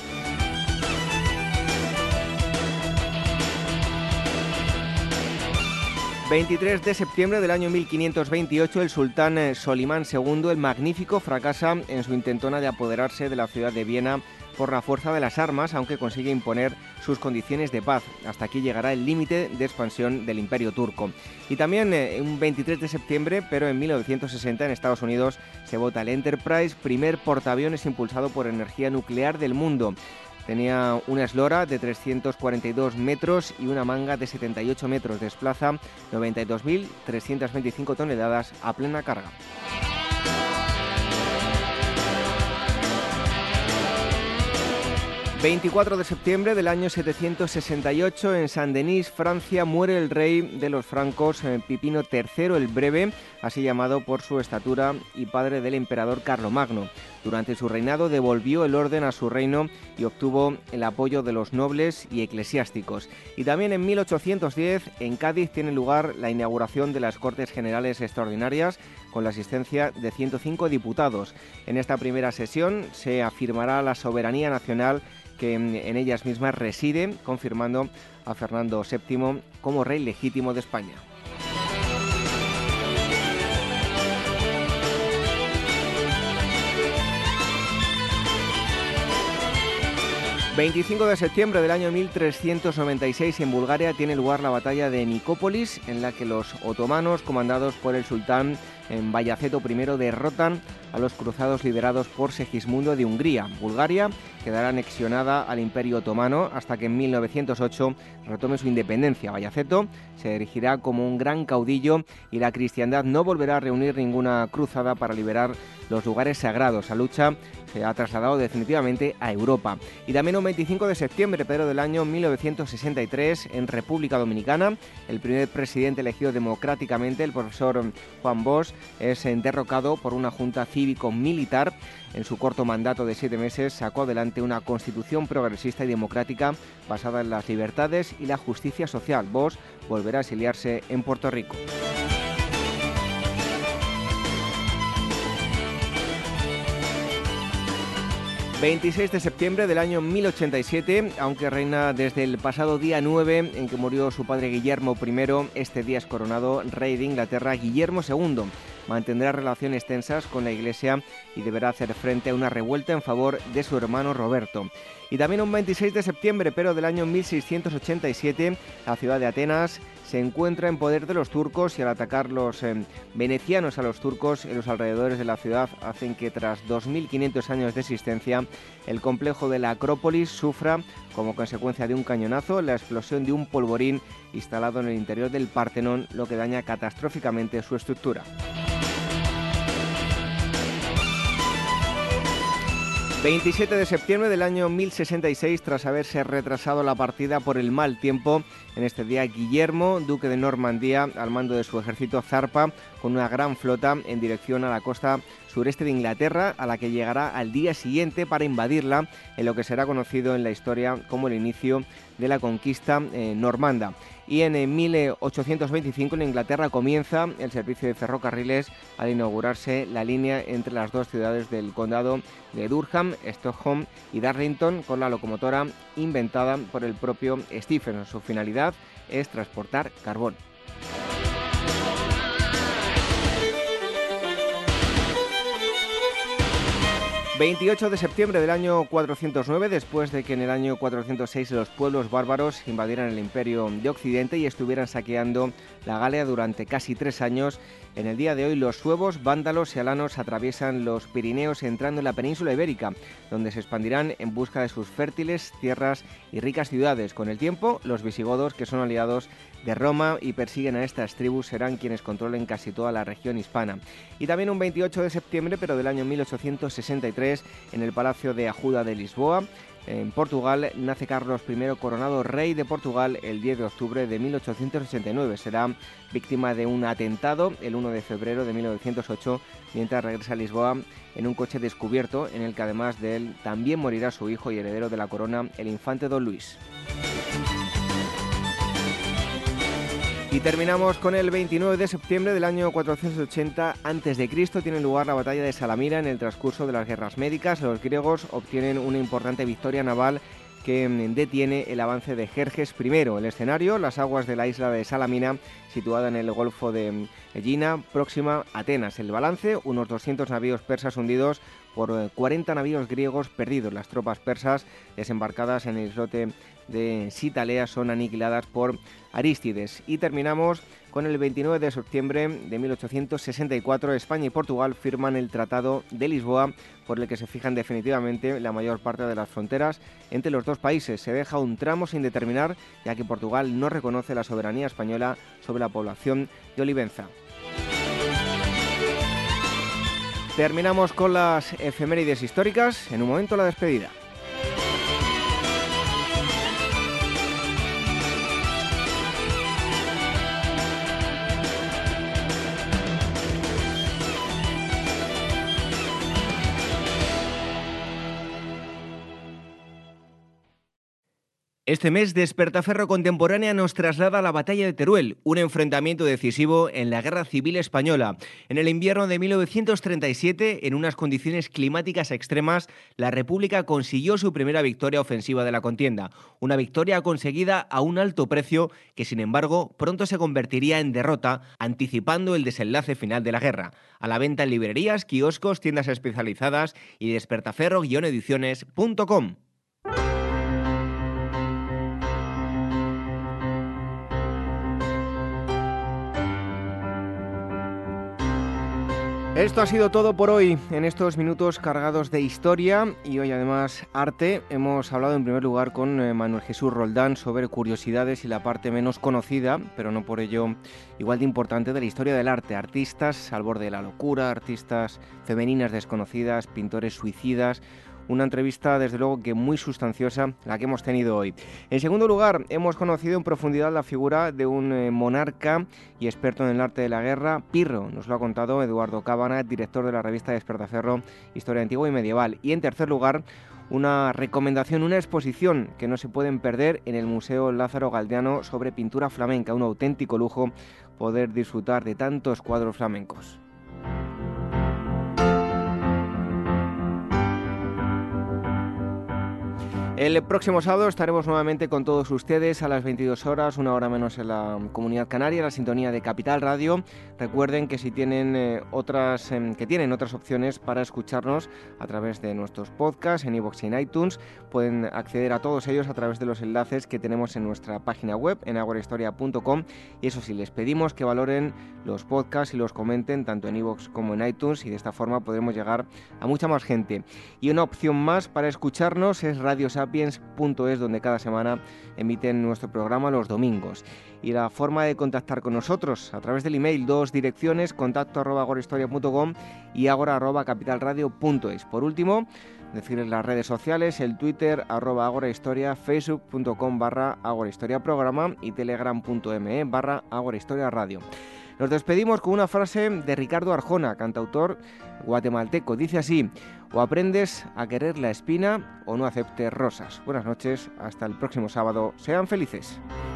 veintitrés de septiembre del año mil quinientos veintiocho, el sultán Solimán segundo el Magnífico fracasa en su intentona de apoderarse de la ciudad de Viena por la fuerza de las armas, aunque consigue imponer sus condiciones de paz. Hasta aquí llegará el límite de expansión del Imperio turco. Y también eh, un veintitrés de septiembre, pero en mil novecientos sesenta, en Estados Unidos, se vota el Enterprise, primer portaaviones impulsado por energía nuclear del mundo. Tenía una eslora de trescientos cuarenta y dos metros y una manga de setenta y ocho metros. Desplaza noventa y dos mil trescientas veinticinco toneladas a plena carga. veinticuatro de septiembre del año setecientos sesenta y ocho, en Saint-Denis, Francia, muere el rey de los francos, Pipino tercero el Breve, así llamado por su estatura, y padre del emperador Carlomagno. Durante su reinado devolvió el orden a su reino y obtuvo el apoyo de los nobles y eclesiásticos. Y también en mil ochocientos diez, en Cádiz, tiene lugar la inauguración de las Cortes Generales Extraordinarias con la asistencia de ciento cinco diputados. En esta primera sesión se afirmará la soberanía nacional que en ellas mismas reside, confirmando a Fernando séptimo como rey legítimo de España. veinticinco de septiembre del año mil trescientos noventa y seis, en Bulgaria, tiene lugar la batalla de Nicópolis, en la que los otomanos, comandados por el sultán en Bayaceto I, derrotan a los cruzados liderados por Segismundo de Hungría. Bulgaria quedará anexionada al Imperio Otomano hasta que en mil novecientos ocho retome su independencia. Bayaceto se erigirá como un gran caudillo y la cristiandad no volverá a reunir ninguna cruzada para liberar los lugares sagrados. La lucha se ha trasladado definitivamente a Europa. Y también un veinticinco de septiembre, pero del año mil novecientos sesenta y tres, en República Dominicana, el primer presidente elegido democráticamente, el profesor Juan Bosch, es derrocado por una junta cívico-militar. En su corto mandato de siete meses sacó adelante una constitución progresista y democrática basada en las libertades y la justicia social. Bosch volverá a exiliarse en Puerto Rico. veintiséis de septiembre del año mil ochenta y siete, aunque reina desde el pasado día nueve en que murió su padre Guillermo primero, este día es coronado rey de Inglaterra Guillermo segundo. Mantendrá relaciones tensas con la Iglesia y deberá hacer frente a una revuelta en favor de su hermano Roberto. Y también un veintiséis de septiembre, pero del año mil seiscientos ochenta y siete, la ciudad de Atenas se encuentra en poder de los turcos y al atacar los eh, venecianos a los turcos en los alrededores de la ciudad hacen que tras dos mil quinientos años de existencia el complejo de la Acrópolis sufra, como consecuencia de un cañonazo, la explosión de un polvorín instalado en el interior del Partenón, lo que daña catastróficamente su estructura. veintisiete de septiembre del año mil sesenta y seis, tras haberse retrasado la partida por el mal tiempo, en este día Guillermo, duque de Normandía, al mando de su ejército, zarpa con una gran flota en dirección a la costa sureste de Inglaterra, a la que llegará al día siguiente para invadirla, en lo que será conocido en la historia como el inicio de la conquista eh, normanda. Y en eh, mil ochocientos veinticinco en Inglaterra comienza el servicio de ferrocarriles al inaugurarse la línea entre las dos ciudades del condado de Durham, Stockholm y Darlington, con la locomotora inventada por el propio Stephen. Su finalidad es transportar carbón. veintiocho de septiembre del año cuatrocientos nueve, después de que en el año cuatrocientos seis los pueblos bárbaros invadieran el Imperio de Occidente y estuvieran saqueando la Galia durante casi tres años, en el día de hoy los suevos, vándalos y alanos atraviesan los Pirineos entrando en la península ibérica, donde se expandirán en busca de sus fértiles tierras y ricas ciudades. Con el tiempo, los visigodos, que son aliados de Roma y persiguen a estas tribus, serán quienes controlen casi toda la región hispana. Y también un veintiocho de septiembre, pero del año mil ochocientos sesenta y tres, en el Palacio de Ajuda de Lisboa, en Portugal, nace Carlos primero, coronado rey de Portugal el diez de octubre de mil ochocientos ochenta y nueve. Será víctima de un atentado el uno de febrero de mil novecientos ocho, mientras regresa a Lisboa en un coche descubierto, en el que además de él también morirá su hijo y heredero de la corona, el infante Don Luis. Y terminamos con el veintinueve de septiembre del año cuatrocientos ochenta antes de Cristo. Tiene lugar la batalla de Salamina. En el transcurso de las guerras médicas, los griegos obtienen una importante victoria naval que detiene el avance de Jerjes primero. El escenario, las aguas de la isla de Salamina, situada en el Golfo de Egina, próxima a Atenas. El balance, unos doscientos navíos persas hundidos por cuarenta navíos griegos perdidos. Las tropas persas desembarcadas en el islote de Sitalea son aniquiladas por Arístides. Y terminamos con el veintinueve de septiembre de mil ochocientos sesenta y cuatro. España y Portugal firman el Tratado de Lisboa, por el que se fijan definitivamente la mayor parte de las fronteras entre los dos países. Se deja un tramo sin determinar, ya que Portugal no reconoce la soberanía española sobre la población de Olivenza. Terminamos con las efemérides históricas. En un momento la despedida. Este mes, Despertaferro Contemporánea nos traslada a la batalla de Teruel, un enfrentamiento decisivo en la Guerra Civil Española. En el invierno de mil novecientos treinta y siete, en unas condiciones climáticas extremas, la República consiguió su primera victoria ofensiva de la contienda. Una victoria conseguida a un alto precio que, sin embargo, pronto se convertiría en derrota, anticipando el desenlace final de la guerra. A la venta en librerías, kioscos, tiendas especializadas y despertaferro guion ediciones punto com. Esto ha sido todo por hoy en estos minutos cargados de historia y hoy además arte. Hemos hablado en primer lugar con Manuel Jesús Roldán sobre curiosidades y la parte menos conocida, pero no por ello igual de importante, de la historia del arte. Artistas al borde de la locura, artistas femeninas desconocidas, pintores suicidas. Una entrevista, desde luego, que muy sustanciosa la que hemos tenido hoy. En segundo lugar, hemos conocido en profundidad la figura de un eh, monarca y experto en el arte de la guerra, Pirro. Nos lo ha contado Eduardo Cábana, director de la revista Despertaferro, Historia Antigua y Medieval. Y en tercer lugar, una recomendación, una exposición que no se pueden perder en el Museo Lázaro Galdeano sobre pintura flamenca. Un auténtico lujo poder disfrutar de tantos cuadros flamencos. El próximo sábado estaremos nuevamente con todos ustedes a las veintidós horas, una hora menos en la Comunidad Canaria, la sintonía de Capital Radio. Recuerden que si tienen eh, otras eh, que tienen otras opciones para escucharnos a través de nuestros podcasts en iVoox y en iTunes, pueden acceder a todos ellos a través de los enlaces que tenemos en nuestra página web en agorahistoria punto com. Y eso sí, les pedimos que valoren los podcasts y los comenten tanto en iVoox como en iTunes, y de esta forma podremos llegar a mucha más gente. Y una opción más para escucharnos es Radio Sapiens punto es, donde cada semana emiten nuestro programa los domingos. Y la forma de contactar con nosotros a través del email, dos direcciones: contacto arroba agorahistoria punto com y agora arroba capitalradio punto es. Por último, decirles las redes sociales: el Twitter arroba agorahistoria, facebook punto com barra agorahistoria programa y telegram punto me barra agorahistoria radio. Nos despedimos con una frase de Ricardo Arjona, cantautor guatemalteco. Dice así: o aprendes a querer la espina o no aceptes rosas. Buenas noches, hasta el próximo sábado. Sean felices.